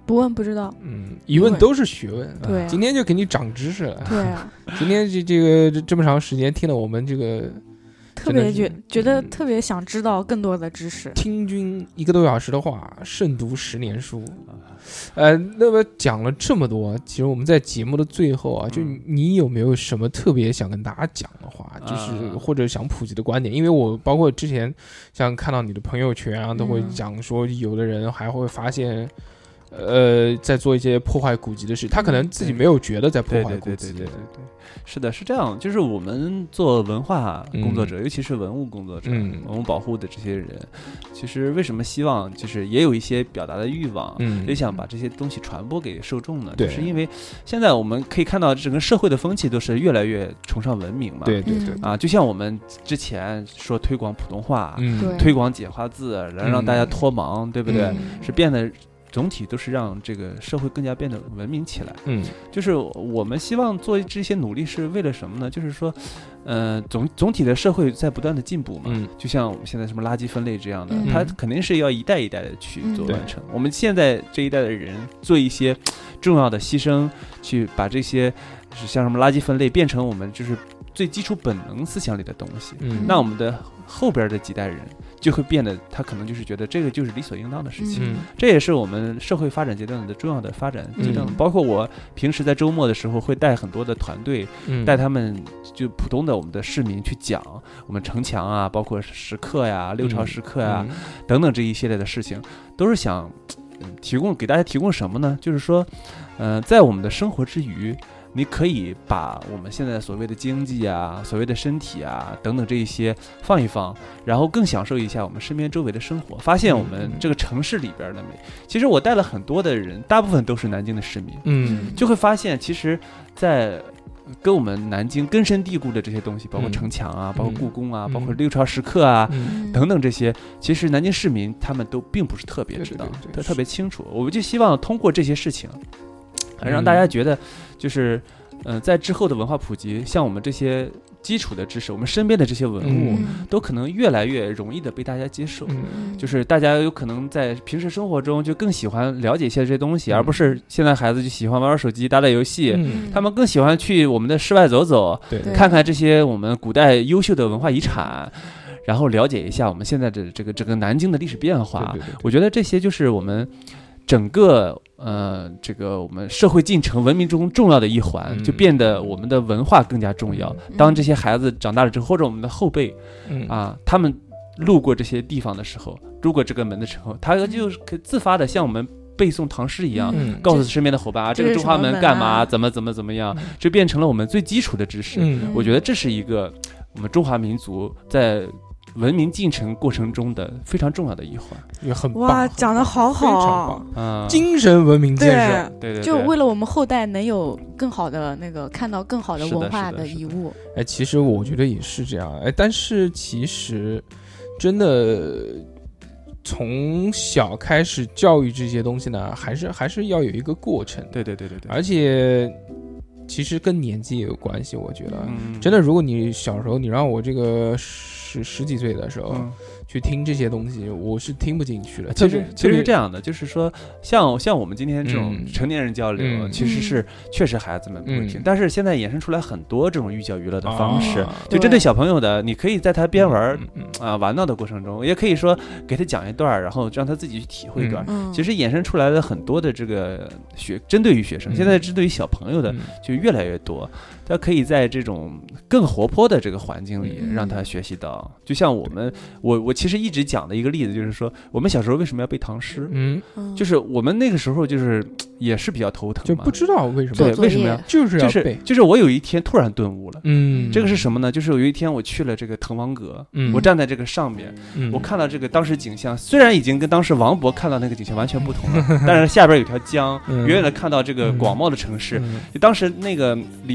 不问不知道。 嗯，一问都是学问。 对、啊， 今天就给你长知识了。 对啊， 今天这这个这么长时间听了我们这个， 特别觉觉得特别想知道更多的知识。 听君一个多小时的话，胜读十年书。呃，那么讲了这么多，其实我们在节目的最后啊，就你有没有什么特别想跟大家讲的话，就是或者想普及的观点？因为我包括之前像看到你的朋友圈啊，都会讲说，有的人还会发现。呃，在做一些破坏古籍的事，他可能自己没有觉得在破坏古籍。 对对对对对对，是的，是这样。就是我们做文化工作者，嗯、尤其是文物工作者、嗯、文物保护的这些人，其实为什么希望就是也有一些表达的欲望，嗯，也想把这些东西传播给受众呢？就是因为现在我们可以看到整个社会的风气都是越来越崇尚文明嘛。 对对对。 啊，就像我们之前说推广普通话， 嗯， 推广简化字，然后让大家脱盲，嗯、对不对？嗯、是变得。总体都是让这个社会更加变得文明起来。 嗯， 就是我们希望做这些努力是为了什么呢？就是说，呃，总总体的社会在不断的进步嘛。 嗯， 就像我们现在什么垃圾分类这样的， 嗯、 它肯定是要一代一代的去做完成。嗯、我们现在这一代的人做一些重要的牺牲，去把这些像什么垃圾分类变成我们就是最基础本能思想里的东西。 嗯， 那我们的后边的几代人。就会变得，他可能就是觉得这个就是理所应当的事情， 嗯、 这也是我们社会发展阶段的重要的发展阶段。嗯、包括我平时在周末的时候，会带很多的团队，嗯、带他们就普通的我们的市民去讲我们城墙啊，包括石刻呀、六朝石刻呀、 嗯、 等等这一系列的事情，都是想、嗯、提供给大家提供什么呢？就是说，呃，在我们的生活之余。你可以把我们现在所谓的经济啊、所谓的身体啊等等这一些放一放，然后更享受一下我们身边周围的生活，发现我们这个城市里边的美。其实我带了很多的人，大部分都是南京的市民， 嗯， 就会发现，其实，在跟我们南京根深蒂固的这些东西，包括城墙啊、嗯、包括故宫啊、嗯、包括六朝石刻啊、嗯、等等这些，其实南京市民他们都并不是特别知道， 对对对对特别清楚。我们就希望通过这些事情。让大家觉得，就是，呃，在之后的文化普及，像我们这些基础的知识，我们身边的这些文物， 嗯、 都可能越来越容易的被大家接受。 嗯、 就是大家有可能在平时生活中就更喜欢了解一些这些东西，嗯、而不是现在孩子就喜欢玩玩手机、打打游戏。 嗯、 他们更喜欢去我们的室外走走， 对看看这些我们古代优秀的文化遗产。然后了解一下我们现在的这个这个南京的历史变化。 对对对对， 我觉得这些就是我们整个呃这个我们社会进程文明中重要的一环， 嗯、 就变得我们的文化更加重要。嗯、当这些孩子长大了之后，或者我们的后辈、 嗯、 啊，他们路过这些地方的时候，路过这个门的时候，他就可以自发的像我们背诵唐诗一样， 嗯、 告诉身边的伙伴啊，这个中华门干嘛，啊、怎么怎么怎么样，这变成了我们最基础的知识。 嗯、 我觉得这是一个我们中华民族在文明进程过程中的非常重要的一环， 也很棒。 哇，讲得好好， 非常棒，嗯，精神文明建设， 对对对， 就为了我们后代能有更好的那个看到更好的文化的遗物。 哎，其实我觉得也是这样，哎，但是其实真的从小开始教育这些东西呢，还是还是要有一个过程。 对对对对对， 而且。其实跟年纪也有关系，我觉得， 嗯、 真的，如果你小时候你让我这个十十几岁的时候、 嗯、 去听这些东西，我是听不进去的。 其实其实是这样的，就是说，像像我们今天这种成年人交流， 嗯、 其实是、嗯、确实孩子们不会听， 嗯、 但是现在衍生出来很多这种寓教于乐的方式， 啊、 就针对小朋友的，你可以在他边玩、 嗯嗯、 啊玩闹的过程中，也可以说给他讲一段，然后让他自己去体会一段。 嗯、 其实衍生出来的很多的这个学，针对于学生，嗯、现在针对于小朋友的就越来越多。他可以在这种更活泼的这个环境里让他学习到，就像我们，我我其实一直讲的一个例子就是说，我们小时候为什么要背唐诗？ 嗯， 就是我们那个时候就是也是比较头疼嘛， 就不知道为什么， 对，为什么呀？ 就是要背，就是就是我有一天突然顿悟了， 嗯， 这个是什么呢？就是有一天我去了这个滕王阁， 嗯， 我站在这个上面， 嗯， 我看到这个当时景象，虽然已经跟当时王勃看到那个景象完全不同了，但是下边有条江， 嗯、 远远的看到这个广袤的城市， 嗯、 就当时那个里边的名。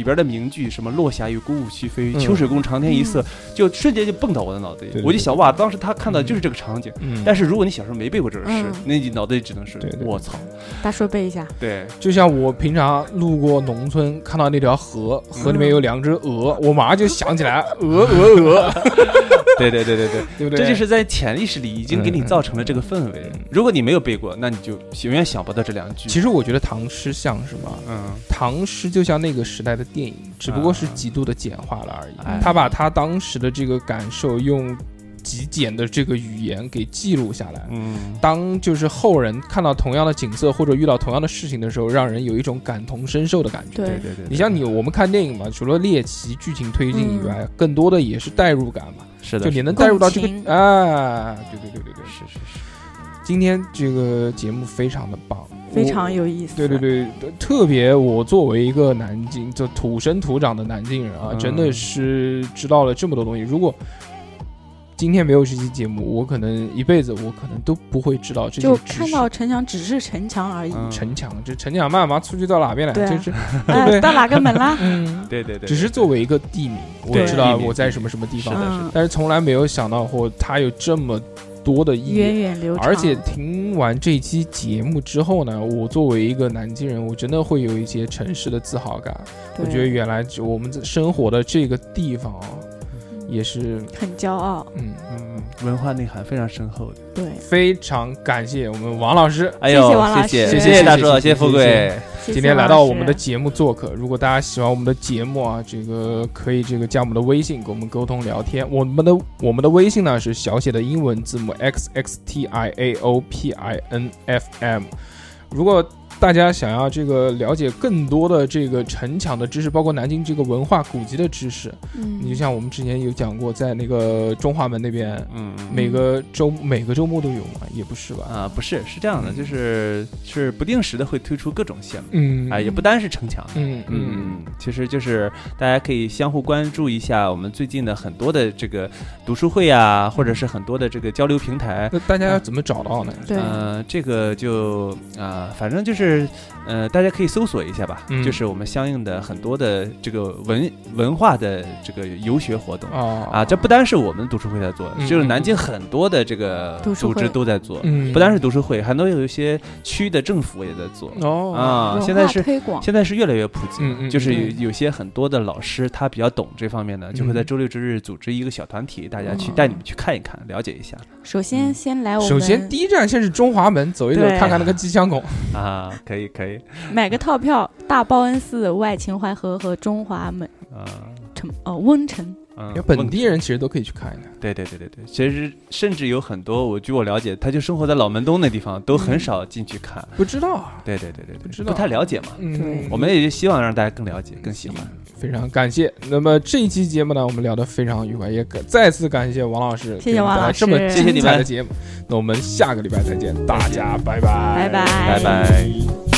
名句，什么落霞与孤鹜齐飞， 嗯、 秋水共长天一色， 嗯、 就瞬间就蹦到我的脑子里。 对对对， 我就想哇，当时他看到的就是这个场景。 嗯、 但是如果你小时候没背过这首诗， 嗯、 那你脑子里只能是我操。 大说背一下。 对， 就像我平常路过农村，看到那条河，河里面有两只鹅，嗯、我马上就想起来鹅鹅鹅。 对对对对对， 对不对？ 这就是在潜意识里已经给你造成了这个氛围。嗯、如果你没有背过，那你就永远想不到这两句。 其实我觉得唐诗像什么？ 嗯， 唐诗就像那个时代的电影，只不过是极度的简化了而已。 嗯、 他把他当时的这个感受用极简的这个语言给记录下来。 嗯， 当就是后人看到同样的景色或者遇到同样的事情的时候，让人有一种感同身受的感觉。 对对对。 你像你我们看电影嘛，除了猎奇剧情推进以外，嗯、更多的也是代入感嘛。 是的， 就你能带入到这个啊，对对对对对， 是是是。 今天这个节目非常的棒， 非常有意思。 对对对，特别我作为一个南京就土生土长的南京人啊， 嗯、 真的是知道了这么多东西。如果今天没有这期节目，我可能一辈子我可能都不会知道这些就知识。 看到城墙只是城墙而已。 嗯、城墙，这城墙嘛嘛出去到哪边来？ 对、啊， 这是对不对？到哪个门啦？ 嗯， 对对对， 只是作为一个地名，我知道我在什么什么地方， 是的，是的， 但是从来没有想到过它有这么多的意义， 源远流长。 而且听完这期节目之后呢，我作为一个南京人，我真的会有一些城市的自豪感。我觉得原来我们生活的这个地方啊，也是很骄傲。 嗯嗯，文化内涵非常深厚的。 对， 非常感谢我们王老师。 哎呦， 谢谢王老师， 谢谢谢大叔，谢谢富贵。 今天来到我们的节目做客，如果大家喜欢我们的节目啊，这个可以这个加我们的微信跟我们沟通聊天。我们的我们的微信呢是小写的英文字母 x x t i a o p i n f m。如果大家想要这个了解更多的这个城墙的知识，包括南京这个文化古迹的知识， 嗯， 你就像我们之前有讲过，在那个中华门那边， 嗯， 每个周每个周末都有吗？也不是吧？ 啊，不是，是这样的，嗯、就是是不定时的会推出各种项目， 嗯， 啊，也不单是城墙， 嗯嗯嗯，其实就是大家可以相互关注一下我们最近的很多的这个读书会啊，或者是很多的这个交流平台。 那大家要怎么找到呢？ 对， 呃，这个就啊、呃，反正就是。呃，大家可以搜索一下吧， 嗯、 就是我们相应的很多的这个文文化的这个游学活动、 哦、 啊，这不单是我们读书会在做， 嗯、 就是南京很多的这个组织都在做， 嗯、 不单是读书会，很多有一些区的政府也在做哦啊，现在是推广， 现在是越来越普及， 嗯嗯、 就是有有些很多的老师他比较懂这方面的，就会在周六周日组织一个小团体，大家去带你们去看一看，了解一下。 首先先来我们， 首先第一站先是中华门走一走，看看那个吉祥拱啊，可以可以， 买个套票，大报恩寺、外秦淮河和中华门啊， 城呃温城。 嗯， 本地人其实都可以去看一看。 对对对对对，其实甚至有很多，我据我了解，他就生活在老门东那地方，都很少进去看。 不知道。 对对对对对， 不知道， 不太了解嘛。 嗯， 对， 我们也就希望让大家更了解、更喜欢。 非常感谢。那么这一期节目呢，我们聊得非常愉快，也再次感谢王老师， 谢谢王老师， 这么谢谢你们的节目。那我们下个礼拜再见，大家拜拜， 拜拜， 拜拜。